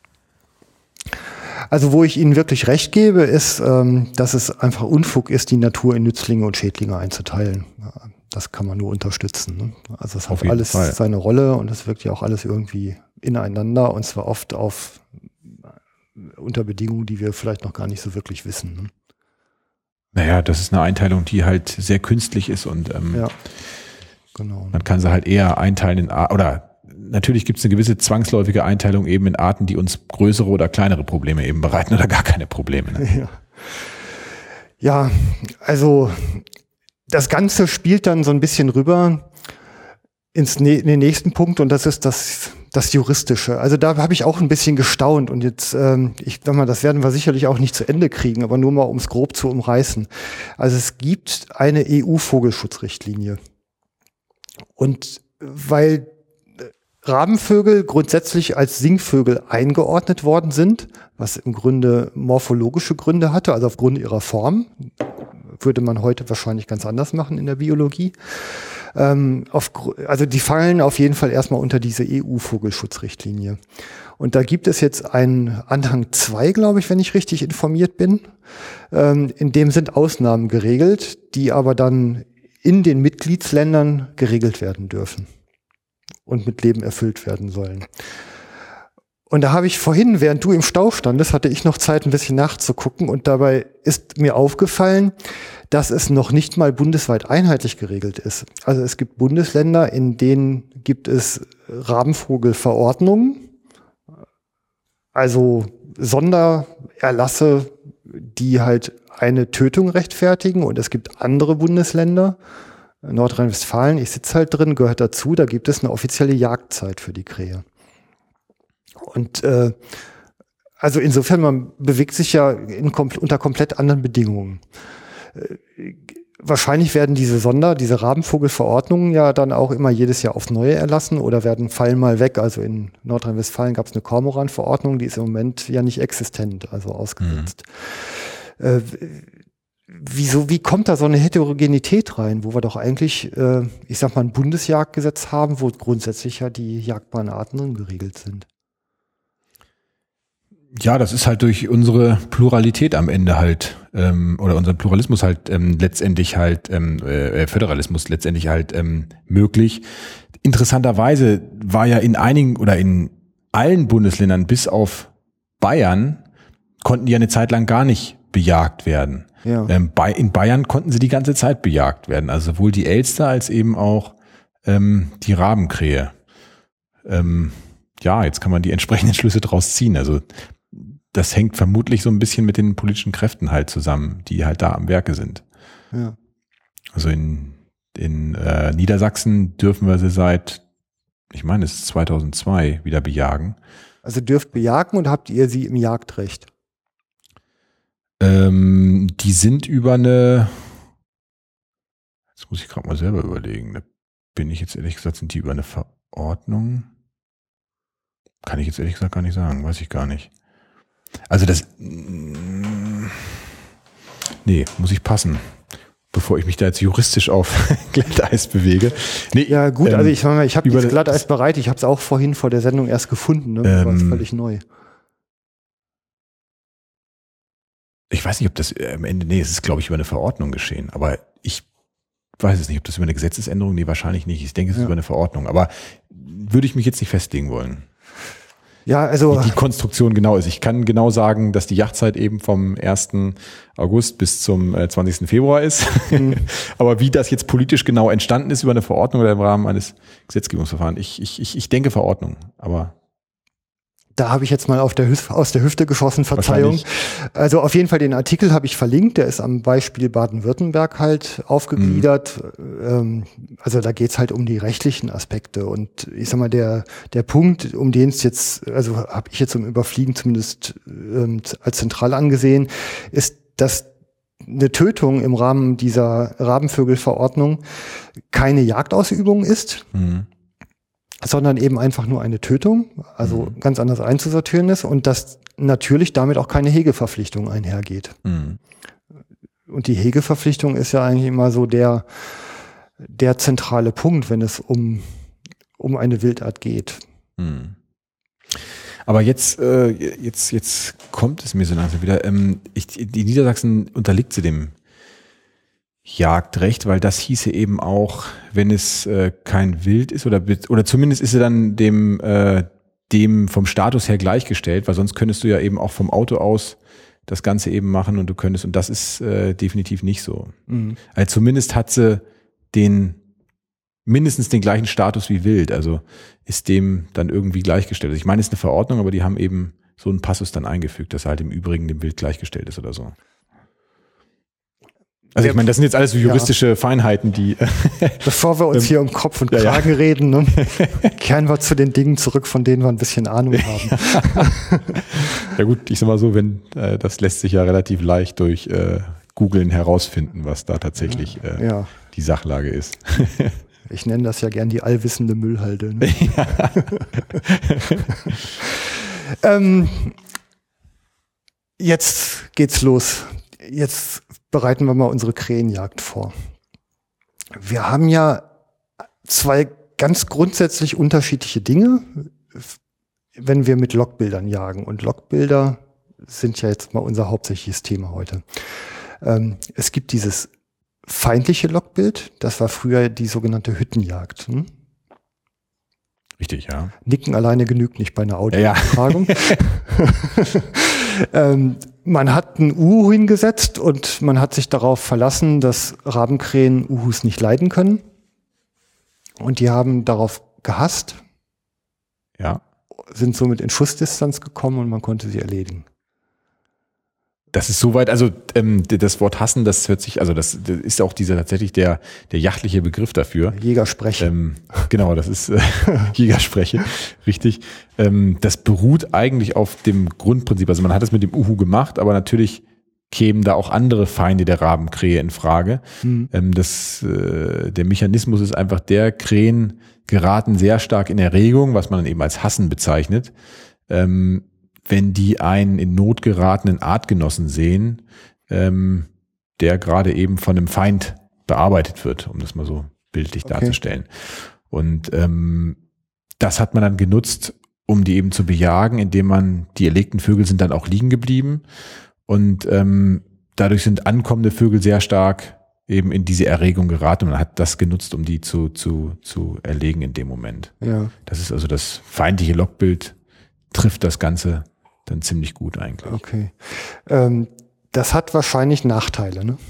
Also wo ich Ihnen wirklich recht gebe, ist, ähm, dass es einfach Unfug ist, die Natur in Nützlinge und Schädlinge einzuteilen. Das kann man nur unterstützen. Ne? Also es hat alles Fall. seine Rolle und es wirkt ja auch alles irgendwie ineinander und zwar oft auf unter Bedingungen, die wir vielleicht noch gar nicht so wirklich wissen. Ne? Naja, das ist eine Einteilung, die halt sehr künstlich ist und ähm, ja, genau. Man kann sie halt eher einteilen in Ar- oder natürlich gibt es eine gewisse zwangsläufige Einteilung eben in Arten, die uns größere oder kleinere Probleme eben bereiten oder gar keine Probleme. Ne? Ja. ja, also das Ganze spielt dann so ein bisschen rüber ins ne- in den nächsten Punkt und das ist das das Juristische. Also da habe ich auch ein bisschen gestaunt und jetzt, ähm, ich sag mal, das werden wir sicherlich auch nicht zu Ende kriegen, aber nur mal, um es grob zu umreißen. Also es gibt eine E U-Vogelschutzrichtlinie und weil Rabenvögel grundsätzlich als Singvögel eingeordnet worden sind, was im Grunde morphologische Gründe hatte, also aufgrund ihrer Form, würde man heute wahrscheinlich ganz anders machen in der Biologie. Ähm, auf, also die fallen auf jeden Fall erstmal unter diese E U-Vogelschutzrichtlinie. Und da gibt es jetzt einen Anhang zwei, glaube ich, wenn ich richtig informiert bin. Ähm, in dem sind Ausnahmen geregelt, die aber dann in den Mitgliedsländern geregelt werden dürfen und mit Leben erfüllt werden sollen. Und da habe ich vorhin, während du im Stau standest, hatte ich noch Zeit, ein bisschen nachzugucken. Und dabei ist mir aufgefallen, dass es noch nicht mal bundesweit einheitlich geregelt ist. Also es gibt Bundesländer, in denen gibt es Rabenvogelverordnungen, also Sondererlasse, die halt eine Tötung rechtfertigen. Und es gibt andere Bundesländer, Nordrhein-Westfalen, ich sitze halt drin, gehört dazu, da gibt es eine offizielle Jagdzeit für die Krähe. Und äh, also insofern, man bewegt sich ja in, unter komplett anderen Bedingungen. Äh, wahrscheinlich werden diese Sonder-, diese Rabenvogelverordnungen ja dann auch immer jedes Jahr aufs Neue erlassen oder werden fallen mal weg. Also in Nordrhein-Westfalen gab es eine Kormoran-Verordnung, die ist im Moment ja nicht existent, also ausgesetzt. Mhm. Äh, Wieso, wie kommt da so eine Heterogenität rein, wo wir doch eigentlich, äh, ich sag mal, ein Bundesjagdgesetz haben, wo grundsätzlich ja die jagdbaren Arten drin geregelt sind? Ja, das ist halt durch unsere Pluralität am Ende halt, ähm, oder unseren Pluralismus halt ähm, letztendlich halt, ähm, äh, Föderalismus letztendlich halt ähm, möglich. Interessanterweise war ja in einigen oder in allen Bundesländern bis auf Bayern konnten die ja eine Zeit lang gar nicht bejagt werden. Ja. Ähm, bei, in Bayern konnten sie die ganze Zeit bejagt werden, also sowohl die Elster als eben auch ähm, die Rabenkrähe. Ähm, ja, jetzt kann man die entsprechenden Schlüsse draus ziehen. Also das hängt vermutlich so ein bisschen mit den politischen Kräften halt zusammen, die halt da am Werke sind. Ja. Also in, in äh, Niedersachsen dürfen wir sie seit, ich meine, es ist zweitausendzwei wieder bejagen. Also dürft bejagen und habt ihr sie im Jagdrecht? Ähm, die sind über eine, jetzt muss ich gerade mal selber überlegen, da bin ich jetzt ehrlich gesagt, sind die über eine Verordnung? Kann ich jetzt ehrlich gesagt gar nicht sagen, weiß ich gar nicht. Also das, nee, muss ich passen, bevor ich mich da jetzt juristisch auf Glatteis bewege. Nee, ja gut, ähm, also ich, ich habe das Glatteis bereit, ich habe es auch vorhin vor der Sendung erst gefunden, ne? Ähm, war es völlig neu. Ich weiß nicht, ob das am Ende, nee, es ist, glaube ich, über eine Verordnung geschehen, aber ich weiß es nicht, ob das über eine Gesetzesänderung, nee, wahrscheinlich nicht. Ich denke, es ist ja. über eine Verordnung, aber würde ich mich jetzt nicht festlegen wollen. Ja, also. Wie die Konstruktion genau ist. Ich kann genau sagen, dass die Jagdzeit eben vom ersten August bis zum zwanzigsten Februar ist. Mhm. Aber wie das jetzt politisch genau entstanden ist über eine Verordnung oder im Rahmen eines Gesetzgebungsverfahrens, ich, ich, ich, ich denke Verordnung, aber. Da habe ich jetzt mal auf der Hüfte, aus der Hüfte geschossen, Verzeihung. Also auf jeden Fall den Artikel habe ich verlinkt, der ist am Beispiel Baden-Württemberg halt aufgegliedert. Mhm. Ähm, also da geht's halt um die rechtlichen Aspekte. Und ich sag mal, der der Punkt, um den es jetzt, also habe ich jetzt im Überfliegen zumindest ähm, als zentral angesehen, ist, dass eine Tötung im Rahmen dieser Rabenvögelverordnung keine Jagdausübung ist. Mhm. Sondern eben einfach nur eine Tötung, also mhm. ganz anders einzusortieren ist und dass natürlich damit auch keine Hegeverpflichtung einhergeht. Mhm. Und die Hegeverpflichtung ist ja eigentlich immer so der, der zentrale Punkt, wenn es um, um eine Wildart geht. Mhm. Aber jetzt, äh, jetzt, jetzt kommt es mir so langsam wieder. Ähm, ich, die Niedersachsen unterliegt zu dem Jagdrecht, weil das hieße eben auch, wenn es äh, kein Wild ist oder oder zumindest ist er dann dem äh, dem vom Status her gleichgestellt, weil sonst könntest du ja eben auch vom Auto aus das Ganze eben machen und du könntest, und das ist äh, definitiv nicht so. Mhm. Also zumindest hat sie den mindestens den gleichen Status wie Wild, also ist dem dann irgendwie gleichgestellt. Also ich meine, es ist eine Verordnung, aber die haben eben so einen Passus dann eingefügt, dass er halt im Übrigen dem Wild gleichgestellt ist oder so. Also ich meine, das sind jetzt alles so juristische ja. Feinheiten, die... Bevor wir uns hier um Kopf und Kragen ja, ja. reden, ne, kehren wir zu den Dingen zurück, von denen wir ein bisschen Ahnung haben. Ja gut, ich sag mal so, wenn äh, das lässt sich ja relativ leicht durch äh, Googlen herausfinden, was da tatsächlich äh, ja. die Sachlage ist. Ich nenne das ja gern die allwissende Müllhalde. Ne? Ja. ähm, jetzt geht's los. Jetzt bereiten wir mal unsere Krähenjagd vor. Wir haben ja zwei ganz grundsätzlich unterschiedliche Dinge, wenn wir mit Logbildern jagen. Und Logbilder sind ja jetzt mal unser hauptsächliches Thema heute. Ähm, es gibt dieses feindliche Logbild, das war früher die sogenannte Hüttenjagd. Hm? Richtig, ja. Nicken alleine genügt nicht bei einer Audioübertragung. Ja, ja. ähm, man hat einen Uhu hingesetzt und man hat sich darauf verlassen, dass Rabenkrähen Uhus nicht leiden können. Und die haben darauf gehasst. Ja. Sind somit in Schussdistanz gekommen und man konnte sie erledigen. Das ist soweit, also ähm, das Wort hassen, das hört sich, also das, das ist auch dieser tatsächlich der der jachtliche Begriff dafür. Jägerspreche. Ähm, genau, das ist äh, Jägerspreche, richtig. Ähm, das beruht eigentlich auf dem Grundprinzip, also man hat es mit dem Uhu gemacht, aber natürlich kämen da auch andere Feinde der Rabenkrähe in Frage. Mhm. Ähm, das, äh, der Mechanismus ist einfach der, Krähen geraten sehr stark in Erregung, was man dann eben als Hassen bezeichnet. Ähm, wenn die einen in Not geratenen Artgenossen sehen, ähm, der gerade eben von einem Feind bearbeitet wird, um das mal so bildlich okay. darzustellen. Und ähm, das hat man dann genutzt, um die eben zu bejagen, indem man, die erlegten Vögel sind dann auch liegen geblieben und ähm, dadurch sind ankommende Vögel sehr stark eben in diese Erregung geraten und man hat das genutzt, um die zu, zu, zu erlegen in dem Moment. Ja. Das ist also das feindliche Logbild, trifft das Ganze dann ziemlich gut eigentlich. Okay. Ähm, das hat wahrscheinlich Nachteile, ne?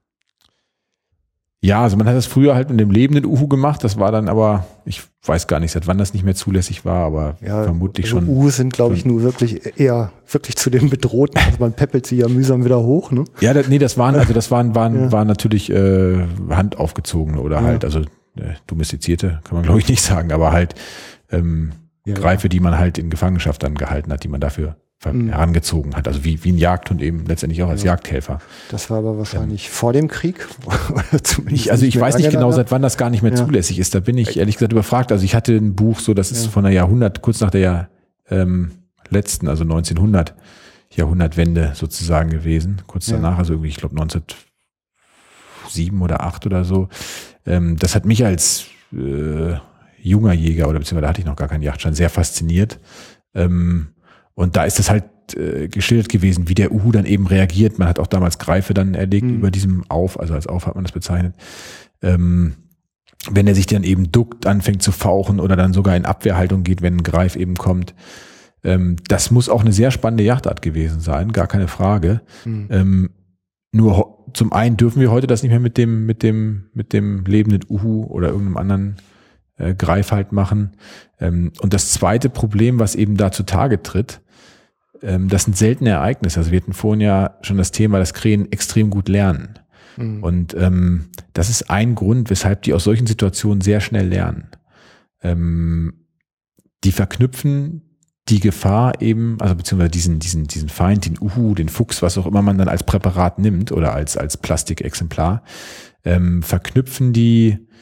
Ja, also man hat das früher halt mit dem lebenden Uhu gemacht, das war dann aber, ich weiß gar nicht, seit wann das nicht mehr zulässig war, aber ja, vermutlich also schon. Uhus sind, glaube ich, nur wirklich eher wirklich zu den Bedrohten, also man peppelt sie ja mühsam wieder hoch, ne? Ja, das, nee, das waren, also das waren, waren, ja. waren natürlich äh, handaufgezogene oder ja. halt, also äh, domestizierte, kann man glaube ich nicht sagen, aber halt ähm, ja, Greife, die man halt in Gefangenschaft dann gehalten hat, die man dafür mhm. herangezogen hat. Also wie, wie ein Jagdhund eben letztendlich auch als ja. Jagdhelfer. Das war aber wahrscheinlich ähm, vor dem Krieg. ich, also ich weiß nicht genau, seit wann das gar nicht mehr ja. zulässig ist. Da bin ich ehrlich gesagt überfragt. Also ich hatte ein Buch, so das ist ja. von der Jahrhundert, kurz nach der Jahr, ähm, letzten, also neunzehnhundert, Jahrhundertwende sozusagen gewesen. Kurz ja. danach, also irgendwie, ich glaube neunzehnhundertsieben oder acht oder so. Ähm, das hat mich als äh, junger Jäger oder beziehungsweise da hatte ich noch gar keinen Jagdschein, sehr fasziniert. Ähm, und da ist das halt äh, geschildert gewesen, wie der Uhu dann eben reagiert. Man hat auch damals Greife dann erlegt mhm. über diesem Auf, also als Auf hat man das bezeichnet. Ähm, wenn er sich dann eben duckt, anfängt zu fauchen oder dann sogar in Abwehrhaltung geht, wenn ein Greif eben kommt. Ähm, das muss auch eine sehr spannende Jagdart gewesen sein, gar keine Frage. Mhm. Ähm, nur zum einen dürfen wir heute das nicht mehr mit dem, mit dem, mit dem lebenden Uhu oder irgendeinem anderen Greif halt machen. Und das zweite Problem, was eben da zutage tritt, das sind seltene Ereignisse. Also wir hatten vorhin ja schon das Thema, dass Krähen extrem gut lernen. Mhm. Und ähm, das ist ein Grund, weshalb die aus solchen Situationen sehr schnell lernen. Ähm, die verknüpfen die Gefahr eben, also beziehungsweise diesen, diesen, diesen Feind, den Uhu, den Fuchs, was auch immer man dann als Präparat nimmt oder als, als Plastikexemplar, ähm, verknüpfen die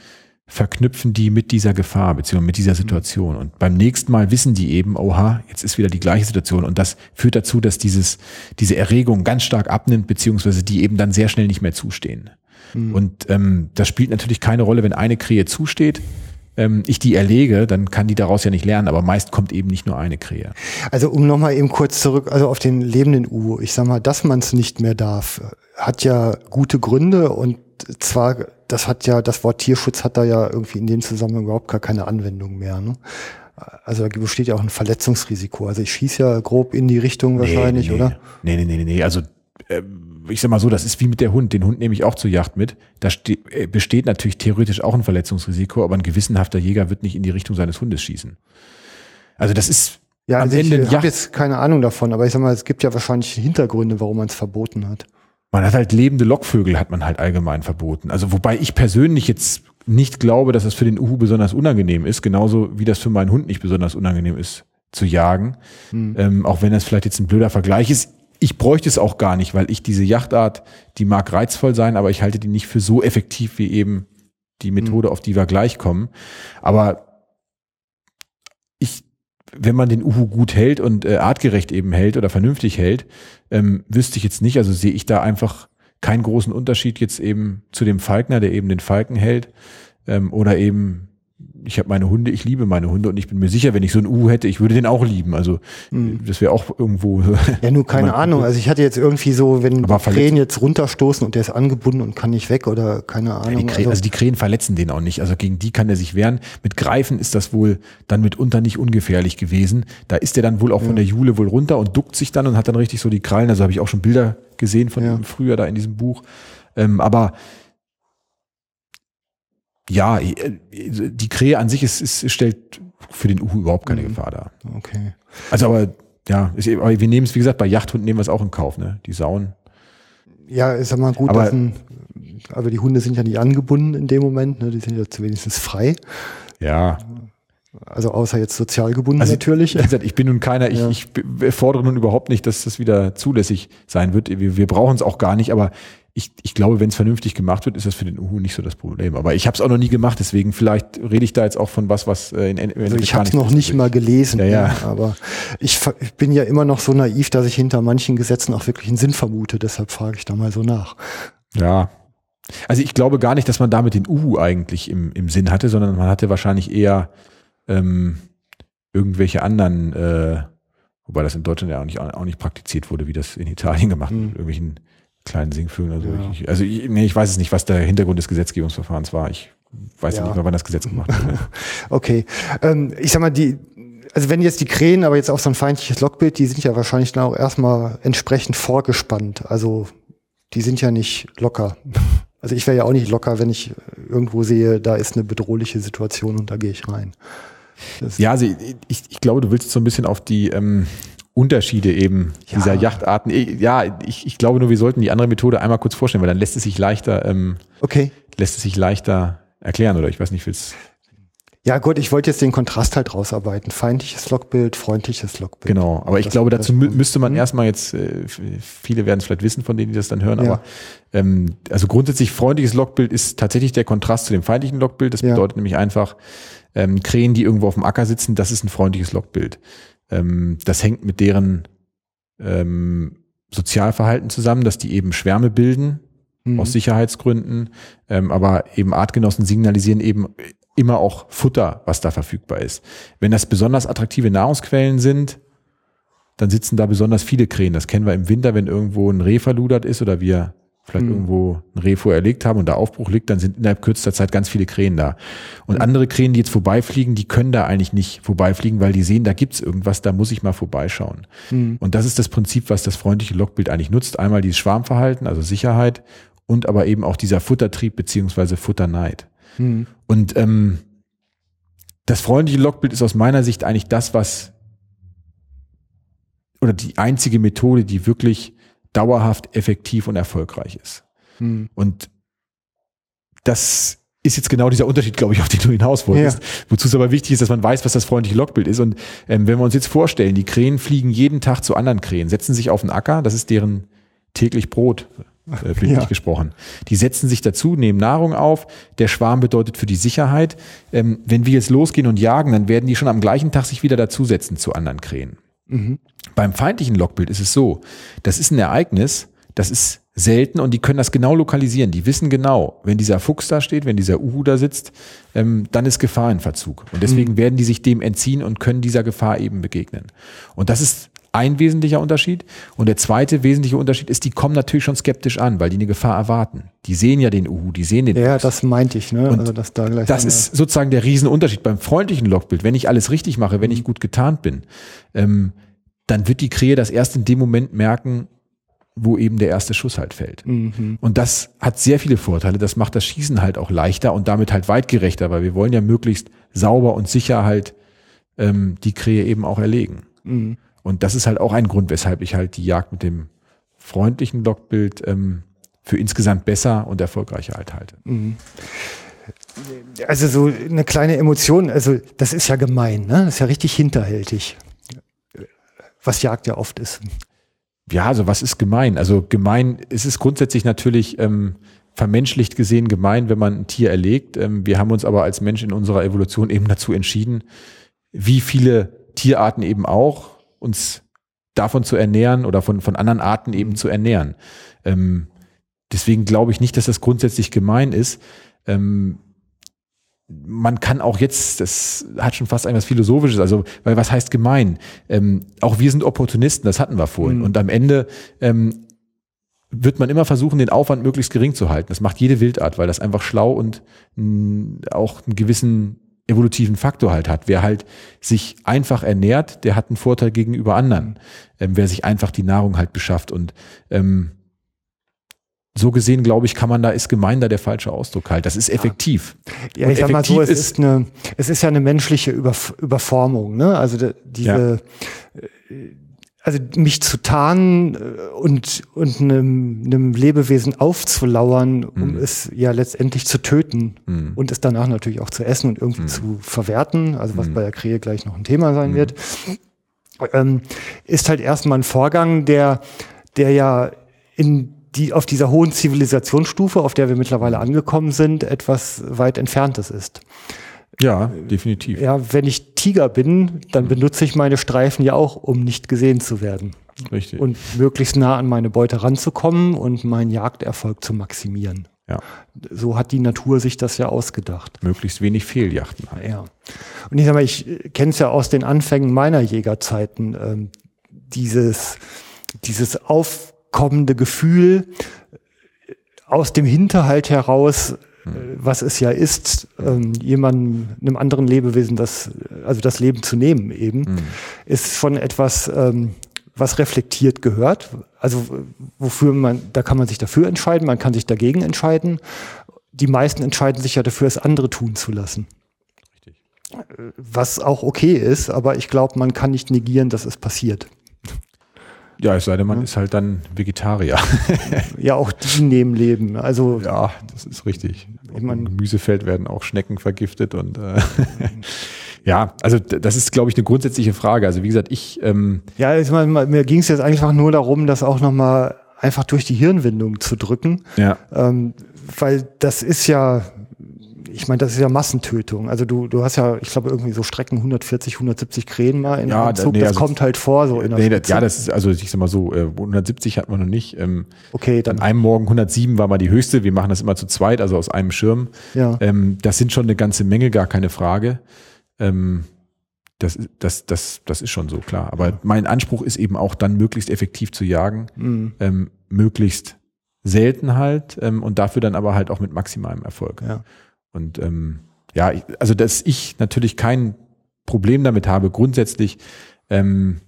verknüpfen die mit dieser Gefahr, beziehungsweise mit dieser Situation. Und beim nächsten Mal wissen die eben, oha, jetzt ist wieder die gleiche Situation. Und das führt dazu, dass dieses, diese Erregung ganz stark abnimmt, beziehungsweise die eben dann sehr schnell nicht mehr zustehen. Mhm. Und ähm, das spielt natürlich keine Rolle, wenn eine Krähe zusteht, ähm, ich die erlege, dann kann die daraus ja nicht lernen, aber meist kommt eben nicht nur eine Krähe. Also um nochmal eben kurz zurück, also auf den lebenden Uhu, ich sag mal, dass man es nicht mehr darf, hat ja gute Gründe und zwar, das hat ja, das Wort Tierschutz hat da ja irgendwie in dem Zusammenhang überhaupt gar keine Anwendung mehr. Ne? Also da besteht ja auch ein Verletzungsrisiko. Also ich schieße ja grob in die Richtung wahrscheinlich, nee, nee, oder? Nee, nee, nee, nee, nee. Also äh, ich sag mal so, das ist wie mit der Hund. Den Hund nehme ich auch zur Jagd mit. Da ste- äh, besteht natürlich theoretisch auch ein Verletzungsrisiko, aber ein gewissenhafter Jäger wird nicht in die Richtung seines Hundes schießen. Also das ist ja, am also Ende. Ich habe jetzt keine Ahnung davon, aber ich sag mal, es gibt ja wahrscheinlich Hintergründe, warum man es verboten hat. Man hat halt lebende Lockvögel, hat man halt allgemein verboten. Also wobei ich persönlich jetzt nicht glaube, dass das für den Uhu besonders unangenehm ist, genauso wie das für meinen Hund nicht besonders unangenehm ist, zu jagen. Hm. Ähm, auch wenn das vielleicht jetzt ein blöder Vergleich ist. Ich bräuchte es auch gar nicht, weil ich diese Jachtart, die mag reizvoll sein, aber ich halte die nicht für so effektiv wie eben die Methode, hm. auf die wir gleich kommen. Aber ich wenn man den Uhu gut hält und äh, artgerecht eben hält oder vernünftig hält, ähm, wüsste ich jetzt nicht, also sehe ich da einfach keinen großen Unterschied jetzt eben zu dem Falkner, der eben den Falken hält, ähm, oder eben, ich habe meine Hunde, ich liebe meine Hunde und ich bin mir sicher, wenn ich so einen Uhu hätte, ich würde den auch lieben, also mhm. das wäre auch irgendwo. Ja, nur keine Ahnung, also ich hatte jetzt irgendwie so, wenn die Krähen jetzt runterstoßen und der ist angebunden und kann nicht weg oder keine Ahnung. Ja, die Krähen, also, also die Krähen verletzen den auch nicht, also gegen die kann er sich wehren. Mit Greifen ist das wohl dann mitunter nicht ungefährlich gewesen. Da ist der dann wohl auch ja. von der Jule wohl runter und duckt sich dann und hat dann richtig so die Krallen, also habe ich auch schon Bilder gesehen von ja. ihm früher da in diesem Buch. Ähm, aber ja, die Krähe an sich ist, ist, stellt für den Uhu überhaupt keine mhm. Gefahr dar. Okay. Also aber, ja, ist, aber wir nehmen es, wie gesagt, bei Jachthunden nehmen wir es auch in Kauf, ne? Die sauen. Ja, ist ja mal gut, aber, dass ein, aber die Hunde sind ja nicht angebunden in dem Moment, ne? Die sind ja wenigstens frei. Ja. Also außer jetzt sozial gebunden also, natürlich. Wie gesagt, ich bin nun keiner, ja. ich, ich fordere nun überhaupt nicht, dass das wieder zulässig sein wird. Wir, wir brauchen es auch gar nicht, aber ich, ich glaube, wenn es vernünftig gemacht wird, ist das für den Uhu nicht so das Problem. Aber ich habe es auch noch nie gemacht, deswegen vielleicht rede ich da jetzt auch von was, was in, in also ich habe es noch nicht mal gelesen, ja, ja. Ja, aber ich, ich bin ja immer noch so naiv, dass ich hinter manchen Gesetzen auch wirklich einen Sinn vermute. Deshalb frage ich da mal so nach. Ja, also ich glaube gar nicht, dass man damit den Uhu eigentlich im, im Sinn hatte, sondern man hatte wahrscheinlich eher ähm, irgendwelche anderen, äh, wobei das in Deutschland ja auch nicht, auch nicht praktiziert wurde, wie das in Italien gemacht wird, mhm. mit irgendwelchen kleinen Singvögeln. Also, ja. ich, also ich, nee, ich weiß es nicht, was der Hintergrund des Gesetzgebungsverfahrens war. Ich weiß ja. nicht mal, wann das Gesetz gemacht wurde. Okay, ähm, ich sag mal, die, also wenn jetzt die Krähen, aber jetzt auch so ein feindliches Lockbild, die sind ja wahrscheinlich dann auch erstmal entsprechend vorgespannt. Also die sind ja nicht locker. Also ich wäre ja auch nicht locker, wenn ich irgendwo sehe, da ist eine bedrohliche Situation und da gehe ich rein. Das ja, also ich, ich glaube, du willst so ein bisschen auf die ähm, Unterschiede eben ja. dieser Jachtarten. Ja, ich, ich glaube nur, wir sollten die andere Methode einmal kurz vorstellen, weil dann lässt es sich leichter, ähm, okay. lässt es sich leichter erklären, oder ich weiß nicht, willst Ja gut, ich wollte jetzt den Kontrast halt rausarbeiten. Feindliches Lockbild, freundliches Lockbild. Genau, aber ich das, glaube, dazu mü- müsste man hm? erstmal jetzt, äh, viele werden es vielleicht wissen, von denen, die das dann hören, ja. aber ähm, also grundsätzlich freundliches Lockbild ist tatsächlich der Kontrast zu dem feindlichen Lockbild. Das ja. bedeutet nämlich einfach, ähm, Krähen, die irgendwo auf dem Acker sitzen, das ist ein freundliches Lockbild. Ähm, das hängt mit deren ähm, Sozialverhalten zusammen, dass die eben Schwärme bilden, mhm. aus Sicherheitsgründen, ähm, aber eben Artgenossen signalisieren eben immer auch Futter, was da verfügbar ist. Wenn das besonders attraktive Nahrungsquellen sind, dann sitzen da besonders viele Krähen. Das kennen wir im Winter, wenn irgendwo ein Reh verludert ist oder wir vielleicht mhm. irgendwo ein Reh vorher erlegt haben und da Aufbruch liegt, dann sind innerhalb kürzester Zeit ganz viele Krähen da. Und mhm. andere Krähen, die jetzt vorbeifliegen, die können da eigentlich nicht vorbeifliegen, weil die sehen, da gibt's irgendwas, da muss ich mal vorbeischauen. Mhm. Und das ist das Prinzip, was das freundliche Lockbild eigentlich nutzt. Einmal dieses Schwarmverhalten, also Sicherheit, und aber eben auch dieser Futtertrieb beziehungsweise Futterneid. Mhm. Und ähm, das freundliche Lockbild ist aus meiner Sicht eigentlich das, was oder die einzige Methode, die wirklich dauerhaft effektiv und erfolgreich ist. Mhm. Und das ist jetzt genau dieser Unterschied, glaube ich, auf den du hinaus wolltest. Ja. Wozu es aber wichtig ist, dass man weiß, was das freundliche Lockbild ist. Und ähm, wenn wir uns jetzt vorstellen, die Krähen fliegen jeden Tag zu anderen Krähen, setzen sich auf den Acker, das ist deren täglich Brot, äh, bildlich ja. gesprochen. Die setzen sich dazu, nehmen Nahrung auf. Der Schwarm bedeutet für die Sicherheit. Ähm, wenn wir jetzt losgehen und jagen, dann werden die schon am gleichen Tag sich wieder dazusetzen zu anderen Krähen. Mhm. Beim feindlichen Lockbild ist es so, das ist ein Ereignis, das ist selten und die können das genau lokalisieren. Die wissen genau, wenn dieser Fuchs da steht, wenn dieser Uhu da sitzt, ähm, dann ist Gefahr in Verzug. Und deswegen mhm. werden die sich dem entziehen und können dieser Gefahr eben begegnen. Und das ist ein wesentlicher Unterschied. Und der zweite wesentliche Unterschied ist, die kommen natürlich schon skeptisch an, weil die eine Gefahr erwarten. Die sehen ja den Uhu, die sehen den Ja, Fuchs. Das meinte ich. Ne? Und also, dass da gleich das ist sozusagen der Riesenunterschied. Beim freundlichen Lockbild, wenn ich alles richtig mache, wenn ich gut getarnt bin, ähm, dann wird die Krähe das erst in dem Moment merken, wo eben der erste Schuss halt fällt. Mhm. Und das hat sehr viele Vorteile. Das macht das Schießen halt auch leichter und damit halt weitgerechter, weil wir wollen ja möglichst sauber und sicher halt ähm, die Krähe eben auch erlegen. Mhm. Und das ist halt auch ein Grund, weshalb ich halt die Jagd mit dem freundlichen Lockbild ähm, für insgesamt besser und erfolgreicher halt halte. Mhm. Also so eine kleine Emotion, also das ist ja gemein, ne? Das ist ja richtig hinterhältig, was Jagd ja oft ist. Ja, also was ist gemein? Also gemein ist es grundsätzlich natürlich ähm, vermenschlicht gesehen gemein, wenn man ein Tier erlegt. Ähm, wir haben uns aber als Mensch in unserer Evolution eben dazu entschieden, wie viele Tierarten eben auch, uns davon zu ernähren oder von, von anderen Arten eben zu ernähren. Ähm, deswegen glaube ich nicht, dass das grundsätzlich gemein ist. Ähm, Man kann auch jetzt, das hat schon fast etwas Philosophisches, also, weil was heißt gemein? Ähm, auch wir sind Opportunisten, das hatten wir vorhin. Mhm. Und am Ende ähm, wird man immer versuchen, den Aufwand möglichst gering zu halten. Das macht jede Wildart, weil das einfach schlau und mh, auch einen gewissen evolutiven Faktor halt hat. Wer halt sich einfach ernährt, der hat einen Vorteil gegenüber anderen. Ähm, wer sich einfach die Nahrung halt beschafft und ähm, so gesehen, glaube ich, kann man da, ist gemein da der falsche Ausdruck halt. Das ist effektiv. Ja, ja ich sag mal so, es ist, ist eine, es ist ja eine menschliche Überf- Überformung, ne? Also de, diese, ja. also mich zu tarnen und, und einem, einem Lebewesen aufzulauern, um mhm. es ja letztendlich zu töten mhm. und es danach natürlich auch zu essen und irgendwie mhm. zu verwerten, also was mhm. bei der Krähe gleich noch ein Thema sein mhm. wird, ähm, ist halt erstmal ein Vorgang, der, der ja in die auf dieser hohen Zivilisationsstufe, auf der wir mittlerweile angekommen sind, etwas weit Entferntes ist. Ja, definitiv. Ja, wenn ich Tiger bin, dann benutze ich meine Streifen ja auch, um nicht gesehen zu werden. Richtig. Und möglichst nah an meine Beute ranzukommen und meinen Jagderfolg zu maximieren. Ja. So hat die Natur sich das ja ausgedacht. Möglichst wenig Fehljachten halt. Ja. Und ich sag mal, ich kenne es ja aus den Anfängen meiner Jägerzeiten, ähm, dieses, dieses Auf kommende Gefühl aus dem Hinterhalt heraus, hm. was es ja ist, ähm, jemandem, einem anderen Lebewesen das, also das Leben zu nehmen eben, hm. ist von etwas, ähm, was reflektiert gehört. Also wofür man, da kann man sich dafür entscheiden, man kann sich dagegen entscheiden. Die meisten entscheiden sich ja dafür, es andere tun zu lassen. Richtig. Was auch okay ist, aber ich glaube, man kann nicht negieren, dass es passiert. Ja, es sei denn, man ja. ist halt dann Vegetarier. Ja, auch die nehmen Leben. Also, ja, das ist richtig. Ich mein, Im Gemüsefeld werden auch Schnecken vergiftet und äh, ja, also das ist, glaube ich, eine grundsätzliche Frage. Also wie gesagt, ich ähm ja, ich mein, mir ging es jetzt einfach nur darum, das auch nochmal einfach durch die Hirnwindung zu drücken. Ja. Ähm, weil das ist ja, ich meine, das ist ja Massentötung. Also du, du hast ja, ich glaube, irgendwie so Strecken hundertvierzig, hundertsiebzig Krähen mal in ja, einem Zug. Nee, das also, kommt halt vor, so in der nee, das, Ja, das ist, also ich sag mal so, hundertsiebzig hatten wir noch nicht. Ähm, okay, dann. An einem Morgen hundertsieben war mal die höchste. Wir machen das immer zu zweit, also aus einem Schirm. Ja. Ähm, das sind schon eine ganze Menge, gar keine Frage. Ähm, das, das, das, das ist schon so, klar. Aber ja. mein Anspruch ist eben auch dann möglichst effektiv zu jagen, mhm. ähm, möglichst selten halt ähm, und dafür dann aber halt auch mit maximalem Erfolg. Ja. Und ähm, ja, also dass ich natürlich kein Problem damit habe, grundsätzlich, ähm,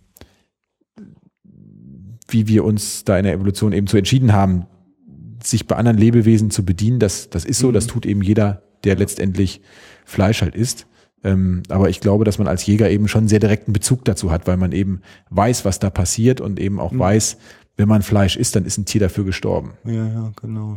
wie wir uns da in der Evolution eben so entschieden haben, sich bei anderen Lebewesen zu bedienen, das, das ist so, mhm. das tut eben jeder, der letztendlich Fleisch halt isst. Ähm, aber ich glaube, dass man als Jäger eben schon einen sehr direkten Bezug dazu hat, weil man eben weiß, was da passiert und eben auch mhm. weiß, wenn man Fleisch isst, dann ist ein Tier dafür gestorben. Ja, ja, genau.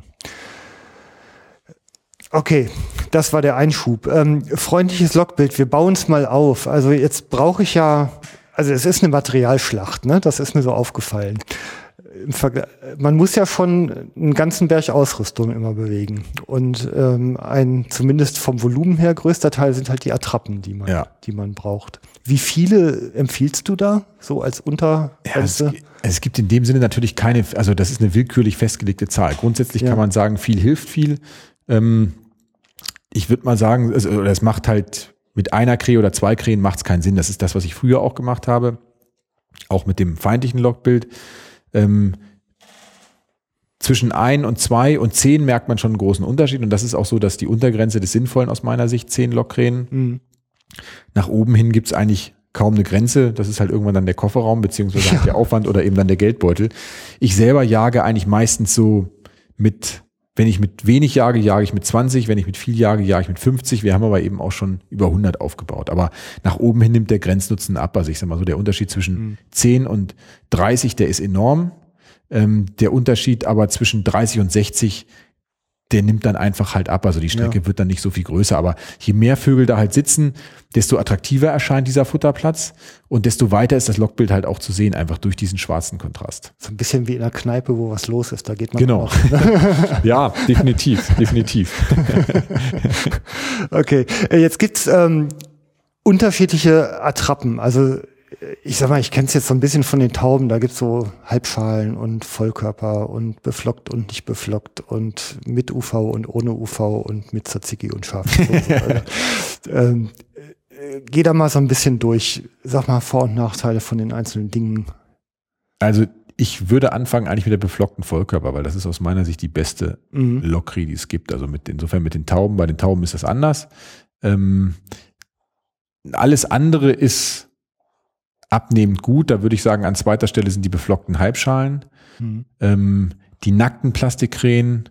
Okay, das war der Einschub. Ähm, freundliches Lockbild, wir bauen es mal auf. Also jetzt brauche ich ja, also es ist eine Materialschlacht, ne? Das ist mir so aufgefallen. im Vergleich, man muss ja schon einen ganzen Berg Ausrüstung immer bewegen. Und ähm, ein, zumindest vom Volumen her, größter Teil sind halt die Attrappen, die man, ja. die man braucht. Wie viele empfiehlst du da, so als Untergrenze? Ja, es, es gibt in dem Sinne natürlich keine, also das ist eine willkürlich festgelegte Zahl. Grundsätzlich ja. kann man sagen, viel hilft viel. Ähm, ich würde mal sagen, also, es macht halt mit einer Krähe oder zwei Krähen macht es keinen Sinn. Das ist das, was ich früher auch gemacht habe. Auch mit dem feindlichen Lockbild. Ähm, zwischen ein und zwei und zehn merkt man schon einen großen Unterschied. Und das ist auch so, dass die Untergrenze des Sinnvollen aus meiner Sicht zehn Lockkrähen. Mhm. Nach oben hin gibt es eigentlich kaum eine Grenze. Das ist halt irgendwann dann der Kofferraum, beziehungsweise ja. halt der Aufwand oder eben dann der Geldbeutel. Ich selber jage eigentlich meistens so mit, wenn ich mit wenig jage, jage ich mit zwanzig. Wenn ich mit viel jage, jage ich mit fünfzig. Wir haben aber eben auch schon über hundert aufgebaut. Aber nach oben hin nimmt der Grenznutzen ab. Also ich sag mal so, der Unterschied zwischen mhm. zehn und dreißig, der ist enorm. Ähm, der Unterschied aber zwischen dreißig und sechzig, der nimmt dann einfach halt ab. Also die Strecke ja. wird dann nicht so viel größer. Aber je mehr Vögel da halt sitzen, desto attraktiver erscheint dieser Futterplatz und desto weiter ist das Lockbild halt auch zu sehen, einfach durch diesen schwarzen Kontrast. So ein bisschen wie in einer Kneipe, wo was los ist. Da geht man genau. auch. Ja, definitiv, definitiv. Okay, jetzt gibt's ähm, unterschiedliche Attrappen. Also ich sag mal, ich kenne es jetzt so ein bisschen von den Tauben, da gibt's so Halbschalen und Vollkörper und beflockt und nicht beflockt und mit U V und ohne U V und mit Tzatziki und scharf. Also, ähm, geh da mal so ein bisschen durch. Sag mal Vor- und Nachteile von den einzelnen Dingen. Also ich würde anfangen eigentlich mit der beflockten Vollkörper, weil das ist aus meiner Sicht die beste mhm. Lockrie, die es gibt. Also mit insofern mit den Tauben. Bei den Tauben ist das anders. Ähm, alles andere ist abnehmend gut, da würde ich sagen, an zweiter Stelle sind die beflockten Halbschalen. Mhm. Ähm, die nackten Plastikkrähen,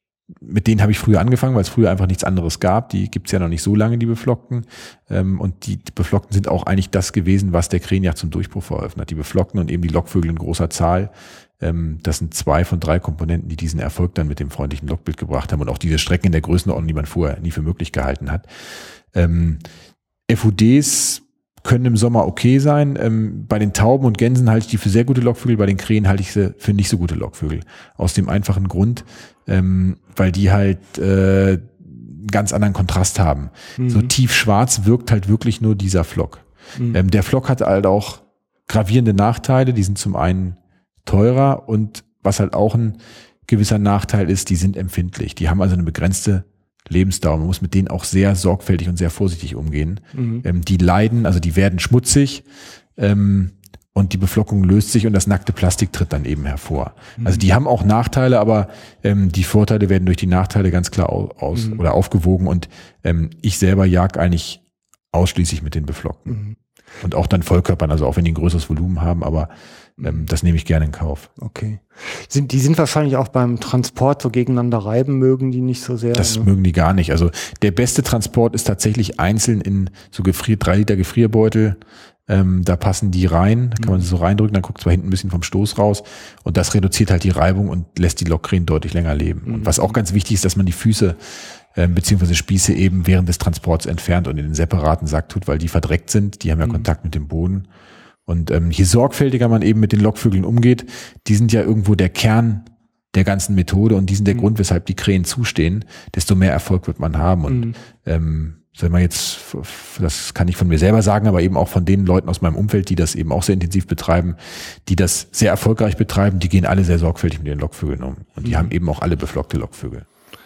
mit denen habe ich früher angefangen, weil es früher einfach nichts anderes gab. Die gibt es ja noch nicht so lange, die beflockten. Ähm, und die, die beflockten sind auch eigentlich das gewesen, was der Krähenjagd zum Durchbruch verholfen hat. Die beflockten und eben die Lockvögel in großer Zahl. Ähm, das sind zwei von drei Komponenten, die diesen Erfolg dann mit dem freundlichen Lockbild gebracht haben und auch diese Strecken in der Größenordnung, die man vorher nie für möglich gehalten hat. Ähm, F U Ds können im Sommer okay sein. Ähm, bei den Tauben und Gänsen halte ich die für sehr gute Lockvögel, bei den Krähen halte ich sie für nicht so gute Lockvögel. Aus dem einfachen Grund, ähm, weil die halt äh, einen ganz anderen Kontrast haben. Mhm. So tiefschwarz wirkt halt wirklich nur dieser Flock. Mhm. Ähm, der Flock hat halt auch gravierende Nachteile. Die sind zum einen teurer und was halt auch ein gewisser Nachteil ist, die sind empfindlich. Die haben also eine begrenzte Lebensdauer. Man muss mit denen auch sehr sorgfältig und sehr vorsichtig umgehen. Mhm. Ähm, die leiden, also die werden schmutzig ähm, und die Beflockung löst sich und das nackte Plastik tritt dann eben hervor. Mhm. Also die haben auch Nachteile, aber ähm, die Vorteile werden durch die Nachteile ganz klar aus mhm. oder aufgewogen und ähm, ich selber jag eigentlich ausschließlich mit den Beflockten. Mhm. Und auch dann Vollkörpern, also auch wenn die ein größeres Volumen haben, aber ähm, das nehme ich gerne in Kauf. Okay. Sind, die sind wahrscheinlich auch beim Transport so gegeneinander reiben, mögen die nicht so sehr? Das ne? mögen die gar nicht. Also der beste Transport ist tatsächlich einzeln in so Gefrier, drei Liter Gefrierbeutel. Ähm, da passen die rein, da kann man sie so reindrücken, dann guckt zwar hinten ein bisschen vom Stoß raus und das reduziert halt die Reibung und lässt die Lockkrähen deutlich länger leben. Mhm. Und was auch ganz wichtig ist, dass man die Füße ähm, beziehungsweise Spieße eben während des Transports entfernt und in den separaten Sack tut, weil die verdreckt sind, die haben ja mhm. Kontakt mit dem Boden. Und ähm, je sorgfältiger man eben mit den Lockvögeln umgeht, die sind ja irgendwo der Kern der ganzen Methode und die sind der mhm. Grund, weshalb die Krähen zustehen, desto mehr Erfolg wird man haben. Und mhm. ähm, wenn man jetzt, das kann ich von mir selber sagen, aber eben auch von den Leuten aus meinem Umfeld, die das eben auch sehr intensiv betreiben, die das sehr erfolgreich betreiben, die gehen alle sehr sorgfältig mit den Lockvögeln um. Und die mhm. haben eben auch alle beflockte Lockvögel.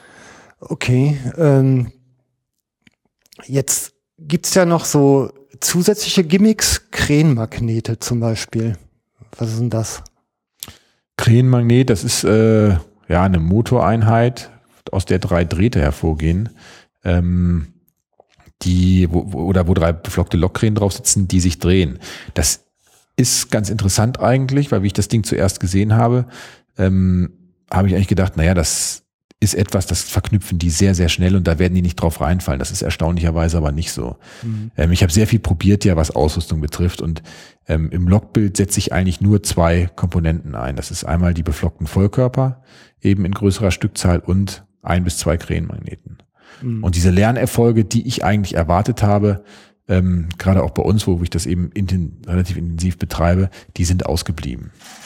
Okay, ähm, jetzt gibt's ja noch so zusätzliche Gimmicks, Krähenmagnete zum Beispiel. Was ist denn das? Krähenmagnet, das ist äh, ja eine Motoreinheit, aus der drei Drähte hervorgehen, ähm, die wo, wo, oder wo drei beflockte Lockkrähen drauf sitzen, die sich drehen. Das ist ganz interessant eigentlich, weil wie ich das Ding zuerst gesehen habe, ähm, habe ich eigentlich gedacht, naja, das ist etwas, das verknüpfen die sehr, sehr schnell und da werden die nicht drauf reinfallen. Das ist erstaunlicherweise aber nicht so. Mhm. Ähm, ich habe sehr viel probiert, ja, was Ausrüstung betrifft und ähm, im Lockbild setze ich eigentlich nur zwei Komponenten ein. Das ist einmal die beflockten Vollkörper, eben in größerer Stückzahl und ein bis zwei Krähenmagneten. Mhm. Und diese Lernerfolge, die ich eigentlich erwartet habe, ähm, gerade auch bei uns, wo ich das eben inten- relativ intensiv betreibe, die sind ausgeblieben.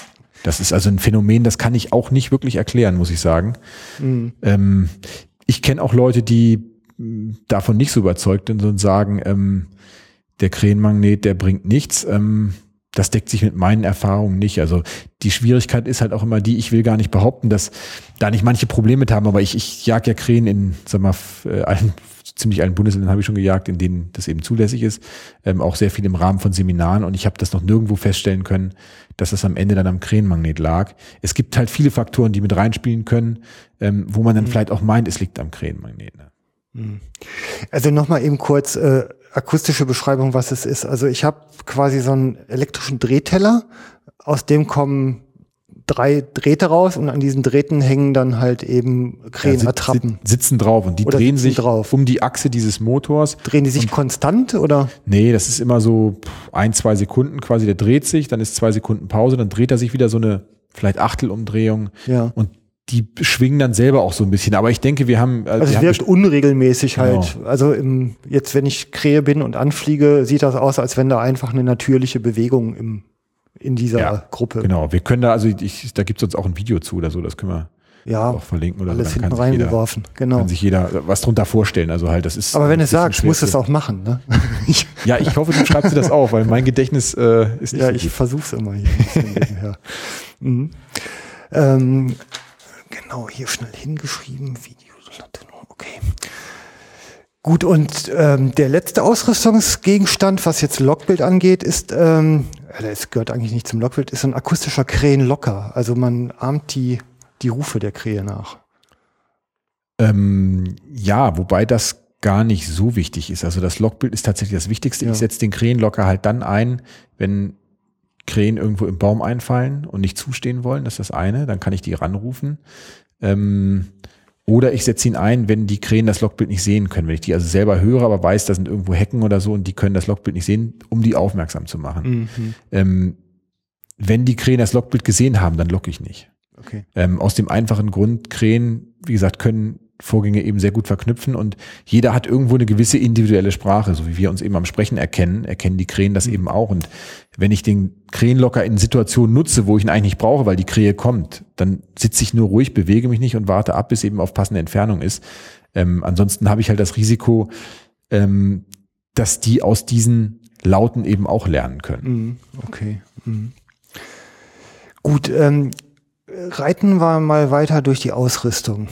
Das ist also ein Phänomen, das kann ich auch nicht wirklich erklären, muss ich sagen. Mhm. Ähm, ich kenne auch Leute, die davon nicht so überzeugt sind und sagen, ähm, der Krähenmagnet, der bringt nichts. Ähm, das deckt sich mit meinen Erfahrungen nicht. Also die Schwierigkeit ist halt auch immer die, ich will gar nicht behaupten, dass da nicht manche Probleme mit haben, aber ich, ich jag ja Krähen in, sag mal, allen, ziemlich allen Bundesländern habe ich schon gejagt, in denen das eben zulässig ist, ähm, auch sehr viel im Rahmen von Seminaren, und ich habe das noch nirgendwo feststellen können, dass das am Ende dann am Krähenmagnet lag. Es gibt halt viele Faktoren, die mit reinspielen können, ähm, wo man dann mhm. vielleicht auch meint, es liegt am Krähenmagnet. Ne? Also nochmal eben kurz äh, akustische Beschreibung, was es ist. Also ich habe quasi so einen elektrischen Drehteller, aus dem kommen drei Drähte raus und an diesen Drähten hängen dann halt eben Krähenattrappen. Ja, sitzen drauf und die oder drehen sich drauf. Um die Achse dieses Motors. Drehen die sich konstant oder? Nee, das ist immer so ein, zwei Sekunden quasi, der dreht sich, dann ist zwei Sekunden Pause, dann dreht er sich wieder so eine vielleicht Achtelumdrehung. Ja. Und die schwingen dann selber auch so ein bisschen. Aber ich denke, wir haben... Also wir es wirkt haben unregelmäßig genau. halt. Also im, jetzt, wenn ich Krähe bin und anfliege, sieht das aus, als wenn da einfach eine natürliche Bewegung im in dieser ja, Gruppe. Genau, wir können da, also ich, da gibt es uns auch ein Video zu oder so, das können wir ja, auch verlinken. Oder alles so. hinten reingeworfen, genau. Kann sich jeder was drunter vorstellen. Also halt, das ist. Aber wenn es sagt, muss es auch machen, ne? Ja, ich hoffe, du schreibst dir das auf, weil mein Gedächtnis äh, ist nicht ja, so ich versuch's immer hier ein bisschen nebenher. Mhm. Ähm, genau, hier schnell hingeschrieben, Video, okay. Gut, und ähm, der letzte Ausrüstungsgegenstand, was jetzt Logbild angeht, ist, ähm, das gehört eigentlich nicht zum Logbild, ist ein akustischer Krähenlocker. Also man ahmt die, die Rufe der Krähe nach. Ähm, ja, wobei das gar nicht so wichtig ist. Also das Logbild ist tatsächlich das Wichtigste. Ja. Ich setze den Krähenlocker halt dann ein, wenn Krähen irgendwo im Baum einfallen und nicht zustehen wollen. Das ist das eine. Dann kann ich die ranrufen. Ähm, Oder ich setze ihn ein, wenn die Krähen das Logbild nicht sehen können. Wenn ich die also selber höre, aber weiß, da sind irgendwo Hecken oder so und die können das Logbild nicht sehen, um die aufmerksam zu machen. Mhm. Ähm, wenn die Krähen das Logbild gesehen haben, dann locke ich nicht. Okay. Ähm, aus dem einfachen Grund, Krähen, wie gesagt, können Vorgänge eben sehr gut verknüpfen und jeder hat irgendwo eine gewisse individuelle Sprache, so wie wir uns eben am Sprechen erkennen, erkennen die Krähen das mhm. eben auch. Und wenn ich den Krähenlocker in Situationen nutze, wo ich ihn eigentlich nicht brauche, weil die Krähe kommt, dann sitze ich nur ruhig, bewege mich nicht und warte ab, bis eben auf passende Entfernung ist. Ähm, ansonsten habe ich halt das Risiko, ähm, dass die aus diesen Lauten eben auch lernen können. Mhm. Okay. Mhm. Gut, ähm, reiten wir mal weiter durch die Ausrüstung.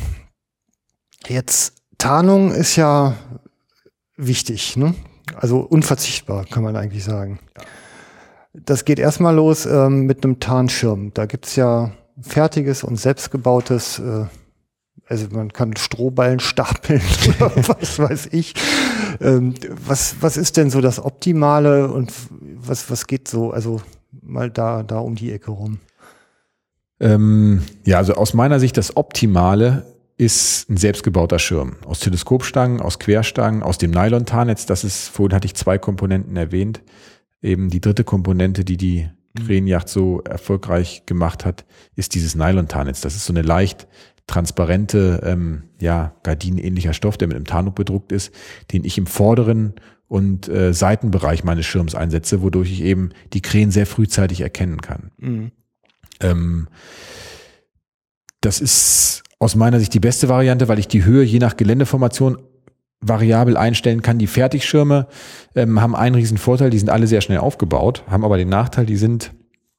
Jetzt, Tarnung ist ja wichtig, ne? Also unverzichtbar, kann man eigentlich sagen. Ja. Das geht erstmal los ähm, mit einem Tarnschirm. Da gibt's ja fertiges und selbstgebautes, äh, also man kann Strohballen stapeln oder was weiß ich. Ähm, was, was ist denn so das Optimale und was, was geht so, also mal da, da um die Ecke rum? Ähm, ja, also aus meiner Sicht das Optimale ist ein selbstgebauter Schirm. Aus Teleskopstangen, aus Querstangen, aus dem Nylon-Tarnnetz. Das ist, vorhin hatte ich zwei Komponenten erwähnt. Eben die dritte Komponente, die die Krähenjagd so erfolgreich gemacht hat, ist dieses Nylon-Tarnnetz. Das ist so eine leicht transparente, ähm, ja, gardinenähnlicher Stoff, der mit einem Tarnung bedruckt ist, den ich im vorderen und äh, Seitenbereich meines Schirms einsetze, wodurch ich eben die Krähen sehr frühzeitig erkennen kann. Mhm. Ähm, das ist aus meiner Sicht die beste Variante, weil ich die Höhe je nach Geländeformation variabel einstellen kann. Die Fertigschirme ähm, haben einen riesen Vorteil, die sind alle sehr schnell aufgebaut, haben aber den Nachteil, die sind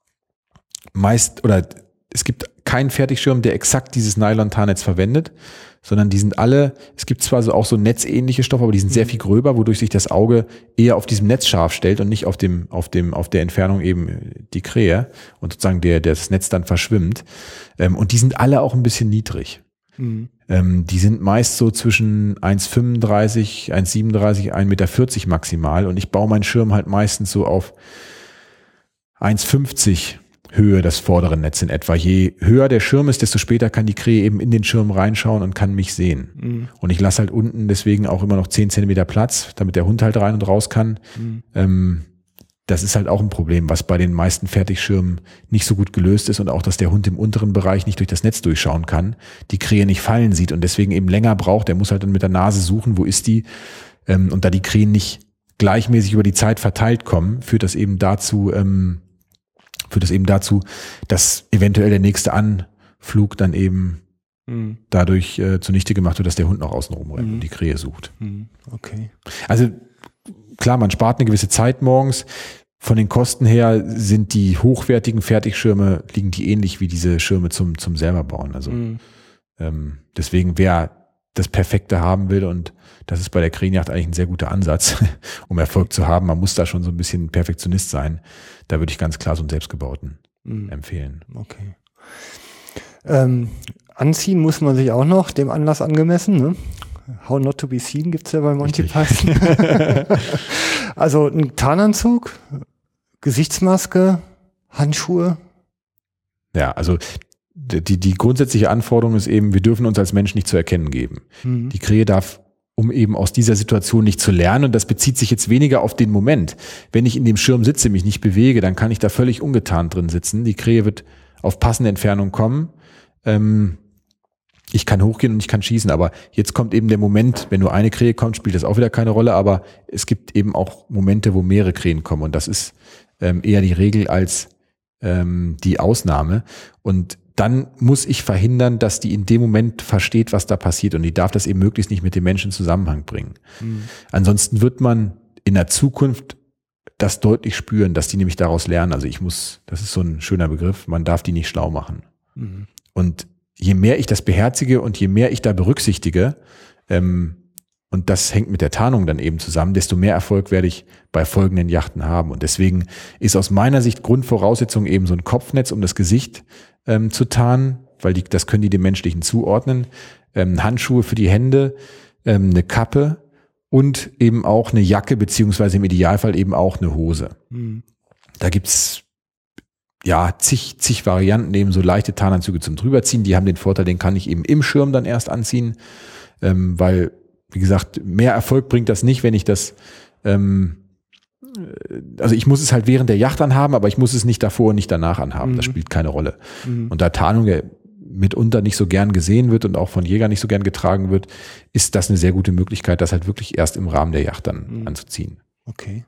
meist, oder es gibt keinen Fertigschirm, der exakt dieses Nylon-Tarnnetz verwendet, sondern die sind alle, es gibt zwar so auch so netzähnliche Stoffe, aber die sind sehr viel gröber, wodurch sich das Auge eher auf diesem Netz scharf stellt und nicht auf dem, auf dem, auf der Entfernung eben die Krähe und sozusagen der, der das Netz dann verschwimmt. Ähm, und die sind alle auch ein bisschen niedrig. Mhm. Ähm, die sind meist so zwischen eins Komma fünfunddreißig, eins Komma siebenunddreißig, ein Meter vierzig maximal und ich baue meinen Schirm halt meistens so auf eins Komma fünfzig Höhe das vordere Netz in etwa. Je höher der Schirm ist, desto später kann die Krähe eben in den Schirm reinschauen und kann mich sehen. Mhm. Und ich lasse halt unten deswegen auch immer noch zehn Zentimeter Platz, damit der Hund halt rein und raus kann. Mhm. Ähm, das ist halt auch ein Problem, was bei den meisten Fertigschirmen nicht so gut gelöst ist und auch, dass der Hund im unteren Bereich nicht durch das Netz durchschauen kann, die Krähe nicht fallen sieht und deswegen eben länger braucht. Der muss halt dann mit der Nase suchen, wo ist die? Ähm, und da die Krähen nicht gleichmäßig über die Zeit verteilt kommen, führt das eben dazu, ähm, führt es eben dazu, dass eventuell der nächste Anflug dann eben mhm. dadurch äh, zunichte gemacht wird, dass der Hund noch außen rumrennt mhm. und die Krähe sucht. Mhm. Okay. Also klar, man spart eine gewisse Zeit morgens. Von den Kosten her sind die hochwertigen Fertigschirme, liegen die ähnlich wie diese Schirme zum, zum selber bauen. Also mhm. ähm, deswegen, wer das Perfekte haben will, und das ist bei der Krähenjagd eigentlich ein sehr guter Ansatz, um Erfolg zu haben. Man muss da schon so ein bisschen Perfektionist sein. Da würde ich ganz klar so einen selbstgebauten mhm. empfehlen. Okay. Ähm, anziehen muss man sich auch noch, dem Anlass angemessen, ne? How not to be seen gibt's ja bei Monty Python. Also ein Tarnanzug, Gesichtsmaske, Handschuhe. Ja, also die, die grundsätzliche Anforderung ist eben, wir dürfen uns als Mensch nicht zu erkennen geben. Mhm. Die Krähe darf, um eben aus dieser Situation nicht zu lernen, und das bezieht sich jetzt weniger auf den Moment. Wenn ich in dem Schirm sitze, mich nicht bewege, dann kann ich da völlig ungetarnt drin sitzen. Die Krähe wird auf passende Entfernung kommen. Ähm, ich kann hochgehen und ich kann schießen, aber jetzt kommt eben der Moment, wenn nur eine Krähe kommt, spielt das auch wieder keine Rolle, aber es gibt eben auch Momente, wo mehrere Krähen kommen, und das ist ähm, eher die Regel als ähm, die Ausnahme. Und dann muss ich verhindern, dass die in dem Moment versteht, was da passiert, und die darf das eben möglichst nicht mit dem Menschen in Zusammenhang bringen. Mhm. Ansonsten wird man in der Zukunft das deutlich spüren, dass die nämlich daraus lernen. Also ich muss, das ist so ein schöner Begriff, man darf die nicht schlau machen. Mhm. Und je mehr ich das beherzige und je mehr ich da berücksichtige, ähm, und das hängt mit der Tarnung dann eben zusammen, desto mehr Erfolg werde ich bei folgenden Yachten haben. Und deswegen ist aus meiner Sicht Grundvoraussetzung eben so ein Kopfnetz, um das Gesicht ähm, zu tarnen, weil die, das können die dem Menschlichen zuordnen, ähm, Handschuhe für die Hände, ähm, eine Kappe und eben auch eine Jacke, beziehungsweise im Idealfall eben auch eine Hose. Mhm. Da gibt's ja zig, zig Varianten, eben so leichte Tarnanzüge zum Drüberziehen. Die haben den Vorteil, den kann ich eben im Schirm dann erst anziehen, ähm, weil, wie gesagt, mehr Erfolg bringt das nicht, wenn ich das, ähm, also ich muss es halt während der Jagd anhaben, aber ich muss es nicht davor und nicht danach anhaben. Mhm. Das spielt keine Rolle. Mhm. Und da Tarnung ja mitunter nicht so gern gesehen wird und auch von Jägern nicht so gern getragen wird, ist das eine sehr gute Möglichkeit, das halt wirklich erst im Rahmen der Jagd dann mhm. anzuziehen. Okay.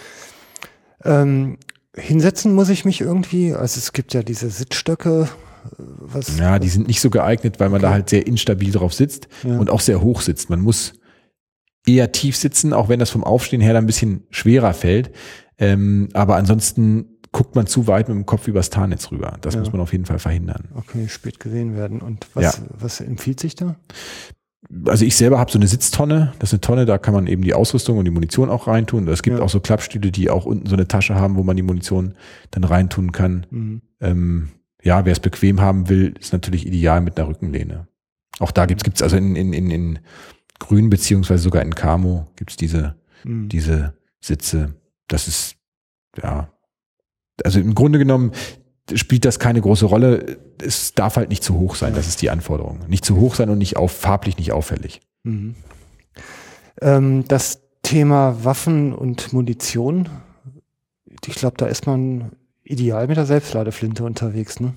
Ähm, hinsetzen muss ich mich irgendwie, also es gibt ja diese Sitzstöcke. Was, ja, die sind nicht so geeignet, weil man okay. da halt sehr instabil drauf sitzt ja. und auch sehr hoch sitzt. Man muss eher tief sitzen, auch wenn das vom Aufstehen her dann ein bisschen schwerer fällt. Ähm, aber ansonsten guckt man zu weit mit dem Kopf übers Tarnnetz rüber. Das ja. muss man auf jeden Fall verhindern. Okay, spät gesehen werden. Und was, ja. was empfiehlt sich da? Also ich selber habe so eine Sitztonne. Das ist eine Tonne, da kann man eben die Ausrüstung und die Munition auch reintun. Es gibt ja. auch so Klappstühle, die auch unten so eine Tasche haben, wo man die Munition dann reintun kann. Mhm. Ähm, ja, wer es bequem haben will, ist natürlich ideal mit einer Rückenlehne. Auch da gibt's gibt's also in, in, in, in Grün beziehungsweise sogar in Camo gibt's diese, mhm. diese Sitze. Das ist, ja, also im Grunde genommen spielt das keine große Rolle. Es darf halt nicht zu hoch sein, ja. das ist die Anforderung. Nicht zu hoch sein und nicht auf, farblich nicht auffällig. Mhm. Ähm, das Thema Waffen und Munition, ich glaube, da ist man ideal mit der Selbstladeflinte unterwegs, ne?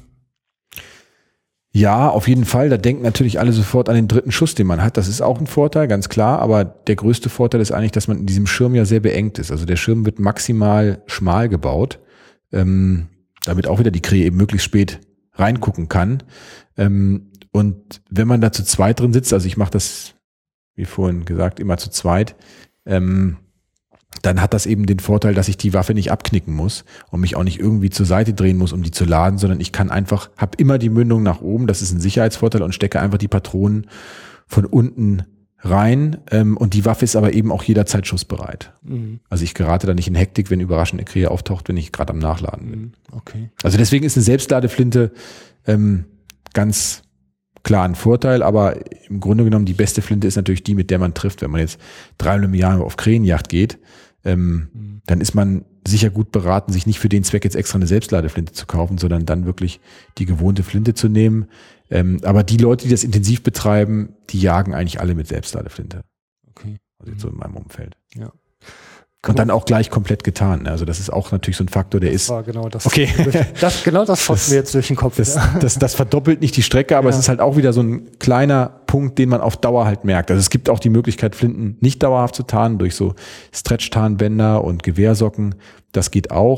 Ja, auf jeden Fall. Da denken natürlich alle sofort an den dritten Schuss, den man hat. Das ist auch ein Vorteil, ganz klar. Aber der größte Vorteil ist eigentlich, dass man in diesem Schirm ja sehr beengt ist. Also der Schirm wird maximal schmal gebaut, ähm, damit auch wieder die Krähe eben möglichst spät reingucken kann. Ähm, und wenn man da zu zweit drin sitzt, also ich mache das, wie vorhin gesagt, immer zu zweit, ähm, dann hat das eben den Vorteil, dass ich die Waffe nicht abknicken muss und mich auch nicht irgendwie zur Seite drehen muss, um die zu laden, sondern ich kann einfach, habe immer die Mündung nach oben, das ist ein Sicherheitsvorteil, und stecke einfach die Patronen von unten rein, ähm, und die Waffe ist aber eben auch jederzeit schussbereit. Mhm. Also ich gerate da nicht in Hektik, wenn überraschend eine Krähe auftaucht, wenn ich gerade am Nachladen bin. Okay. Also deswegen ist eine Selbstladeflinte ähm, ganz klar ein Vorteil, aber im Grunde genommen die beste Flinte ist natürlich die, mit der man trifft. Wenn man jetzt dreimal im Jahr auf Krähenjagd geht, ähm, mhm. dann ist man sicher gut beraten, sich nicht für den Zweck jetzt extra eine Selbstladeflinte zu kaufen, sondern dann wirklich die gewohnte Flinte zu nehmen. Ähm, aber die Leute, die das intensiv betreiben, die jagen eigentlich alle mit Selbstladeflinte. Okay. Also jetzt so in meinem Umfeld. Ja. Und dann auch gleich komplett getan. Also das ist auch natürlich so ein Faktor, der das ist. War genau das. Okay. Das, genau das schossen wir jetzt durch den Kopf. Das, das, das verdoppelt nicht die Strecke, aber ja. es ist halt auch wieder so ein kleiner Punkt, den man auf Dauer halt merkt. Also es gibt auch die Möglichkeit, Flinten nicht dauerhaft zu tarnen durch so Stretch-Tarnbänder und Gewehrsocken. Das geht auch.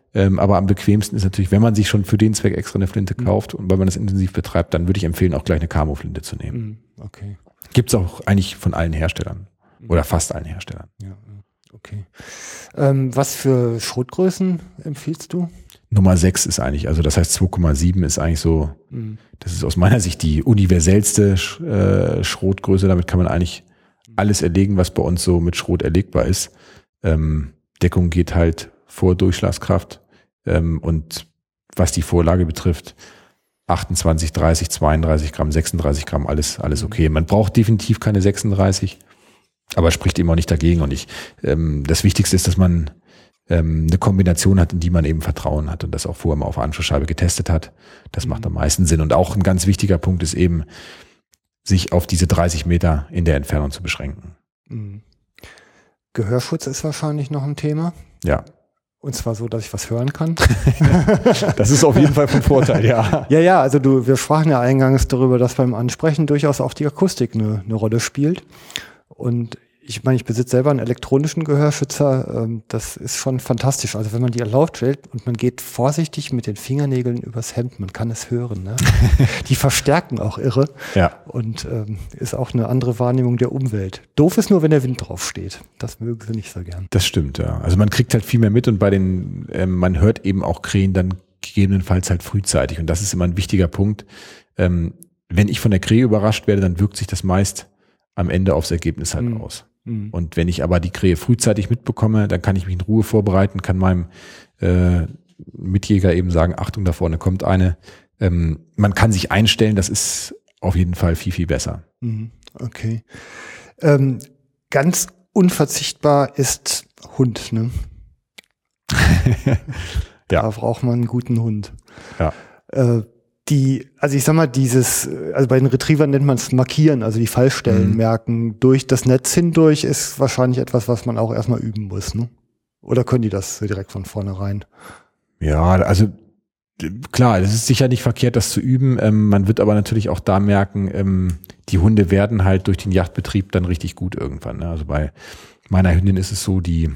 Ähm, aber am bequemsten ist natürlich, wenn man sich schon für den Zweck extra eine Flinte kauft und weil man das intensiv betreibt, dann würde ich empfehlen, auch gleich eine Camo-Flinte zu nehmen. Okay. Gibt es auch eigentlich von allen Herstellern oder fast allen Herstellern. Ja, okay. Ähm, was für Schrotgrößen empfiehlst du? Nummer sechs ist eigentlich, also das heißt zwei Komma sieben ist eigentlich so, mhm. das ist aus meiner Sicht die universellste Sch- äh, Schrotgröße. Damit kann man eigentlich alles erlegen, was bei uns so mit Schrot erlegbar ist. Ähm, Deckung geht halt vor Durchschlagskraft ähm, und was die Vorlage betrifft, achtundzwanzig, dreißig, zweiunddreißig Gramm, sechsunddreißig Gramm, alles, alles okay. Man braucht definitiv keine sechsunddreißig, aber spricht eben auch nicht dagegen. Und ich, ähm, das Wichtigste ist, dass man ähm, eine Kombination hat, in die man eben Vertrauen hat und das auch vorher mal auf der Anschlussscheibe getestet hat. Das macht am meisten Sinn. Und auch ein ganz wichtiger Punkt ist eben, sich auf diese dreißig Meter in der Entfernung zu beschränken. Mhm. Gehörschutz ist wahrscheinlich noch ein Thema. Ja. Und zwar so, dass ich was hören kann. Das ist auf jeden Fall von Vorteil, ja. Ja, ja, also du, wir sprachen ja eingangs darüber, dass beim Ansprechen durchaus auch die Akustik eine, eine Rolle spielt. Und ich meine, ich besitze selber einen elektronischen Gehörschützer. Ähm, das ist schon fantastisch. Also wenn man die laut stellt und man geht vorsichtig mit den Fingernägeln übers Hemd, man kann es hören. Ne? Die verstärken auch irre. Ja. Und ähm, ist auch eine andere Wahrnehmung der Umwelt. Doof ist nur, wenn der Wind drauf steht. Das mögen sie nicht so gern. Das stimmt, ja. Also man kriegt halt viel mehr mit und bei den, ähm, man hört eben auch Krähen dann gegebenenfalls halt frühzeitig. Und das ist immer ein wichtiger Punkt. Ähm, wenn ich von der Krähe überrascht werde, dann wirkt sich das meist am Ende aufs Ergebnis halt mhm. aus. Und wenn ich aber die Krähe frühzeitig mitbekomme, dann kann ich mich in Ruhe vorbereiten, kann meinem äh, Mitjäger eben sagen, Achtung, da vorne kommt eine. Ähm, man kann sich einstellen, das ist auf jeden Fall viel, viel besser. Okay. Ähm, ganz unverzichtbar ist Hund, ne? Ja. Da braucht man einen guten Hund. Ja. Äh, Die, also ich sag mal, dieses, also bei den Retrievern nennt man es Markieren, also die Fallstellen mhm. merken durch das Netz hindurch ist wahrscheinlich etwas, was man auch erstmal üben muss, ne? Oder können die das direkt von vornherein? Ja, also klar, es ist sicher nicht verkehrt, das zu üben. Ähm, man wird aber natürlich auch da merken, ähm, die Hunde werden halt durch den Jagdbetrieb dann richtig gut irgendwann. Ne? Also bei meiner Hündin ist es so, die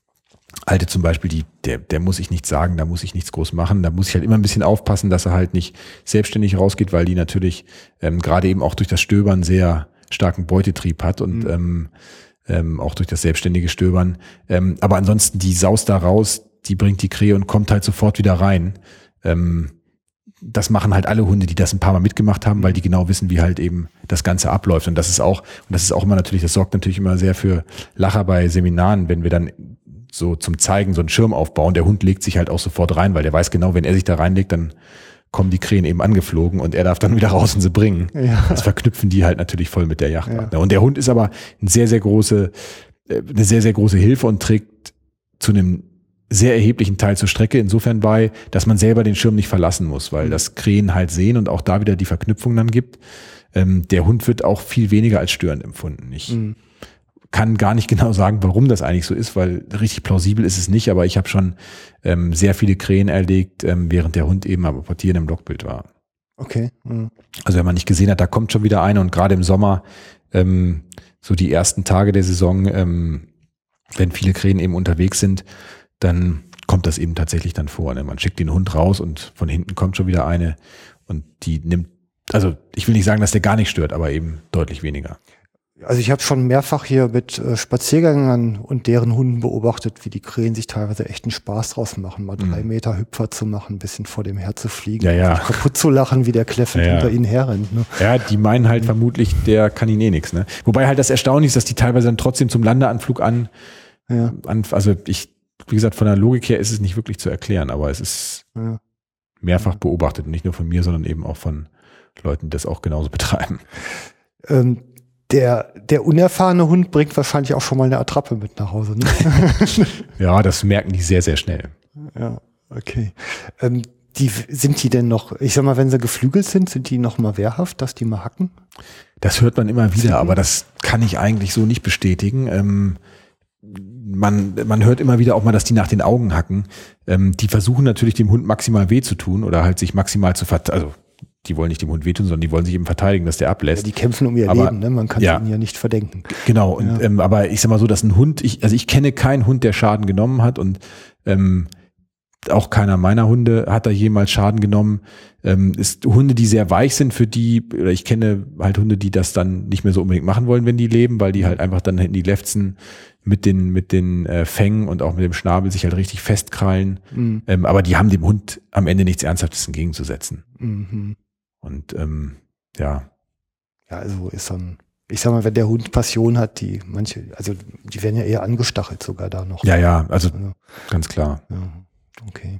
Alte zum Beispiel, die, der, der muss ich nichts sagen, da muss ich nichts groß machen. Da muss ich halt immer ein bisschen aufpassen, dass er halt nicht selbstständig rausgeht, weil die natürlich ähm, gerade eben auch durch das Stöbern sehr starken Beutetrieb hat und mhm. ähm, ähm, auch durch das selbstständige Stöbern. Ähm, aber ansonsten, die saust da raus, die bringt die Krähe und kommt halt sofort wieder rein. Ähm, das machen halt alle Hunde, die das ein paar Mal mitgemacht haben, weil die genau wissen, wie halt eben das Ganze abläuft. Und das ist auch, und das ist auch immer natürlich, das sorgt natürlich immer sehr für Lacher bei Seminaren, wenn wir dann so zum Zeigen so einen Schirm aufbauen. Der Hund legt sich halt auch sofort rein, weil der weiß genau, wenn er sich da reinlegt, dann kommen die Krähen eben angeflogen und er darf dann wieder raus und sie bringen. Ja. Das verknüpfen die halt natürlich voll mit der Yacht. Ja. Und der Hund ist aber eine sehr, sehr große, eine sehr, sehr große Hilfe und trägt zu einem sehr erheblichen Teil zur Strecke insofern bei, dass man selber den Schirm nicht verlassen muss, weil das Krähen halt sehen und auch da wieder die Verknüpfung dann gibt. Ähm, der Hund wird auch viel weniger als störend empfunden. Ich mhm. kann gar nicht genau sagen, warum das eigentlich so ist, weil richtig plausibel ist es nicht, aber ich habe schon ähm, sehr viele Krähen erlegt, ähm, während der Hund eben am Apportieren im Blockbild war. Okay. Mhm. Also wenn man nicht gesehen hat, da kommt schon wieder eine und gerade im Sommer, ähm, so die ersten Tage der Saison, ähm, wenn viele Krähen eben unterwegs sind, dann kommt das eben tatsächlich dann vor. Ne? Man schickt den Hund raus und von hinten kommt schon wieder eine und die nimmt, also ich will nicht sagen, dass der gar nicht stört, aber eben deutlich weniger. Also ich habe schon mehrfach hier mit äh, Spaziergängern und deren Hunden beobachtet, wie die Krähen sich teilweise echt einen Spaß draus machen, mal drei mhm. Meter Hüpfer zu machen, ein bisschen vor dem her zu fliegen, ja, ja. kaputt zu lachen, wie der kläffend ja, ja. hinter ihnen herrennt. Ne? Ja, die meinen halt mhm. vermutlich, der kann ihnen eh nichts. Ne? Wobei halt das Erstaunliche ist, dass die teilweise dann trotzdem zum Landeanflug an, ja. an also ich, wie gesagt, von der Logik her ist es nicht wirklich zu erklären, aber es ist ja. mehrfach beobachtet, nicht nur von mir, sondern eben auch von Leuten, die das auch genauso betreiben. Ähm, Der, der unerfahrene Hund bringt wahrscheinlich auch schon mal eine Attrappe mit nach Hause. Ne? Ja, das merken die sehr, sehr schnell. Ja, okay. Ähm, die, sind die denn noch, ich sag mal, wenn sie geflügelt sind, sind die noch mal wehrhaft, dass die mal hacken? Das hört man immer wieder, aber das kann ich eigentlich so nicht bestätigen. Ähm, man, man hört immer wieder auch mal, dass die nach den Augen hacken. Ähm, die versuchen natürlich dem Hund maximal weh zu tun oder halt sich maximal zu vert, also die wollen nicht dem Hund wehtun, sondern die wollen sich eben verteidigen, dass der ablässt. Ja, die kämpfen um ihr aber, Leben, ne? Man kann ja, ihnen ja nicht verdenken. Genau, und, ja. ähm, aber ich sag mal so, dass ein Hund, ich, also ich kenne keinen Hund, der Schaden genommen hat und ähm, auch keiner meiner Hunde hat da jemals Schaden genommen. Ähm, ist Hunde, die sehr weich sind, für die, oder ich kenne halt Hunde, die das dann nicht mehr so unbedingt machen wollen, wenn die leben, weil die halt einfach dann hinten die Lefzen mit den mit den äh, Fängen und auch mit dem Schnabel sich halt richtig festkrallen. Mhm. Ähm, aber die haben dem Hund am Ende nichts Ernsthaftes entgegenzusetzen. Mhm. Und ähm, ja. Ja, also ist dann, ich sag mal, wenn der Hund Passion hat, die manche, also die werden ja eher angestachelt sogar da noch. Ja, ja, also, also ganz klar. Ja, okay.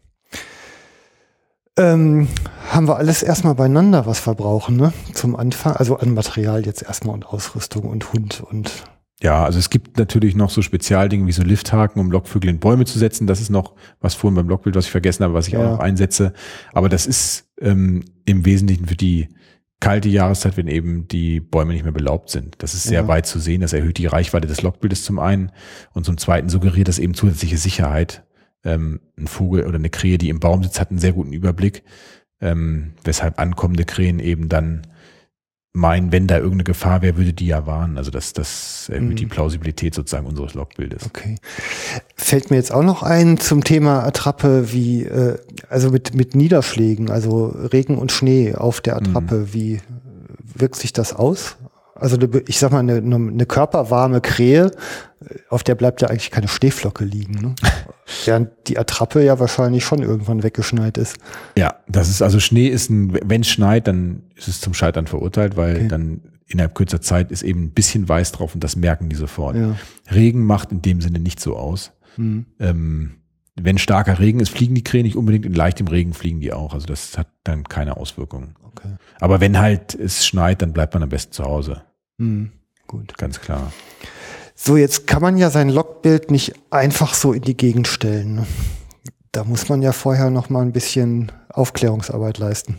Ähm, haben wir alles erstmal beieinander, was wir brauchen, ne? Zum Anfang, also an Material jetzt erstmal und Ausrüstung und Hund und. Ja, also es gibt natürlich noch so Spezialdinge wie so Lifthaken, um Lockvögel in Bäume zu setzen. Das ist noch was vorhin beim Lockbild, was ich vergessen habe, was ich ja. auch noch einsetze. Aber das ist ähm, im Wesentlichen für die kalte Jahreszeit, wenn eben die Bäume nicht mehr belaubt sind. Das ist sehr ja. weit zu sehen. Das erhöht die Reichweite des Lockbildes zum einen und zum zweiten suggeriert das eben zusätzliche Sicherheit. Ähm, ein Vogel oder eine Krähe, die im Baum sitzt, hat einen sehr guten Überblick, ähm, weshalb ankommende Krähen eben dann meinen, wenn da irgendeine Gefahr wäre, würde die ja warnen. Also das, das erhöht mhm. die Plausibilität sozusagen unseres Lockbildes. Okay. Fällt mir jetzt auch noch ein zum Thema Attrappe, wie äh, also mit mit Niederschlägen, also Regen und Schnee auf der Attrappe, mhm. wie wirkt sich das aus? Also ich sag mal, eine, eine körperwarme Krähe, auf der bleibt ja eigentlich keine Schneeflocke liegen, ne? Während die Attrappe ja wahrscheinlich schon irgendwann weggeschneit ist. Ja, das ist also Schnee ist ein, wenn es schneit, dann ist es zum Scheitern verurteilt, weil okay. dann innerhalb kürzer Zeit ist eben ein bisschen weiß drauf und das merken die sofort. Ja. Regen macht in dem Sinne nicht so aus. Mhm. Ähm, wenn starker Regen ist, fliegen die Krähen nicht unbedingt, in leichtem Regen fliegen die auch. Also das hat dann keine Auswirkungen. Okay. Aber wenn halt es schneit, dann bleibt man am besten zu Hause. Mhm. Gut. Ganz klar. So, jetzt kann man ja sein Lockbild nicht einfach so in die Gegend stellen, ne? Da muss man ja vorher noch mal ein bisschen Aufklärungsarbeit leisten.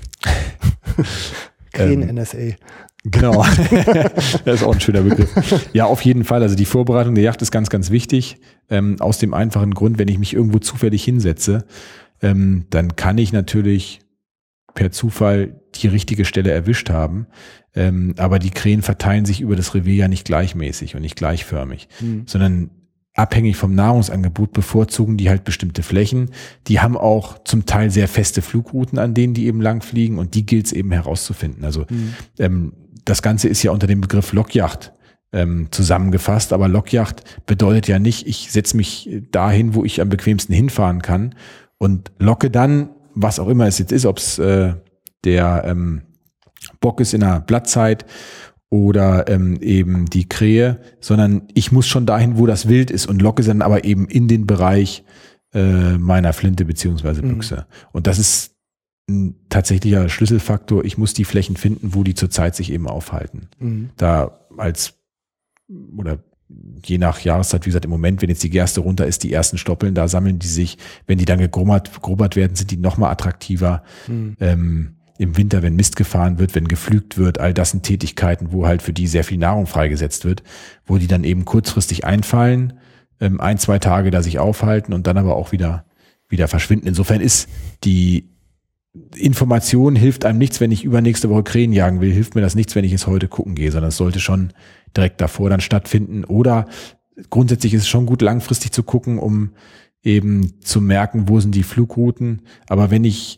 Krähen-N S A. Ähm, genau. Das ist auch ein schöner Begriff. Ja, auf jeden Fall. Also die Vorbereitung der Jagd ist ganz, ganz wichtig. Ähm, aus dem einfachen Grund, wenn ich mich irgendwo zufällig hinsetze, ähm, dann kann ich natürlich per Zufall die richtige Stelle erwischt haben. Ähm, aber die Krähen verteilen sich über das Revier ja nicht gleichmäßig und nicht gleichförmig, mhm. sondern abhängig vom Nahrungsangebot bevorzugen die halt bestimmte Flächen. Die haben auch zum Teil sehr feste Flugrouten, an denen die eben lang fliegen und die gilt es eben herauszufinden. Also mhm. ähm, das Ganze ist ja unter dem Begriff Lockjagd ähm, zusammengefasst, aber Lockjagd bedeutet ja nicht, ich setze mich dahin, wo ich am bequemsten hinfahren kann und locke dann, was auch immer es jetzt ist, ob es äh, der ähm, Bock ist in der Blattzeit oder ähm, eben die Krähe, sondern ich muss schon dahin, wo das Wild ist und locke dann aber eben in den Bereich äh, meiner Flinte beziehungsweise Büchse. Mhm. Und das ist ein tatsächlicher Schlüsselfaktor. Ich muss die Flächen finden, wo die zurzeit sich eben aufhalten. Mhm. Da als oder je nach Jahreszeit, wie gesagt, im Moment, wenn jetzt die Gerste runter ist, die ersten Stoppeln, da sammeln die sich, wenn die dann gegrubbert, gegrubbert werden, sind die nochmal attraktiver. Mhm. Ähm, Im Winter, wenn Mist gefahren wird, wenn gepflügt wird, all das sind Tätigkeiten, wo halt für die sehr viel Nahrung freigesetzt wird, wo die dann eben kurzfristig einfallen, ähm, ein, zwei Tage da sich aufhalten und dann aber auch wieder, wieder verschwinden. Insofern ist die Information hilft einem nichts, wenn ich übernächste Woche Krähen jagen will, hilft mir das nichts, wenn ich es heute gucken gehe, sondern es sollte schon direkt davor dann stattfinden. Oder grundsätzlich ist es schon gut, langfristig zu gucken, um eben zu merken, wo sind die Flugrouten. Aber wenn ich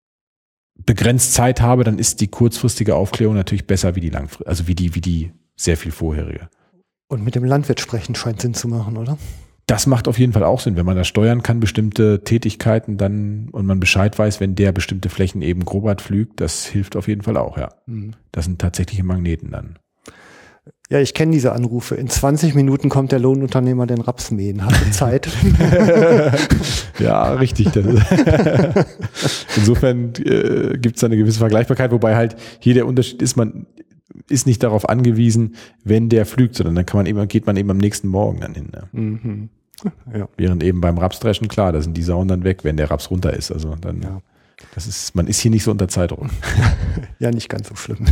begrenzt Zeit habe, dann ist die kurzfristige Aufklärung natürlich besser wie die langfristige, also wie die, wie die sehr viel vorherige. Und mit dem Landwirt sprechen scheint Sinn zu machen, oder? Das macht auf jeden Fall auch Sinn, wenn man das steuern kann, bestimmte Tätigkeiten dann und man Bescheid weiß, wenn der bestimmte Flächen eben grobert pflügt, das hilft auf jeden Fall auch, ja. Mhm. Das sind tatsächliche Magneten dann. Ja, ich kenne diese Anrufe. In zwanzig Minuten kommt der Lohnunternehmer den Raps mähen. Hat er Zeit? Ja, richtig. Das Insofern äh, gibt es da eine gewisse Vergleichbarkeit, wobei halt hier der Unterschied ist, man ist nicht darauf angewiesen, wenn der pflügt, sondern dann kann man eben, geht man eben am nächsten Morgen dann hin. Ne? Mhm. Ja. Während eben beim Rapsdreschen, klar, da sind die Sauen dann weg, wenn der Raps runter ist. Also dann, ja. das ist, man ist hier nicht so unter Zeitdruck. Ja, nicht ganz so schlimm.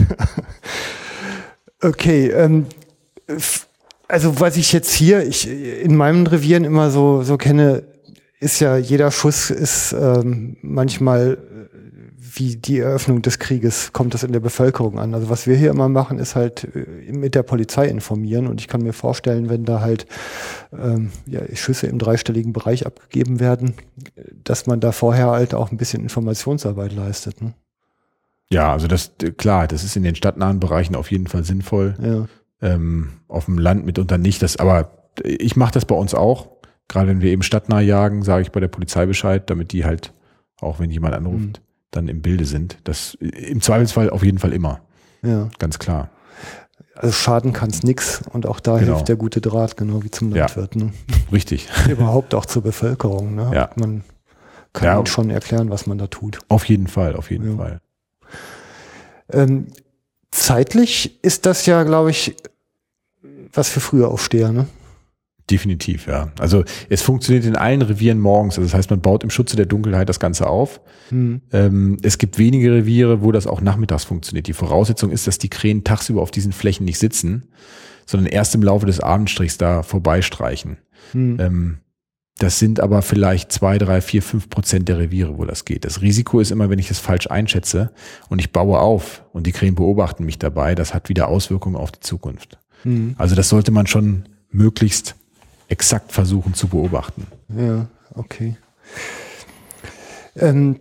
Okay, ähm, also was ich jetzt hier ich in meinen Revieren immer so so kenne, ist ja jeder Schuss ist ähm, manchmal wie die Eröffnung des Krieges, kommt das in der Bevölkerung an? Also was wir hier immer machen, ist halt mit der Polizei informieren und ich kann mir vorstellen, wenn da halt ähm, ja, Schüsse im dreistelligen Bereich abgegeben werden, dass man da vorher halt auch ein bisschen Informationsarbeit leistet. Ne? Ja, also das, klar, das ist in den stadtnahen Bereichen auf jeden Fall sinnvoll. Ja. Ähm, auf dem Land mitunter nicht, das, aber ich mache das bei uns auch. Gerade wenn wir eben stadtnah jagen, sage ich bei der Polizei Bescheid, damit die halt, auch wenn jemand anruft, mhm. dann im Bilde sind. Das im Zweifelsfall auf jeden Fall immer. Ja. Ganz klar. Also schaden kann es nix und auch da genau. hilft der gute Draht, genau wie zum Landwirt. Ja. Ne? Richtig. Überhaupt auch zur Bevölkerung. Ne? Ja. Man kann ja. ihnen schon erklären, was man da tut. Auf jeden Fall, auf jeden ja. Fall. Ähm, zeitlich ist das ja, glaube ich, was für frühe Aufsteher, ne? Definitiv, ja. Also es funktioniert in allen Revieren morgens. Also das heißt, man baut im Schutze der Dunkelheit das Ganze auf. Hm. Ähm, es gibt wenige Reviere, wo das auch nachmittags funktioniert. Die Voraussetzung ist, dass die Krähen tagsüber auf diesen Flächen nicht sitzen, sondern erst im Laufe des Abendstrichs da vorbeistreichen. Hm. Ähm, das sind aber vielleicht zwei, drei, vier, fünf Prozent der Reviere, wo das geht. Das Risiko ist immer, wenn ich das falsch einschätze und ich baue auf und die Krähen beobachten mich dabei, das hat wieder Auswirkungen auf die Zukunft. Hm. Also das sollte man schon möglichst exakt versuchen zu beobachten. Ja, okay. Ähm,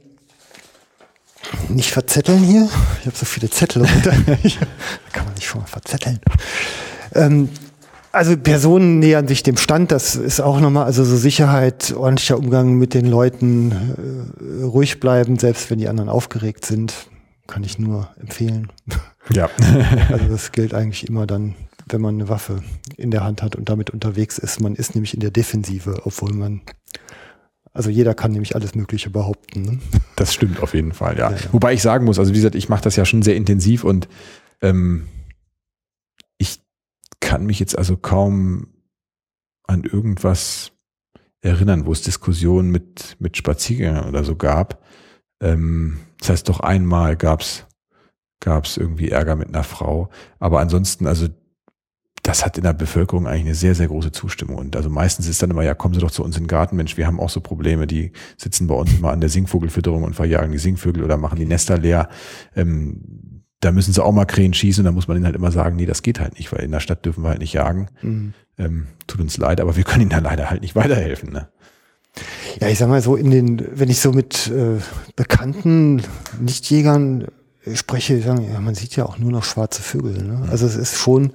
nicht verzetteln hier. Ich habe so viele Zettel runter. Kann man nicht schon mal verzetteln. Ähm, also Personen nähern sich dem Stand. Das ist auch nochmal, also so Sicherheit, ordentlicher Umgang mit den Leuten, äh, ruhig bleiben, selbst wenn die anderen aufgeregt sind, kann ich nur empfehlen. Ja. Also das gilt eigentlich immer dann, wenn man eine Waffe in der Hand hat und damit unterwegs ist. Man ist nämlich in der Defensive, obwohl man, also jeder kann nämlich alles Mögliche behaupten. Ne? Das stimmt auf jeden Fall, ja. ja, ja. Wobei ich sagen muss, also wie gesagt, ich mache das ja schon sehr intensiv und ähm, ich kann mich jetzt also kaum an irgendwas erinnern, wo es Diskussionen mit, mit Spaziergängern oder so gab. Ähm, das heißt, doch einmal gab's gab's irgendwie Ärger mit einer Frau. Aber ansonsten, also das hat in der Bevölkerung eigentlich eine sehr, sehr große Zustimmung. Und also meistens ist dann immer, ja, kommen Sie doch zu uns in den Garten, Mensch, wir haben auch so Probleme, die sitzen bei uns immer an der Singvogelfütterung und verjagen die Singvögel oder machen die Nester leer. Ähm, da müssen sie auch mal Krähen schießen und da muss man ihnen halt immer sagen, nee, das geht halt nicht, weil in der Stadt dürfen wir halt nicht jagen. Mhm. Ähm, tut uns leid, aber wir können ihnen da leider halt nicht weiterhelfen. Ne? Ja, ich sag mal so, in den, wenn ich so mit äh, bekannten Nichtjägern spreche, sagen, ja, man sieht ja auch nur noch schwarze Vögel. Ne? Also es ist schon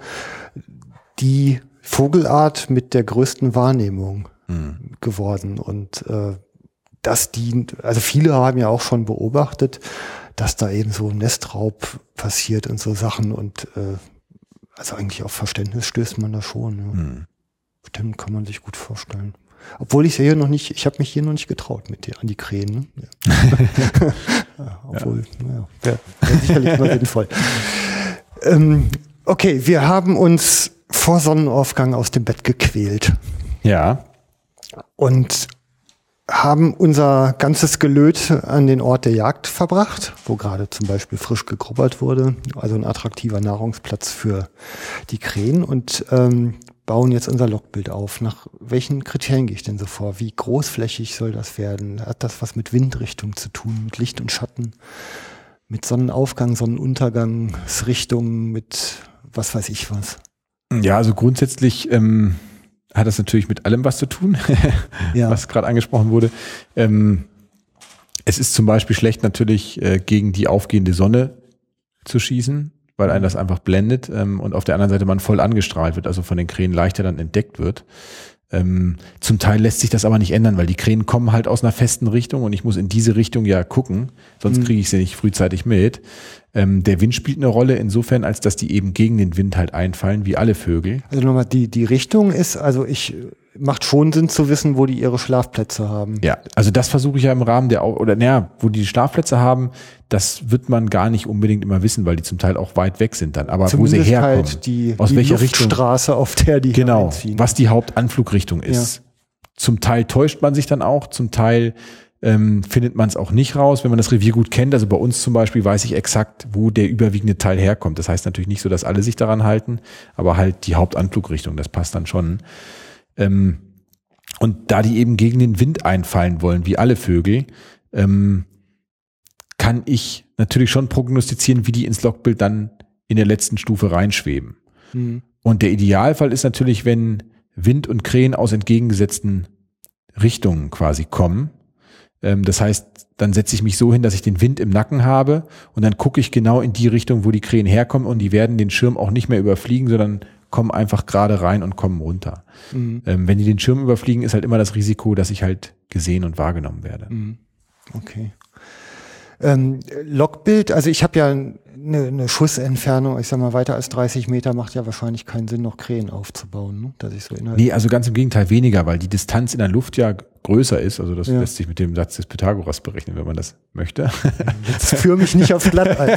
die Vogelart mit der größten Wahrnehmung mhm. geworden. Und äh, das dient, also viele haben ja auch schon beobachtet, dass da eben so Nestraub passiert und so Sachen. Und äh, also eigentlich auf Verständnis stößt man da schon. Ja. Mhm. Stimmt, kann man sich gut vorstellen. Obwohl ich ja hier noch nicht, ich habe mich hier noch nicht getraut mit dir an die Krähen. Ne? Ja. ja, obwohl, ja. naja, wäre wär sicherlich mal sinnvoll. Ähm, okay, wir haben uns vor Sonnenaufgang aus dem Bett gequält. Ja. Und haben unser ganzes Gelöt an den Ort der Jagd verbracht, wo gerade zum Beispiel frisch gegrubbert wurde, also ein attraktiver Nahrungsplatz für die Krähen und ähm, bauen jetzt unser Logbild auf. Nach welchen Kriterien gehe ich denn so vor? Wie großflächig soll das werden? Hat das was mit Windrichtung zu tun, mit Licht und Schatten, mit Sonnenaufgang, Sonnenuntergangsrichtung, mit was weiß ich was? Ja, also grundsätzlich ähm, hat das natürlich mit allem was zu tun, ja. was gerade angesprochen wurde. Ähm, es ist zum Beispiel schlecht natürlich äh, gegen die aufgehende Sonne zu schießen, weil einen das einfach blendet ähm, und auf der anderen Seite man voll angestrahlt wird, also von den Krähen leichter dann entdeckt wird. Ähm, zum Teil lässt sich das aber nicht ändern, weil die Krähen kommen halt aus einer festen Richtung und ich muss in diese Richtung ja gucken, sonst mhm. kriege ich sie nicht frühzeitig mit. Ähm, der Wind spielt eine Rolle insofern, als dass die eben gegen den Wind halt einfallen, wie alle Vögel. Also nochmal, die, die Richtung ist, also ich, macht schon Sinn zu wissen, wo die ihre Schlafplätze haben. Ja, also das versuche ich ja im Rahmen der, oder naja, wo die Schlafplätze haben, das wird man gar nicht unbedingt immer wissen, weil die zum Teil auch weit weg sind dann. Aber zumindest wo sie herkommen, halt die, aus die welcher Luftstraße, Richtung, auf der die genau, einziehen. Was die Hauptanflugrichtung ist. Ja. Zum Teil täuscht man sich dann auch, zum Teil ähm, findet man es auch nicht raus, wenn man das Revier gut kennt. Also bei uns zum Beispiel weiß ich exakt, wo der überwiegende Teil herkommt. Das heißt natürlich nicht so, dass alle sich daran halten, aber halt die Hauptanflugrichtung, das passt dann schon. Ähm, und da die eben gegen den Wind einfallen wollen, wie alle Vögel, ähm, kann ich natürlich schon prognostizieren, wie die ins Logbild dann in der letzten Stufe reinschweben. Mhm. Und der Idealfall ist natürlich, wenn Wind und Krähen aus entgegengesetzten Richtungen quasi kommen. Ähm, das heißt, dann setze ich mich so hin, dass ich den Wind im Nacken habe und dann gucke ich genau in die Richtung, wo die Krähen herkommen und die werden den Schirm auch nicht mehr überfliegen, sondern kommen einfach gerade rein und kommen runter. Mhm. Ähm, wenn die den Schirm überfliegen, ist halt immer das Risiko, dass ich halt gesehen und wahrgenommen werde. Mhm. Okay. Ähm, Logbild, also ich habe ja eine, eine Schussentfernung, ich sag mal weiter als dreißig Meter, macht ja wahrscheinlich keinen Sinn, noch Krähen aufzubauen, ne? Dass ich so nee, also ganz im Gegenteil weniger, weil die Distanz in der Luft ja größer ist, also das ja. lässt sich mit dem Satz des Pythagoras berechnen, wenn man das möchte. Jetzt führe mich nicht aufs Glatteis.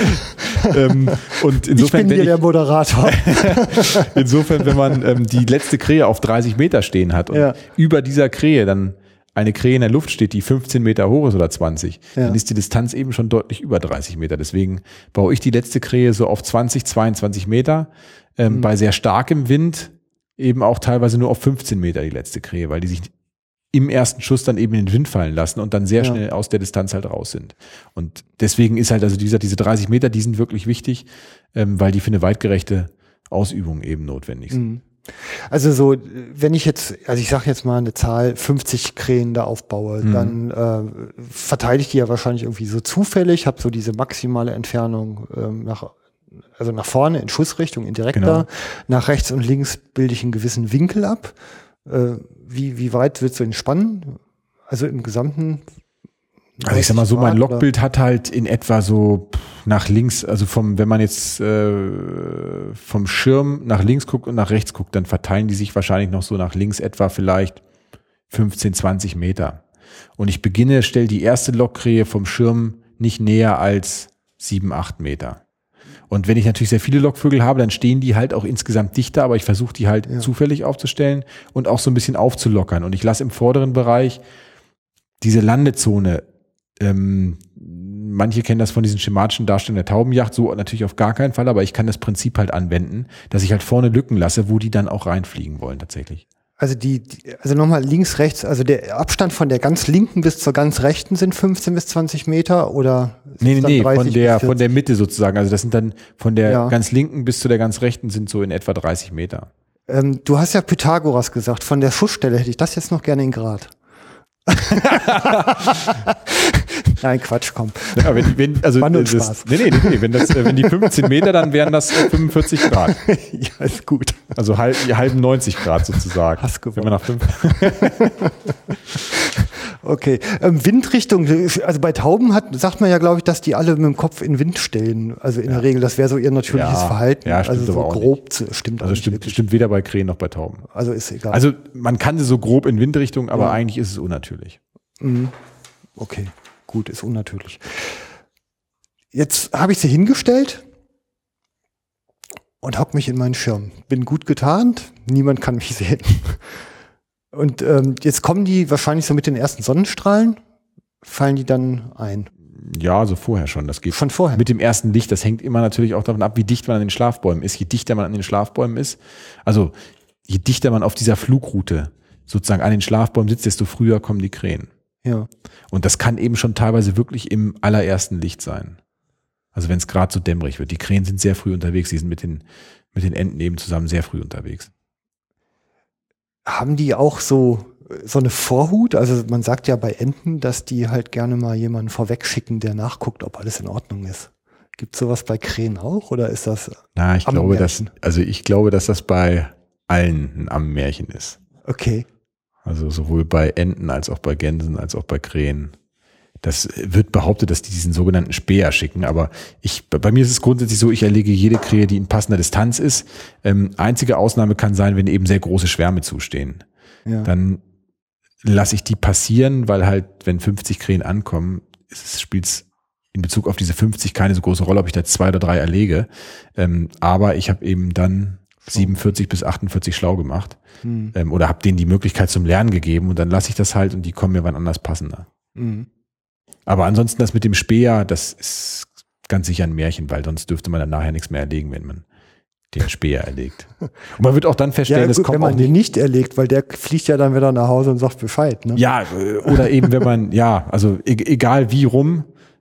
ähm, und insofern, ich bin hier ich, der Moderator. Insofern, wenn man ähm, die letzte Krähe auf dreißig Meter stehen hat und ja. über dieser Krähe dann eine Krähe in der Luft steht, die fünfzehn Meter hoch ist oder zwanzig, ja. dann ist die Distanz eben schon deutlich über dreißig Meter. Deswegen baue ich die letzte Krähe so auf zwanzig, zweiundzwanzig Meter. Ähm, mhm. Bei sehr starkem Wind eben auch teilweise nur auf fünfzehn Meter die letzte Krähe, weil die sich im ersten Schuss dann eben in den Wind fallen lassen und dann sehr ja. schnell aus der Distanz halt raus sind. Und deswegen ist halt, also dieser, diese dreißig Meter, die sind wirklich wichtig, ähm, weil die für eine weitgerechte Ausübung eben notwendig sind. Mhm. Also so, wenn ich jetzt, also ich sage jetzt mal eine Zahl, fünfzig Krähen da aufbaue, mhm. dann äh, verteile ich die ja wahrscheinlich irgendwie so zufällig, habe so diese maximale Entfernung ähm, nach, also nach vorne in Schussrichtung, in direkter, genau. nach rechts und links bilde ich einen gewissen Winkel ab. Äh, wie, wie weit wird so entspannen? Also im Gesamten? Also ich sag mal so, mein Logbild hat halt in etwa so nach links, also vom, wenn man jetzt äh, vom Schirm nach links guckt und nach rechts guckt, dann verteilen die sich wahrscheinlich noch so nach links etwa vielleicht fünfzehn, zwanzig Meter. Und ich beginne, stelle die erste Logkrähe vom Schirm nicht näher als sieben, acht Meter. Und wenn ich natürlich sehr viele Lockvögel habe, dann stehen die halt auch insgesamt dichter, aber ich versuche die halt ja. zufällig aufzustellen und auch so ein bisschen aufzulockern. Und ich lasse im vorderen Bereich diese Landezone. Ähm, manche kennen das von diesen schematischen Darstellungen der Taubenjagd, so natürlich auf gar keinen Fall, aber ich kann das Prinzip halt anwenden, dass ich halt vorne Lücken lasse, wo die dann auch reinfliegen wollen tatsächlich. Also die, also nochmal links, rechts, also der Abstand von der ganz linken bis zur ganz rechten sind fünfzehn bis zwanzig Meter oder? Nee, nee, nee, von der, von der Mitte sozusagen, also das sind dann von der ja. ganz linken bis zu der ganz rechten sind so in etwa dreißig Meter. Ähm, du hast ja Pythagoras gesagt, von der Schussstelle hätte ich das jetzt noch gerne in Grad. Nein, Quatsch, komm. Ja, wenn, wenn, also War nur das, Spaß. Nee, nee, nee, wenn, das, wenn die fünfzehn Meter, dann wären das fünfundvierzig Grad. Ja, ist gut. Also halb, halben neunzig Grad sozusagen. Hast gewonnen. Wenn man nach fünf. Okay. Ähm, Windrichtung, also bei Tauben hat, sagt man ja, glaube ich, dass die alle mit dem Kopf in Wind stehen. Also in ja. der Regel, das wäre so ihr natürliches ja. Verhalten. Ja, stimmt also so aber auch grob nicht. stimmt Also stimmt, wirklich. stimmt weder bei Krähen noch bei Tauben. Also ist egal. Also man kann sie so grob in Windrichtung, aber ja. eigentlich ist es unnatürlich. Mhm. Okay, gut, ist unnatürlich. Jetzt habe ich sie hingestellt und hocke mich in meinen Schirm. Bin gut getarnt, niemand kann mich sehen. Und ähm, jetzt kommen die wahrscheinlich so mit den ersten Sonnenstrahlen, fallen die dann ein? Ja, also vorher schon. Das geht schon vorher. Mit dem ersten Licht, das hängt immer natürlich auch davon ab, wie dicht man an den Schlafbäumen ist. Je dichter man an den Schlafbäumen ist, also je dichter man auf dieser Flugroute sozusagen an den Schlafbäumen sitzt, desto früher kommen die Krähen. Ja. Und das kann eben schon teilweise wirklich im allerersten Licht sein. Also wenn es gerade so dämmerig wird. Die Krähen sind sehr früh unterwegs, die sind mit den, mit den Enten eben zusammen sehr früh unterwegs. Haben die auch so, so eine Vorhut? Also man sagt ja bei Enten, dass die halt gerne mal jemanden vorwegschicken, der nachguckt, ob alles in Ordnung ist. Gibt es sowas bei Krähen auch oder ist das Na, ich glaube, dass, also ich glaube, dass das bei allen ein Ammärchen ist. Okay. Also sowohl bei Enten als auch bei Gänsen als auch bei Krähen. Das wird behauptet, dass die diesen sogenannten Späher schicken, aber ich, bei mir ist es grundsätzlich so, ich erlege jede Krähe, die in passender Distanz ist. Ähm, einzige Ausnahme kann sein, wenn eben sehr große Schwärme zustehen. Ja. Dann lasse ich die passieren, weil halt, wenn fünfzig Krähen ankommen, spielt es in Bezug auf diese fünfzig keine so große Rolle, ob ich da zwei oder drei erlege. Ähm, aber ich habe eben dann siebenundvierzig bis achtundvierzig schlau gemacht hm. ähm, oder habe denen die Möglichkeit zum Lernen gegeben und dann lasse ich das halt und die kommen mir wann anders passender. Hm. Aber ansonsten das mit dem Späher, das ist ganz sicher ein Märchen, weil sonst dürfte man dann nachher nichts mehr erlegen, wenn man den Späher erlegt. Und man wird auch dann feststellen, es ja, kommt wenn man auch den nicht erlegt, weil der fliegt ja dann wieder nach Hause und sagt Bescheid. Ne? Ja, oder eben wenn man, ja, also e- egal wie rum,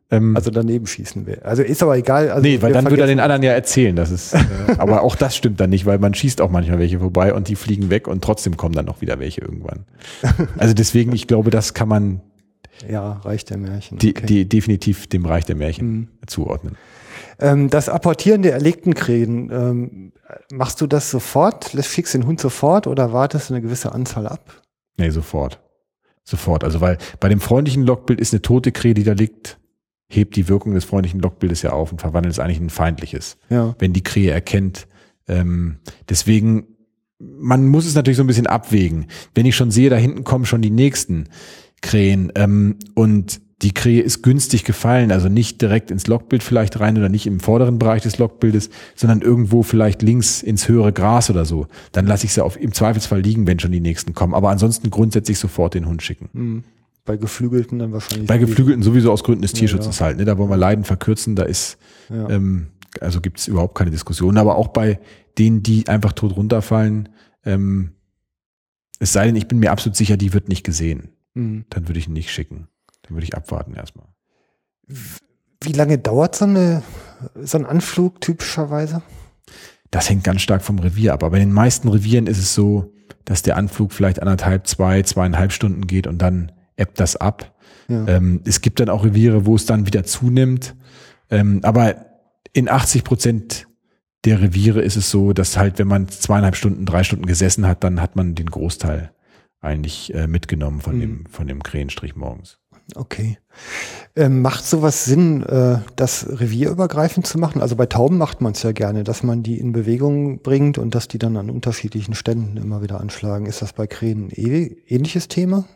Ähm, also daneben schießen will. Also ist aber egal. Also nee, weil dann würde er den anderen ja erzählen, dass es, äh, aber auch das stimmt dann nicht, weil man schießt auch manchmal welche vorbei und die fliegen weg und trotzdem kommen dann noch wieder welche irgendwann. Also deswegen, ich glaube, das kann man ja, Reich der Märchen. Die, okay. die definitiv dem Reich der Märchen mhm. zuordnen. Ähm, das Apportieren der erlegten Krähen, ähm, machst du das sofort? Schickst den Hund sofort oder wartest du eine gewisse Anzahl ab? Nee, sofort. Sofort. Also weil bei dem freundlichen Lockbild ist eine tote Krähe, die da liegt, hebt die Wirkung des freundlichen Lockbildes ja auf und verwandelt es eigentlich in ein feindliches. Ja. Wenn die Krähe erkennt. Ähm, deswegen, man muss es natürlich so ein bisschen abwägen. Wenn ich schon sehe, da hinten kommen schon die nächsten Krähen ähm, und die Krähe ist günstig gefallen, also nicht direkt ins Lockbild vielleicht rein oder nicht im vorderen Bereich des Lockbildes, sondern irgendwo vielleicht links ins höhere Gras oder so. Dann lasse ich sie auf, im Zweifelsfall liegen, wenn schon die nächsten kommen. Aber ansonsten grundsätzlich sofort den Hund schicken. Mhm. Bei Geflügelten dann wahrscheinlich. Bei Geflügelten sowieso aus Gründen des Tierschutzes ja, ja. halt. Ne? Da wollen wir Leiden verkürzen, da ist, ja. ähm, also gibt es überhaupt keine Diskussion. Aber auch bei denen, die einfach tot runterfallen, ähm, es sei denn, ich bin mir absolut sicher, die wird nicht gesehen. Mhm. Dann würde ich ihn nicht schicken. Dann würde ich abwarten erstmal. Wie lange dauert so, eine, so ein Anflug typischerweise? Das hängt ganz stark vom Revier ab. Aber in den meisten Revieren ist es so, dass der Anflug vielleicht anderthalb, zwei, zweieinhalb Stunden geht und dann ebbt das ab. Ja. Ähm, es gibt dann auch Reviere, wo es dann wieder zunimmt. Ähm, aber in achtzig Prozent der Reviere ist es so, dass halt, wenn man zweieinhalb Stunden, drei Stunden gesessen hat, dann hat man den Großteil eigentlich äh, mitgenommen von, mhm. dem, von dem Krähenstrich morgens. Okay. Ähm, macht sowas Sinn, äh, das revierübergreifend zu machen? Also bei Tauben macht man es ja gerne, dass man die in Bewegung bringt und dass die dann an unterschiedlichen Ständen immer wieder anschlagen. Ist das bei Krähen ein ähnliches Thema?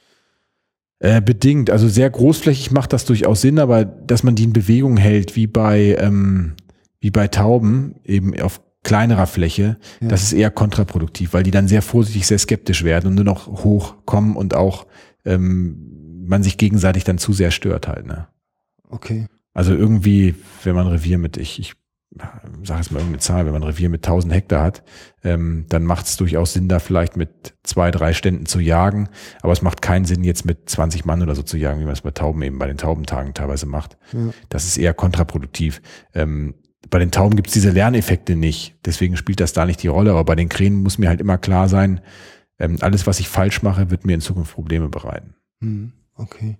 Äh, bedingt. Also sehr großflächig macht das durchaus Sinn, aber dass man die in Bewegung hält, wie bei, ähm, wie bei Tauben, eben auf kleinerer Fläche, ja. Das ist eher kontraproduktiv, weil die dann sehr vorsichtig, sehr skeptisch werden und nur noch hochkommen und auch ähm, man sich gegenseitig dann zu sehr stört halt, ne? Okay. Also irgendwie, wenn man ein Revier mit, ich, ich sage jetzt mal irgendeine Zahl, wenn man ein Revier mit tausend Hektar hat, ähm, dann macht es durchaus Sinn, da vielleicht mit zwei, drei Ständen zu jagen, aber es macht keinen Sinn, jetzt mit zwanzig Mann oder so zu jagen, wie man es bei Tauben eben bei den Taubentagen teilweise macht. Ja. Das ist eher kontraproduktiv. Ähm, bei den Tauben gibt es diese Lerneffekte nicht, deswegen spielt das da nicht die Rolle, aber bei den Krähen muss mir halt immer klar sein, ähm, alles, was ich falsch mache, wird mir in Zukunft Probleme bereiten. Hm. Okay.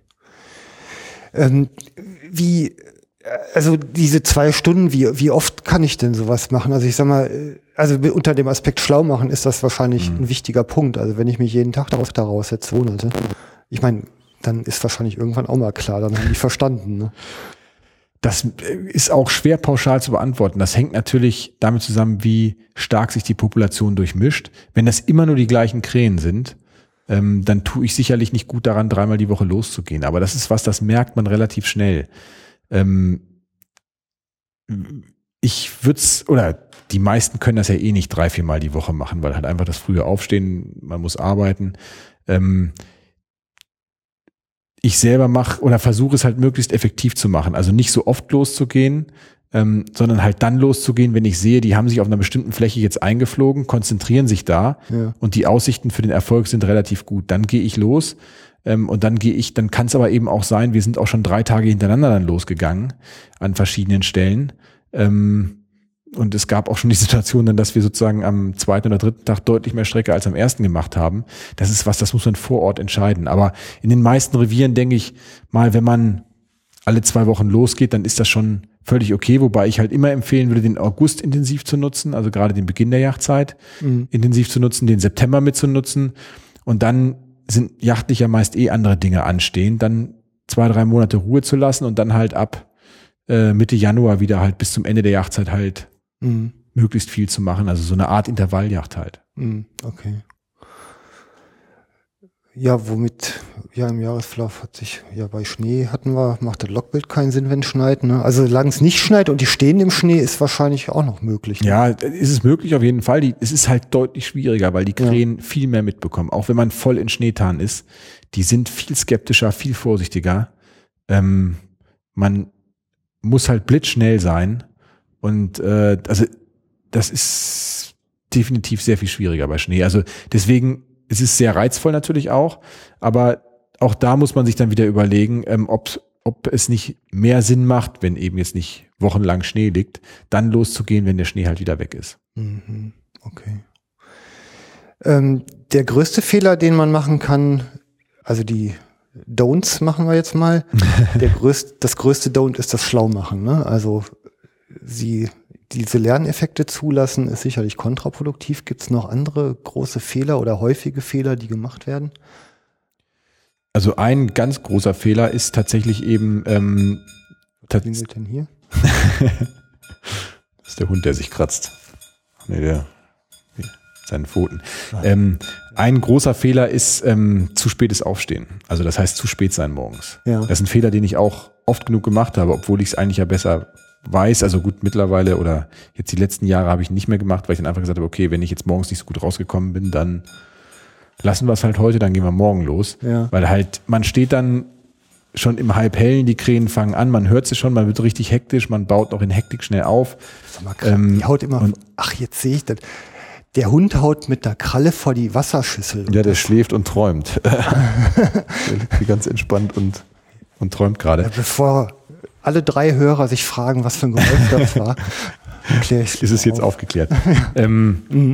Ähm, wie, also diese zwei Stunden, wie, wie oft kann ich denn sowas machen? Also ich sag mal, also unter dem Aspekt schlau machen ist das wahrscheinlich mhm. ein wichtiger Punkt. Also wenn ich mich jeden Tag darauf daraus setze, Monate, ich meine, dann ist wahrscheinlich irgendwann auch mal klar, dann haben die verstanden, ne? Das ist auch schwer pauschal zu beantworten. Das hängt natürlich damit zusammen, wie stark sich die Population durchmischt. Wenn das immer nur die gleichen Krähen sind, ähm, dann tue ich sicherlich nicht gut daran, dreimal die Woche loszugehen. Aber das ist was, das merkt man relativ schnell. Ähm, ich würde es, oder die meisten können das ja eh nicht drei, viermal die Woche machen, weil halt einfach das frühe Aufstehen, man muss arbeiten. Ähm, ich selber mache oder versuche es halt möglichst effektiv zu machen. Also nicht so oft loszugehen, ähm, sondern halt dann loszugehen, wenn ich sehe, die haben sich auf einer bestimmten Fläche jetzt eingeflogen, konzentrieren sich da ja. und die Aussichten für den Erfolg sind relativ gut. Dann gehe ich los ähm, und dann gehe ich, dann kann es aber eben auch sein, wir sind auch schon drei Tage hintereinander dann losgegangen an verschiedenen Stellen. Ähm, und es gab auch schon die Situation dann, dass wir sozusagen am zweiten oder dritten Tag deutlich mehr Strecke als am ersten gemacht haben. Das ist was, das muss man vor Ort entscheiden. Aber in den meisten Revieren denke ich mal, wenn man alle zwei Wochen losgeht, dann ist das schon völlig okay, wobei ich halt immer empfehlen würde, den August intensiv zu nutzen, also gerade den Beginn der Jagdzeit mhm. intensiv zu nutzen, den September mitzunutzen und dann sind jachtlich ja meist eh andere Dinge anstehen, dann zwei, drei Monate Ruhe zu lassen und dann halt ab äh, Mitte Januar wieder halt bis zum Ende der Jagdzeit halt mhm. möglichst viel zu machen, also so eine Art Intervalljacht halt. Mhm. Okay. Ja, womit, ja, im Jahresverlauf hat sich, ja, bei Schnee hatten wir, macht das Lockbild keinen Sinn, wenn es schneit, ne? Also, solange es nicht schneit und die stehen im Schnee, ist wahrscheinlich auch noch möglich. Ne? Ja, ist es möglich auf jeden Fall. Die, es ist halt deutlich schwieriger, weil die Krähen ja. viel mehr mitbekommen. Auch wenn man voll in Schneetarn ist, die sind viel skeptischer, viel vorsichtiger. Ähm, man muss halt blitzschnell sein und, äh, also, das ist definitiv sehr viel schwieriger bei Schnee. Also, deswegen, es ist sehr reizvoll natürlich auch, aber auch da muss man sich dann wieder überlegen, ähm, ob ob es nicht mehr Sinn macht, wenn eben jetzt nicht wochenlang Schnee liegt, dann loszugehen, wenn der Schnee halt wieder weg ist. Mhm. Okay. Ähm, der größte Fehler, den man machen kann, also die Don'ts machen wir jetzt mal. Der größte, das größte Don't ist das Schlaumachen, ne? Also sie diese Lerneffekte zulassen, ist sicherlich kontraproduktiv. Gibt es noch andere große Fehler oder häufige Fehler, die gemacht werden? Also ein ganz großer Fehler ist tatsächlich eben ähm, Was klingelt denn hier? Das ist der Hund, der sich kratzt. Nee, der seinen Pfoten. Ähm, ein großer Fehler ist ähm, zu spätes Aufstehen. Also das heißt zu spät sein morgens. Ja. Das ist ein Fehler, den ich auch oft genug gemacht habe, obwohl ich es eigentlich ja besser weiß. Also gut, mittlerweile oder jetzt die letzten Jahre habe ich nicht mehr gemacht, weil ich dann einfach gesagt habe, okay, wenn ich jetzt morgens nicht so gut rausgekommen bin, dann lassen wir es halt heute, dann gehen wir morgen los. Ja. Weil halt, man steht dann schon im Halbhellen, die Krähen fangen an, man hört sie schon, man wird richtig hektisch, man baut noch in Hektik schnell auf. Sag mal, ähm, die haut immer, ach, jetzt sehe ich das. Der Hund haut mit der Kralle vor die Wasserschüssel. Ja, der schläft und träumt. Der liegt ganz entspannt und, und träumt gerade. Ja, bevor alle drei Hörer sich fragen, was für ein Geräusch das war, erkläre ich es. Ist es jetzt aufgeklärt. ähm, mhm.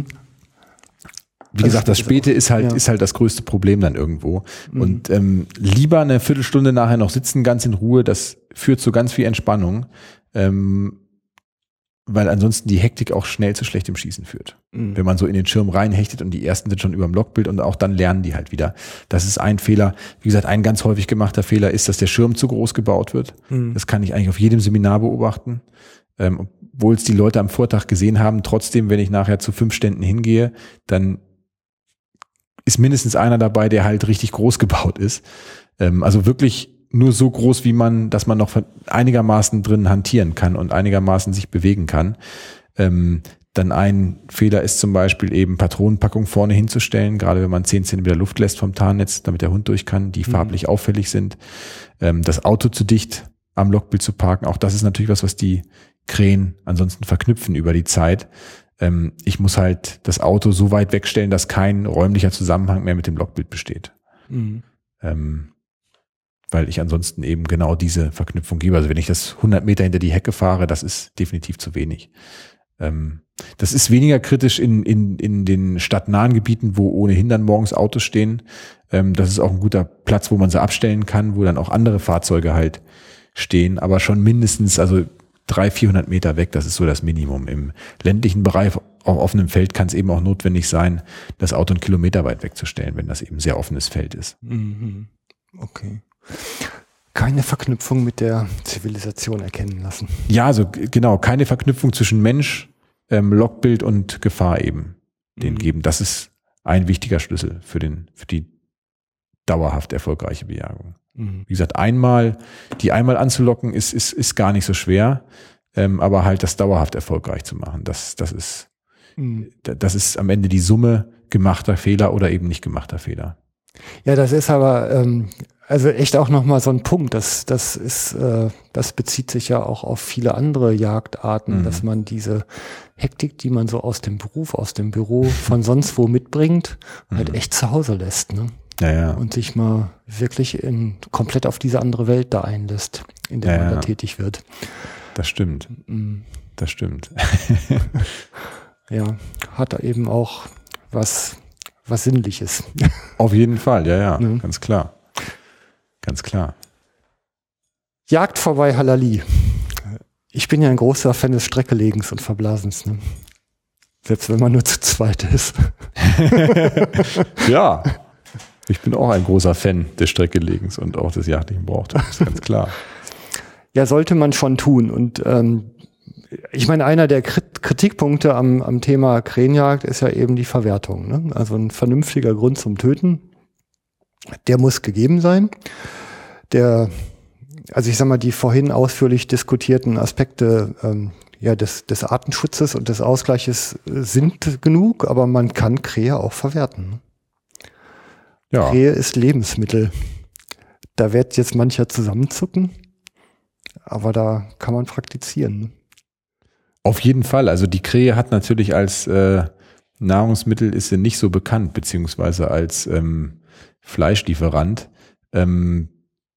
Wie also gesagt, das Späte ist halt, ja. ist halt das größte Problem dann irgendwo. Mhm. Und ähm, lieber eine Viertelstunde nachher noch sitzen, ganz in Ruhe, das führt zu ganz viel Entspannung. Ähm, weil ansonsten die Hektik auch schnell zu schlechtem Schießen führt. Mhm. Wenn man so in den Schirm reinhechtet und die ersten sind schon über dem Logbild und auch dann lernen die halt wieder. Das ist ein Fehler. Wie gesagt, ein ganz häufig gemachter Fehler ist, dass der Schirm zu groß gebaut wird. Mhm. Das kann ich eigentlich auf jedem Seminar beobachten. Ähm, obwohl es die Leute am Vortag gesehen haben, trotzdem, wenn ich nachher zu fünf Ständen hingehe, dann ist mindestens einer dabei, der halt richtig groß gebaut ist. Ähm, also wirklich nur so groß, wie man, dass man noch einigermaßen drin hantieren kann und einigermaßen sich bewegen kann. Ähm, dann ein Fehler ist zum Beispiel eben Patronenpackung vorne hinzustellen, gerade wenn man zehn Zentimeter Luft lässt vom Tarnnetz, damit der Hund durch kann, die mhm. farblich auffällig sind. Ähm, das Auto zu dicht am Logbild zu parken, auch das ist natürlich was, was die Krähen ansonsten verknüpfen über die Zeit. Ähm, ich muss halt das Auto so weit wegstellen, dass kein räumlicher Zusammenhang mehr mit dem Logbild besteht. Mhm. Ähm, weil ich ansonsten eben genau diese Verknüpfung gebe. Also wenn ich das hundert Meter hinter die Hecke fahre, das ist definitiv zu wenig. Ähm, das ist weniger kritisch in, in, in den stadtnahen Gebieten, wo ohnehin dann morgens Autos stehen. Ähm, das ist auch ein guter Platz, wo man sie abstellen kann, wo dann auch andere Fahrzeuge halt stehen, aber schon mindestens, also dreihundert, vierhundert Meter weg, das ist so das Minimum. Im ländlichen Bereich, auf offenem Feld, kann es eben auch notwendig sein, das Auto einen Kilometer weit wegzustellen, wenn das eben sehr offenes Feld ist. Mhm. Okay. Keine Verknüpfung mit der Zivilisation erkennen lassen. Ja, also genau, keine Verknüpfung zwischen Mensch, ähm, Logbild und Gefahr eben den mhm. geben. Das ist ein wichtiger Schlüssel für den, für die dauerhaft erfolgreiche Bejagung. Mhm. Wie gesagt, einmal, die einmal anzulocken ist, ist, ist gar nicht so schwer, ähm, aber halt das dauerhaft erfolgreich zu machen, das, das ist, mhm. das ist am Ende die Summe gemachter Fehler oder eben nicht gemachter Fehler. Ja, das ist aber, ähm, also echt auch nochmal so ein Punkt, das, das ist, äh, das bezieht sich ja auch auf viele andere Jagdarten, mhm. dass man diese Hektik, die man so aus dem Beruf, aus dem Büro, von sonst wo mitbringt, mhm. halt echt zu Hause lässt, ne? Ja, ja. Und sich mal wirklich in, komplett auf diese andere Welt da einlässt, in der ja, man da ja. tätig wird. Das stimmt. Mhm. Das stimmt. Ja, hat da eben auch was, was Sinnliches. Auf jeden Fall, ja, ja, mhm. ganz klar. Ganz klar. Jagd vorbei, Halali. Ich bin ja ein großer Fan des Streckelegens und Verblasens, ne? Selbst wenn man nur zu zweit ist. Ja, ich bin auch ein großer Fan des Streckelegens und auch des jagdlichen Brauchtums, ganz klar. Ja, sollte man schon tun. Und ähm, ich meine, einer der Kritikpunkte am, am Thema Krähenjagd ist ja eben die Verwertung, ne? Also ein vernünftiger Grund zum Töten, der muss gegeben sein. Der, also ich sag mal, die vorhin ausführlich diskutierten Aspekte ähm, ja, des, des Artenschutzes und des Ausgleiches sind genug, aber man kann Krähe auch verwerten. Ja. Krähe ist Lebensmittel. Da wird jetzt mancher zusammenzucken, aber da kann man praktizieren. Auf jeden Fall. Also die Krähe hat natürlich als äh, Nahrungsmittel ist sie nicht so bekannt, beziehungsweise als ähm, Fleischlieferant. Ähm,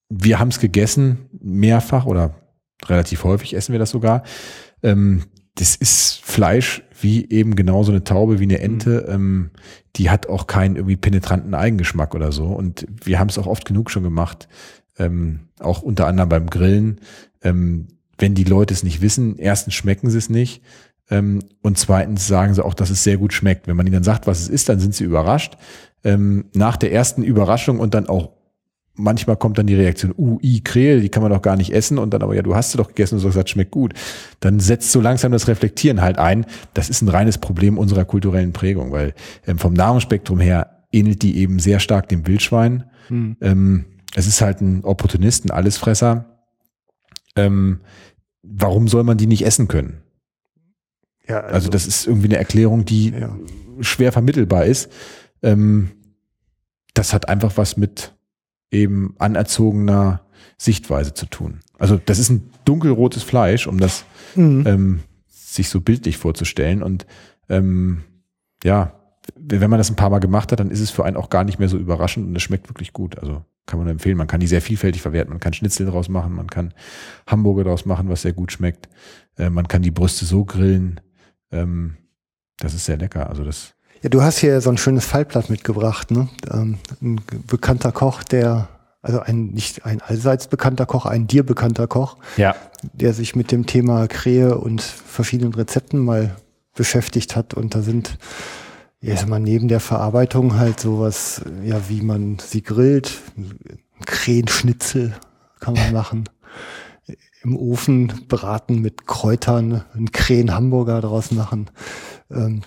wir haben es gegessen, mehrfach oder relativ häufig essen wir das sogar. Ähm, das ist Fleisch wie eben genauso eine Taube, wie eine Ente. Mhm. Ähm, die hat auch keinen irgendwie penetranten Eigengeschmack oder so. Und wir haben es auch oft genug schon gemacht, ähm, auch unter anderem beim Grillen. Ähm, wenn die Leute es nicht wissen, erstens schmecken sie es nicht. Ähm, und zweitens sagen sie auch, dass es sehr gut schmeckt. Wenn man ihnen dann sagt, was es ist, dann sind sie überrascht. Ähm, nach der ersten Überraschung und dann auch manchmal kommt dann die Reaktion, uh, i, Krähe, die kann man doch gar nicht essen und dann aber, ja, du hast sie doch gegessen und so gesagt, schmeckt gut. Dann setzt so langsam das Reflektieren halt ein. Das ist ein reines Problem unserer kulturellen Prägung, weil ähm, vom Nahrungsspektrum her ähnelt die eben sehr stark dem Wildschwein. Mhm. Ähm, es ist halt ein Opportunist, ein Allesfresser. Ähm, warum soll man die nicht essen können? Ja, also, also das ist irgendwie eine Erklärung, die ja. schwer vermittelbar ist. Ähm, das hat einfach was mit eben anerzogener Sichtweise zu tun. Also das ist ein dunkelrotes Fleisch, um das mhm. ähm, sich so bildlich vorzustellen. Und ähm, ja, wenn man das ein paar Mal gemacht hat, dann ist es für einen auch gar nicht mehr so überraschend und es schmeckt wirklich gut. Also kann man empfehlen. Man kann die sehr vielfältig verwerten. Man kann Schnitzel draus machen, man kann Hamburger draus machen, was sehr gut schmeckt. Äh, man kann die Brüste so grillen. Ähm, das ist sehr lecker. Also das Ja, du hast hier so ein schönes Fallblatt mitgebracht, ne? Ähm, ein bekannter Koch, der, also ein nicht ein allseits bekannter Koch, ein dir bekannter Koch, ja. der sich mit dem Thema Krähe und verschiedenen Rezepten mal beschäftigt hat. Und da sind, ja, sag mal, neben der Verarbeitung halt sowas, ja, wie man sie grillt, Krähenschnitzel kann man machen. Im Ofen braten mit Kräutern, einen Krähenhamburger draus machen. Ähm,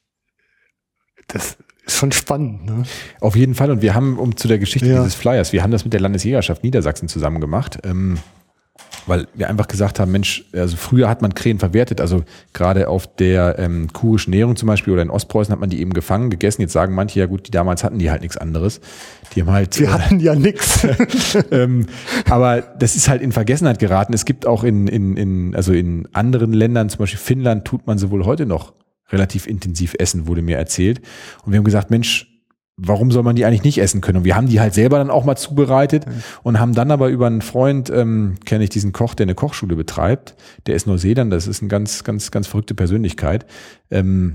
Das ist schon spannend, ne? Auf jeden Fall. Und wir haben, um zu der Geschichte ja. dieses Flyers, wir haben das mit der Landesjägerschaft Niedersachsen zusammen gemacht, ähm, weil wir einfach gesagt haben, Mensch, also früher hat man Krähen verwertet, also gerade auf der ähm, kurischen Nährung zum Beispiel oder in Ostpreußen hat man die eben gefangen, gegessen. Jetzt sagen manche, ja gut, die damals hatten die halt nichts anderes. Die haben halt. Wir äh, hatten ja nichts. ähm, aber das ist halt in Vergessenheit geraten. Es gibt auch in, in, in, also in anderen Ländern, zum Beispiel Finnland, tut man sowohl heute noch relativ intensiv essen, wurde mir erzählt. Und wir haben gesagt, Mensch, warum soll man die eigentlich nicht essen können? Und wir haben die halt selber dann auch mal zubereitet mhm. und haben dann aber über einen Freund, ähm, kenne ich diesen Koch, der eine Kochschule betreibt, der ist Neuseeländer, das ist eine ganz, ganz, ganz verrückte Persönlichkeit. Ähm,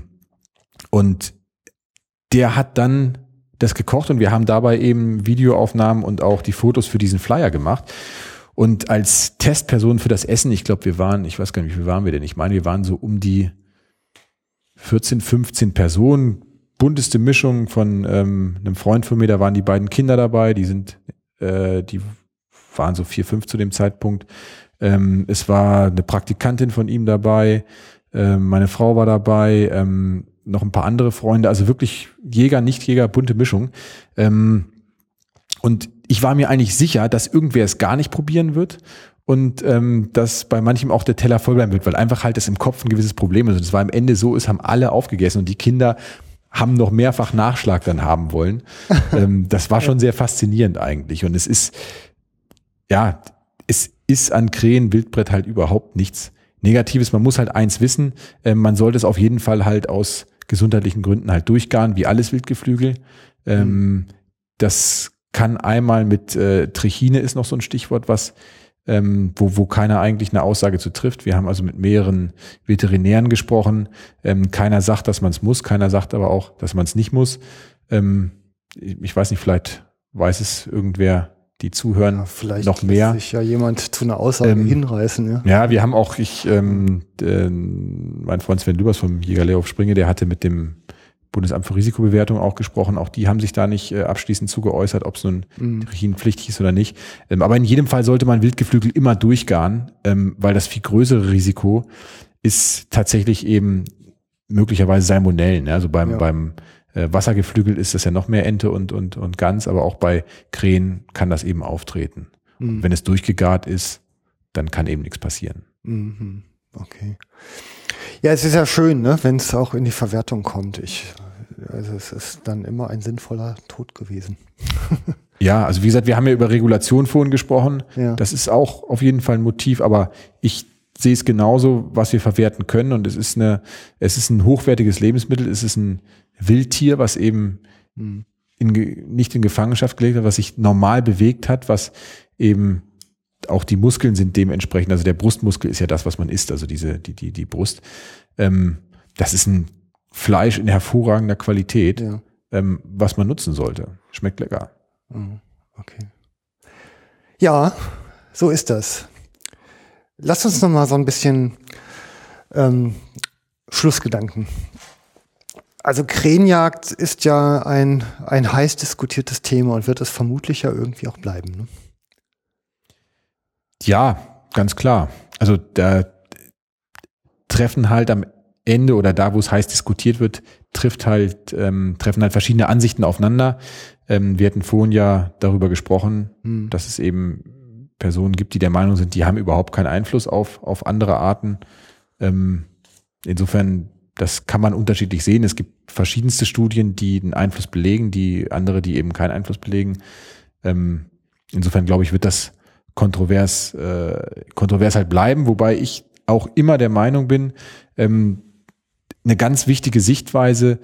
und der hat dann das gekocht und wir haben dabei eben Videoaufnahmen und auch die Fotos für diesen Flyer gemacht. Und als Testperson für das Essen, ich glaube, wir waren, ich weiß gar nicht, wie viel waren wir denn? Ich meine, wir waren so um die vierzehn, fünfzehn Personen, bunteste Mischung von ähm, einem Freund von mir, da waren die beiden Kinder dabei, die sind, äh, die waren so vier, fünf zu dem Zeitpunkt. Ähm, es war eine Praktikantin von ihm dabei, ähm, meine Frau war dabei, ähm, noch ein paar andere Freunde, also wirklich Jäger, Nichtjäger, bunte Mischung. Ähm, und ich war mir eigentlich sicher, dass irgendwer es gar nicht probieren wird. Und ähm, dass bei manchem auch der Teller voll bleiben wird, weil einfach halt das im Kopf ein gewisses Problem ist. Und es war am Ende so, es haben alle aufgegessen und die Kinder haben noch mehrfach Nachschlag dann haben wollen. ähm, das war schon sehr faszinierend eigentlich. Und es ist, ja, es ist an Krähen, Wildbret halt überhaupt nichts Negatives. Man muss halt eins wissen, äh, man sollte es auf jeden Fall halt aus gesundheitlichen Gründen halt durchgaren, wie alles Wildgeflügel. Ähm, mhm. Das kann einmal mit äh, Trichine ist noch so ein Stichwort, was Ähm, wo, wo keiner eigentlich eine Aussage zu trifft. Wir haben also mit mehreren Veterinären gesprochen. Ähm, keiner sagt, dass man es muss, keiner sagt aber auch, dass man es nicht muss. Ähm, ich weiß nicht, vielleicht weiß es irgendwer, die zuhören, ja, vielleicht noch mehr. Lässt sich ja jemand zu einer Aussage ähm, hinreißen. Ja. ja, wir haben auch, ich, ähm, äh, mein Freund Sven Lübers vom Jägerlehr auf Springe, der hatte mit dem Bundesamt für Risikobewertung auch gesprochen. Auch die haben sich da nicht äh, abschließend zu geäußert, ob es nun mhm. Trichinenpflichtig ist oder nicht. Ähm, aber in jedem Fall sollte man Wildgeflügel immer durchgaren, ähm, weil das viel größere Risiko ist tatsächlich eben möglicherweise Salmonellen. Ja? Also beim, ja. beim äh, Wassergeflügel ist das ja noch mehr Ente und, und, und Gans, aber auch bei Krähen kann das eben auftreten. Mhm. Wenn es durchgegart ist, dann kann eben nichts passieren. Mhm. Okay. Ja, es ist ja schön, ne, wenn es auch in die Verwertung kommt. Ich, also es ist dann immer ein sinnvoller Tod gewesen. Ja, also wie gesagt, wir haben ja über Regulation vorhin gesprochen. Ja. Das ist auch auf jeden Fall ein Motiv, aber ich sehe es genauso, was wir verwerten können. Und es ist eine, es ist ein hochwertiges Lebensmittel, es ist ein Wildtier, was eben hm. in, nicht in Gefangenschaft gelegt hat, was sich normal bewegt hat, was eben auch die Muskeln sind dementsprechend, also der Brustmuskel ist ja das, was man isst, also diese, die, die, die Brust. Ähm, das ist ein Fleisch in hervorragender Qualität, ja. ähm, was man nutzen sollte. Schmeckt lecker. Okay. Ja, so ist das. Lass uns noch mal so ein bisschen ähm, Schlussgedanken. Also Krähenjagd ist ja ein, ein heiß diskutiertes Thema und wird es vermutlich ja irgendwie auch bleiben, ne? Ja, ganz klar. Also da treffen halt am Ende oder da, wo es heiß diskutiert wird, trifft halt, ähm, treffen halt verschiedene Ansichten aufeinander. Ähm, wir hatten vorhin ja darüber gesprochen, hm. dass es eben Personen gibt, die der Meinung sind, die haben überhaupt keinen Einfluss auf, auf andere Arten. Ähm, insofern, das kann man unterschiedlich sehen. Es gibt verschiedenste Studien, die einen Einfluss belegen, die andere, die eben keinen Einfluss belegen. Ähm, insofern, glaube ich, wird das kontrovers, äh, kontrovers halt bleiben, wobei ich auch immer der Meinung bin, ähm, eine ganz wichtige Sichtweise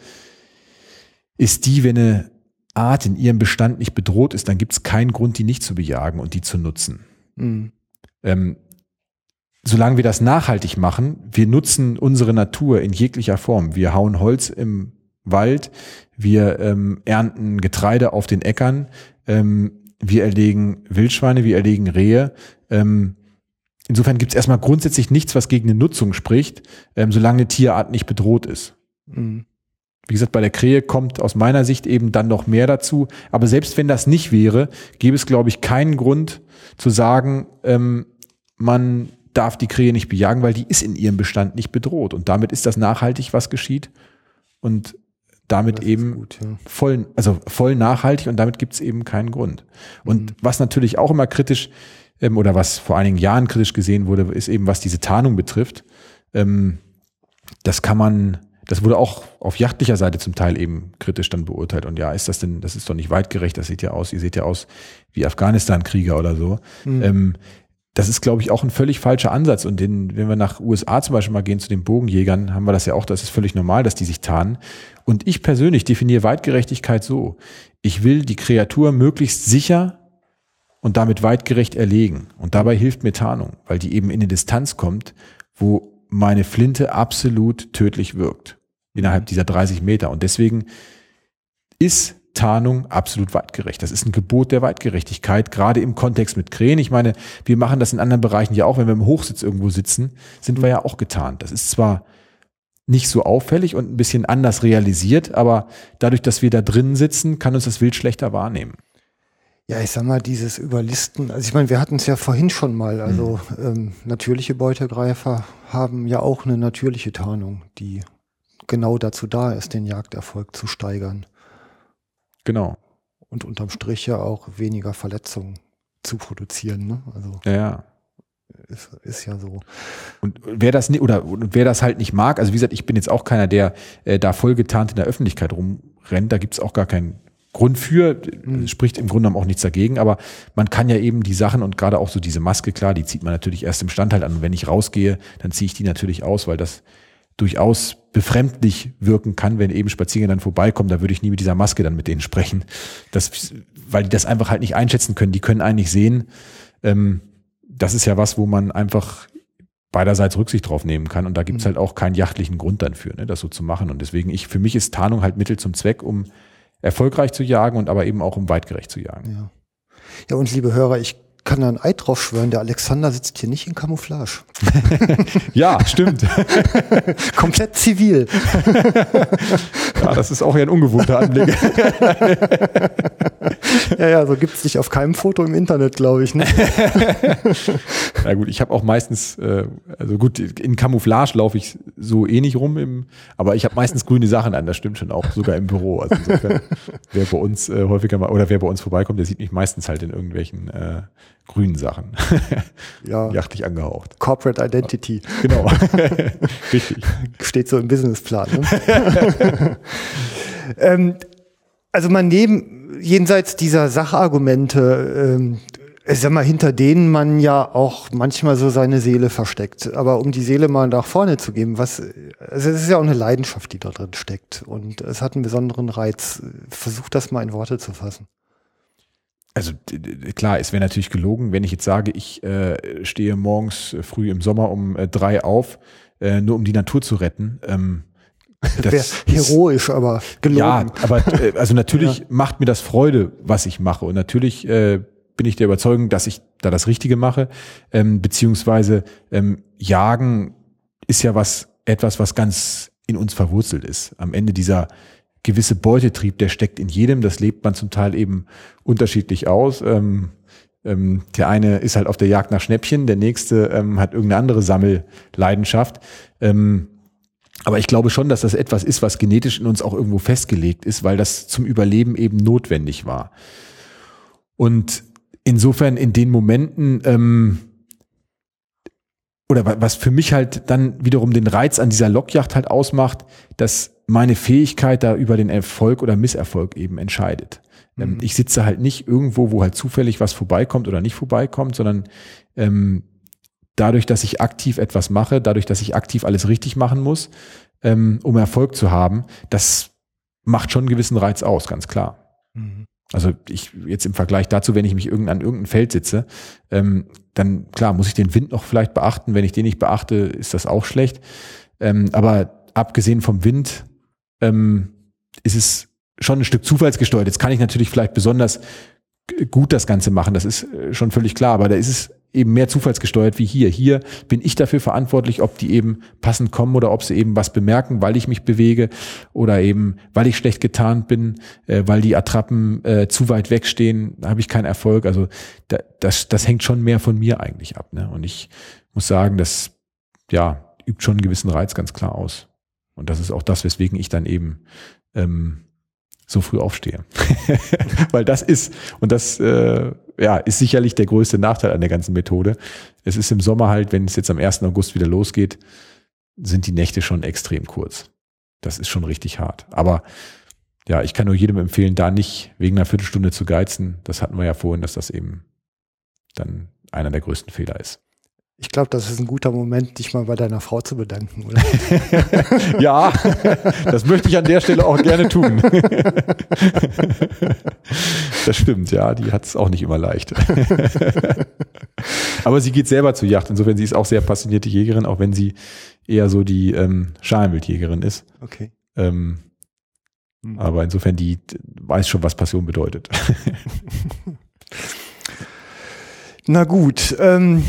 ist die, wenn eine Art in ihrem Bestand nicht bedroht ist, dann gibt es keinen Grund, die nicht zu bejagen und die zu nutzen. Mhm. Ähm, solange wir das nachhaltig machen, wir nutzen unsere Natur in jeglicher Form. Wir hauen Holz im Wald, wir ähm, ernten Getreide auf den Äckern, ähm, wir erlegen Wildschweine, wir erlegen Rehe. Ähm, insofern gibt es erstmal grundsätzlich nichts, was gegen eine Nutzung spricht, ähm, solange eine Tierart nicht bedroht ist. Mhm. Wie gesagt, bei der Krähe kommt aus meiner Sicht eben dann noch mehr dazu. Aber selbst wenn das nicht wäre, gäbe es, glaube ich, keinen Grund zu sagen, ähm, man darf die Krähe nicht bejagen, weil die ist in ihrem Bestand nicht bedroht. Und damit ist das nachhaltig, was geschieht. Und damit eben gut, ja. voll, also voll nachhaltig und damit gibt es eben keinen Grund. Und mhm. was natürlich auch immer kritisch ähm, oder was vor einigen Jahren kritisch gesehen wurde, ist eben, was diese Tarnung betrifft. Ähm, das kann man, das wurde auch auf jachtlicher Seite zum Teil eben kritisch dann beurteilt. Und ja, ist das denn, das ist doch nicht weitgerecht, das sieht ja aus, ihr seht ja aus wie Afghanistan-Krieger oder so. Mhm. Ähm, das ist, glaube ich, auch ein völlig falscher Ansatz. Und den, wenn wir nach U S A zum Beispiel mal gehen zu den Bogenjägern, haben wir das ja auch, das ist völlig normal, dass die sich tarnen. Und ich persönlich definiere Weitgerechtigkeit so: Ich will die Kreatur möglichst sicher und damit weitgerecht erlegen. Und dabei hilft mir Tarnung, weil die eben in eine Distanz kommt, wo meine Flinte absolut tödlich wirkt. Innerhalb dieser dreißig Meter. Und deswegen ist Tarnung absolut weitgerecht. Das ist ein Gebot der Weitgerechtigkeit, gerade im Kontext mit Krähen. Ich meine, wir machen das in anderen Bereichen ja auch, wenn wir im Hochsitz irgendwo sitzen, sind wir ja auch getarnt. Das ist zwar nicht so auffällig und ein bisschen anders realisiert, aber dadurch, dass wir da drinnen sitzen, kann uns das Wild schlechter wahrnehmen. Ja, ich sag mal, dieses Überlisten, also ich meine, wir hatten es ja vorhin schon mal, also mhm. ähm, natürliche Beutegreifer haben ja auch eine natürliche Tarnung, die genau dazu da ist, den Jagderfolg zu steigern. Genau. Und unterm Strich ja auch weniger Verletzungen zu produzieren, ne? Also ja, ja. Ist, ist ja so. Und wer das nicht, oder wer das halt nicht mag, also wie gesagt, ich bin jetzt auch keiner, der äh, da voll getarnt in der Öffentlichkeit rumrennt, da gibt es auch gar keinen Grund für, mhm. spricht im Grunde genommen auch nichts dagegen, aber man kann ja eben die Sachen und gerade auch so diese Maske, klar, die zieht man natürlich erst im Standhalt an und wenn ich rausgehe, dann ziehe ich die natürlich aus, weil das durchaus befremdlich wirken kann, wenn eben Spaziergänger dann vorbeikommen, da würde ich nie mit dieser Maske dann mit denen sprechen, das, weil die das einfach halt nicht einschätzen können, die können einen nicht sehen. Ähm, das ist ja was, wo man einfach beiderseits Rücksicht drauf nehmen kann und da gibt es halt auch keinen jachtlichen Grund dann für, ne, das so zu machen und deswegen, ich für mich ist Tarnung halt Mittel zum Zweck, um erfolgreich zu jagen und aber eben auch um weitgerecht zu jagen. Ja, ja und liebe Hörer, ich kann da ein Eid drauf schwören, der Alexander sitzt hier nicht in Camouflage. Ja, stimmt. Komplett zivil. Ja, das ist auch ja ein ungewohnter Anblick. Ja, ja, so gibt's dich auf keinem Foto im Internet, glaube ich. Ne? Na gut, ich habe auch meistens, äh, also gut, in Camouflage laufe ich so eh nicht rum, im, aber ich habe meistens grüne Sachen an, das stimmt schon auch, sogar im Büro. Also insofern, wer bei uns äh, häufiger mal, oder wer bei uns vorbeikommt, der sieht mich meistens halt in irgendwelchen äh, grünen Sachen. Ja. Jachtlich angehaucht. Corporate Identity. Genau. Richtig. Steht so im Businessplan. Ne? ähm, also man neben, jenseits dieser Sachargumente, ähm, ich sag mal, hinter denen man ja auch manchmal so seine Seele versteckt. Aber um die Seele mal nach vorne zu geben, was, also es ist ja auch eine Leidenschaft, die da drin steckt. Und es hat einen besonderen Reiz. Versuch das mal in Worte zu fassen. Also klar, es wäre natürlich gelogen, wenn ich jetzt sage, ich äh, stehe morgens früh im Sommer um äh, drei auf, äh, nur um die Natur zu retten. Ähm, das wäre heroisch, aber gelogen. Ja, aber äh, also natürlich ja. macht mir das Freude, was ich mache. Und natürlich äh, bin ich der Überzeugung, dass ich da das Richtige mache. Ähm, beziehungsweise ähm, Jagen ist ja was etwas, was ganz in uns verwurzelt ist. Am Ende dieser gewisse Beutetrieb, der steckt in jedem, das lebt man zum Teil eben unterschiedlich aus. Ähm, ähm, der eine ist halt auf der Jagd nach Schnäppchen, der nächste ähm, hat irgendeine andere Sammelleidenschaft. Ähm, aber ich glaube schon, dass das etwas ist, was genetisch in uns auch irgendwo festgelegt ist, weil das zum Überleben eben notwendig war. Und insofern in den Momenten, ähm, oder was für mich halt dann wiederum den Reiz an dieser Lockjagd halt ausmacht, dass meine Fähigkeit da über den Erfolg oder Misserfolg eben entscheidet. Mhm. Ich sitze halt nicht irgendwo, wo halt zufällig was vorbeikommt oder nicht vorbeikommt, sondern ähm, dadurch, dass ich aktiv etwas mache, dadurch, dass ich aktiv alles richtig machen muss, ähm, um Erfolg zu haben, das macht schon einen gewissen Reiz aus, ganz klar. Mhm. Also ich jetzt im Vergleich dazu, wenn ich mich irgend, an irgendeinem Feld sitze, ähm, dann klar muss ich den Wind noch vielleicht beachten. Wenn ich den nicht beachte, ist das auch schlecht. Ähm, aber abgesehen vom Wind ähm, ist es schon ein Stück zufallsgesteuert. Jetzt kann ich natürlich vielleicht besonders gut das Ganze machen, das ist schon völlig klar, aber da ist es eben mehr zufallsgesteuert wie hier. Hier bin ich dafür verantwortlich, ob die eben passend kommen oder ob sie eben was bemerken, weil ich mich bewege oder eben, weil ich schlecht getarnt bin, äh, weil die Attrappen äh, zu weit wegstehen, habe ich keinen Erfolg. Also da, das, das hängt schon mehr von mir eigentlich ab. Ne? Und ich muss sagen, das ja übt schon einen gewissen Reiz ganz klar aus. Und das ist auch das, weswegen ich dann eben ähm, so früh aufstehe. Weil das ist, und das äh, ja, ist sicherlich der größte Nachteil an der ganzen Methode. Es ist im Sommer halt, wenn es jetzt am ersten August wieder losgeht, sind die Nächte schon extrem kurz. Das ist schon richtig hart. Aber ja, ich kann nur jedem empfehlen, da nicht wegen einer Viertelstunde zu geizen. Das hatten wir ja vorhin, dass das eben dann einer der größten Fehler ist. Ich glaube, das ist ein guter Moment, dich mal bei deiner Frau zu bedanken, oder? Ja, das möchte ich an der Stelle auch gerne tun. Das stimmt, ja, die hat es auch nicht immer leicht. Aber sie geht selber zur Jagd, insofern sie ist auch sehr passionierte Jägerin, auch wenn sie eher so die ähm, Schalenwildjägerin ist. Okay. Ähm, hm. Aber insofern, die weiß schon, was Passion bedeutet. Na gut, ähm,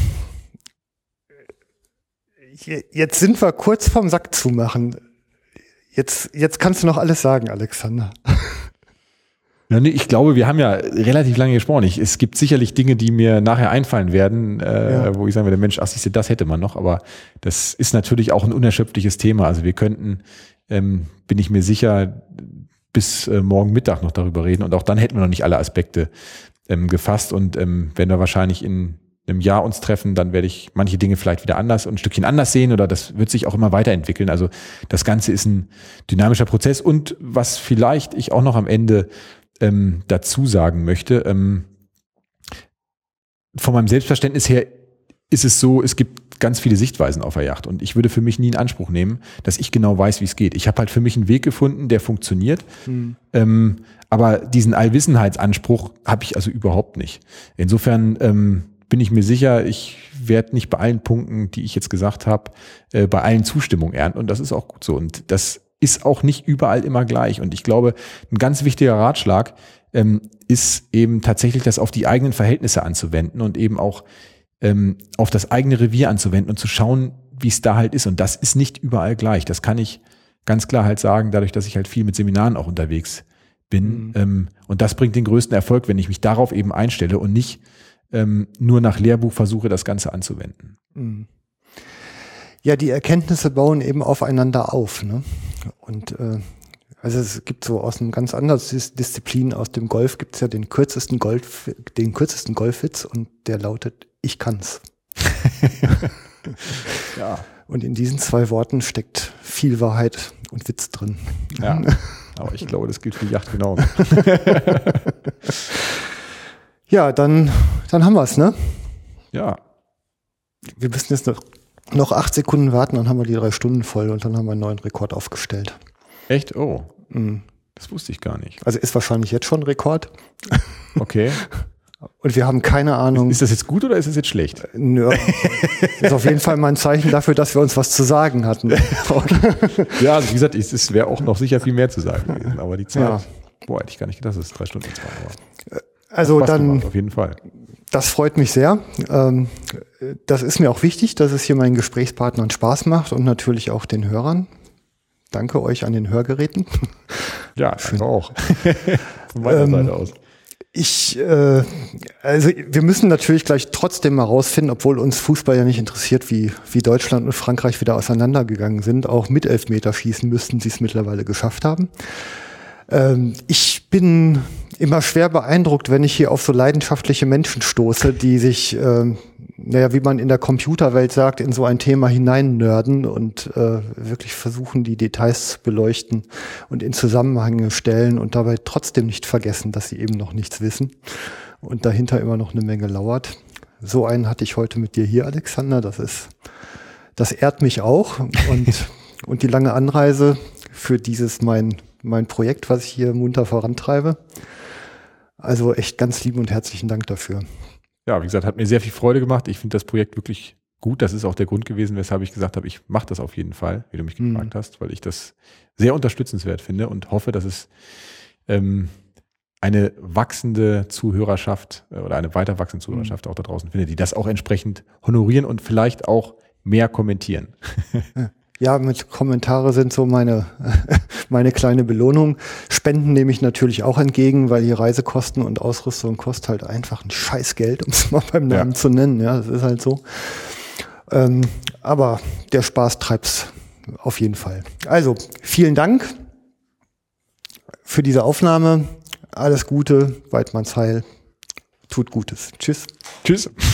jetzt sind wir kurz vorm Sack zumachen. Jetzt, jetzt kannst du noch alles sagen, Alexander. Ja, nee, ich glaube, wir haben ja relativ lange gesprochen. Ich, es gibt sicherlich Dinge, die mir nachher einfallen werden, äh, ja. wo ich sagen werde, Mensch, ach siehste, das hätte man noch. Aber das ist natürlich auch ein unerschöpfliches Thema. Also wir könnten, ähm, bin ich mir sicher, bis äh, morgen Mittag noch darüber reden. Und auch dann hätten wir noch nicht alle Aspekte ähm, gefasst. Und ähm, wenn wir wahrscheinlich in einem Jahr uns treffen, dann werde ich manche Dinge vielleicht wieder anders und ein Stückchen anders sehen oder das wird sich auch immer weiterentwickeln. Also das Ganze ist ein dynamischer Prozess und was vielleicht ich auch noch am Ende ähm, dazu sagen möchte, ähm, von meinem Selbstverständnis her ist es so, es gibt ganz viele Sichtweisen auf der Yacht und ich würde für mich nie in Anspruch nehmen, dass ich genau weiß, wie es geht. Ich habe halt für mich einen Weg gefunden, der funktioniert, mhm. ähm, aber diesen Allwissenheitsanspruch habe ich also überhaupt nicht. Insofern ähm, bin ich mir sicher, ich werde nicht bei allen Punkten, die ich jetzt gesagt habe, äh, bei allen Zustimmung ernten und das ist auch gut so und das ist auch nicht überall immer gleich und ich glaube, ein ganz wichtiger Ratschlag ähm, ist eben tatsächlich das auf die eigenen Verhältnisse anzuwenden und eben auch ähm, auf das eigene Revier anzuwenden und zu schauen, wie es da halt ist und das ist nicht überall gleich, das kann ich ganz klar halt sagen, dadurch, dass ich halt viel mit Seminaren auch unterwegs bin mhm. ähm, und das bringt den größten Erfolg, wenn ich mich darauf eben einstelle und nicht Ähm, nur nach Lehrbuch versuche, das Ganze anzuwenden. Ja, die Erkenntnisse bauen eben aufeinander auf. Ne? Und äh, also es gibt so aus einem ganz anderen Disziplin, aus dem Golf gibt es ja den kürzesten Golf, den kürzesten Golfwitz und der lautet, ich kann's. Ja. Und in diesen zwei Worten steckt viel Wahrheit und Witz drin. Ja, aber ich glaube, das gilt für die Yacht genau. Ja, dann Dann haben wir es, ne? Ja. Wir müssen jetzt noch, noch acht Sekunden warten, dann haben wir die drei Stunden voll und dann haben wir einen neuen Rekord aufgestellt. Echt? Oh. Mhm. Das wusste ich gar nicht. Also ist wahrscheinlich jetzt schon ein Rekord. Okay. Und wir haben keine Ahnung. Ist, ist das jetzt gut oder ist das jetzt schlecht? Nö. Ist auf jeden Fall mal ein Zeichen dafür, dass wir uns was zu sagen hatten. Ja, also wie gesagt, es wäre auch noch sicher viel mehr zu sagen gewesen. Aber die Zeit, ja. boah, hätte ich gar nicht gedacht, dass es drei Stunden zwei war. Also dann, gemacht, auf jeden Fall. Das freut mich sehr. Das ist mir auch wichtig, dass es hier meinen Gesprächspartnern Spaß macht und natürlich auch den Hörern. Danke euch an den Hörgeräten. Ja, schön auch. Von meiner ähm, Seite aus. Ich, äh, also wir müssen natürlich gleich trotzdem mal rausfinden, obwohl uns Fußball ja nicht interessiert, wie, wie Deutschland und Frankreich wieder auseinandergegangen sind. Auch mit Elfmeterschießen müssten sie es mittlerweile geschafft haben. Ähm, ich bin immer schwer beeindruckt, wenn ich hier auf so leidenschaftliche Menschen stoße, die sich, ähm, naja, wie man in der Computerwelt sagt, in so ein Thema hineinnörden und äh, wirklich versuchen, die Details zu beleuchten und in Zusammenhänge stellen und dabei trotzdem nicht vergessen, dass sie eben noch nichts wissen und dahinter immer noch eine Menge lauert. So einen hatte ich heute mit dir hier, Alexander. Das ist, das ehrt mich auch und und die lange Anreise für dieses mein mein Projekt, was ich hier munter vorantreibe. Also echt ganz lieben und herzlichen Dank dafür. Ja, wie gesagt, hat mir sehr viel Freude gemacht. Ich finde das Projekt wirklich gut. Das ist auch der Grund gewesen, weshalb ich gesagt habe, ich mache das auf jeden Fall, wie du mich gefragt mhm. hast, weil ich das sehr unterstützenswert finde und hoffe, dass es ähm, eine wachsende Zuhörerschaft äh, oder eine weiter wachsende Zuhörerschaft mhm. auch da draußen findet, die das auch entsprechend honorieren und vielleicht auch mehr kommentieren. Ja. Ja, mit Kommentare sind so meine, meine kleine Belohnung. Spenden nehme ich natürlich auch entgegen, weil die Reisekosten und Ausrüstung kostet halt einfach ein Scheißgeld, um es mal beim Namen ja. zu nennen. Ja, das ist halt so. Ähm, aber der Spaß treibt's auf jeden Fall. Also, vielen Dank für diese Aufnahme. Alles Gute, Weidmanns Heil. Tut Gutes. Tschüss. Tschüss.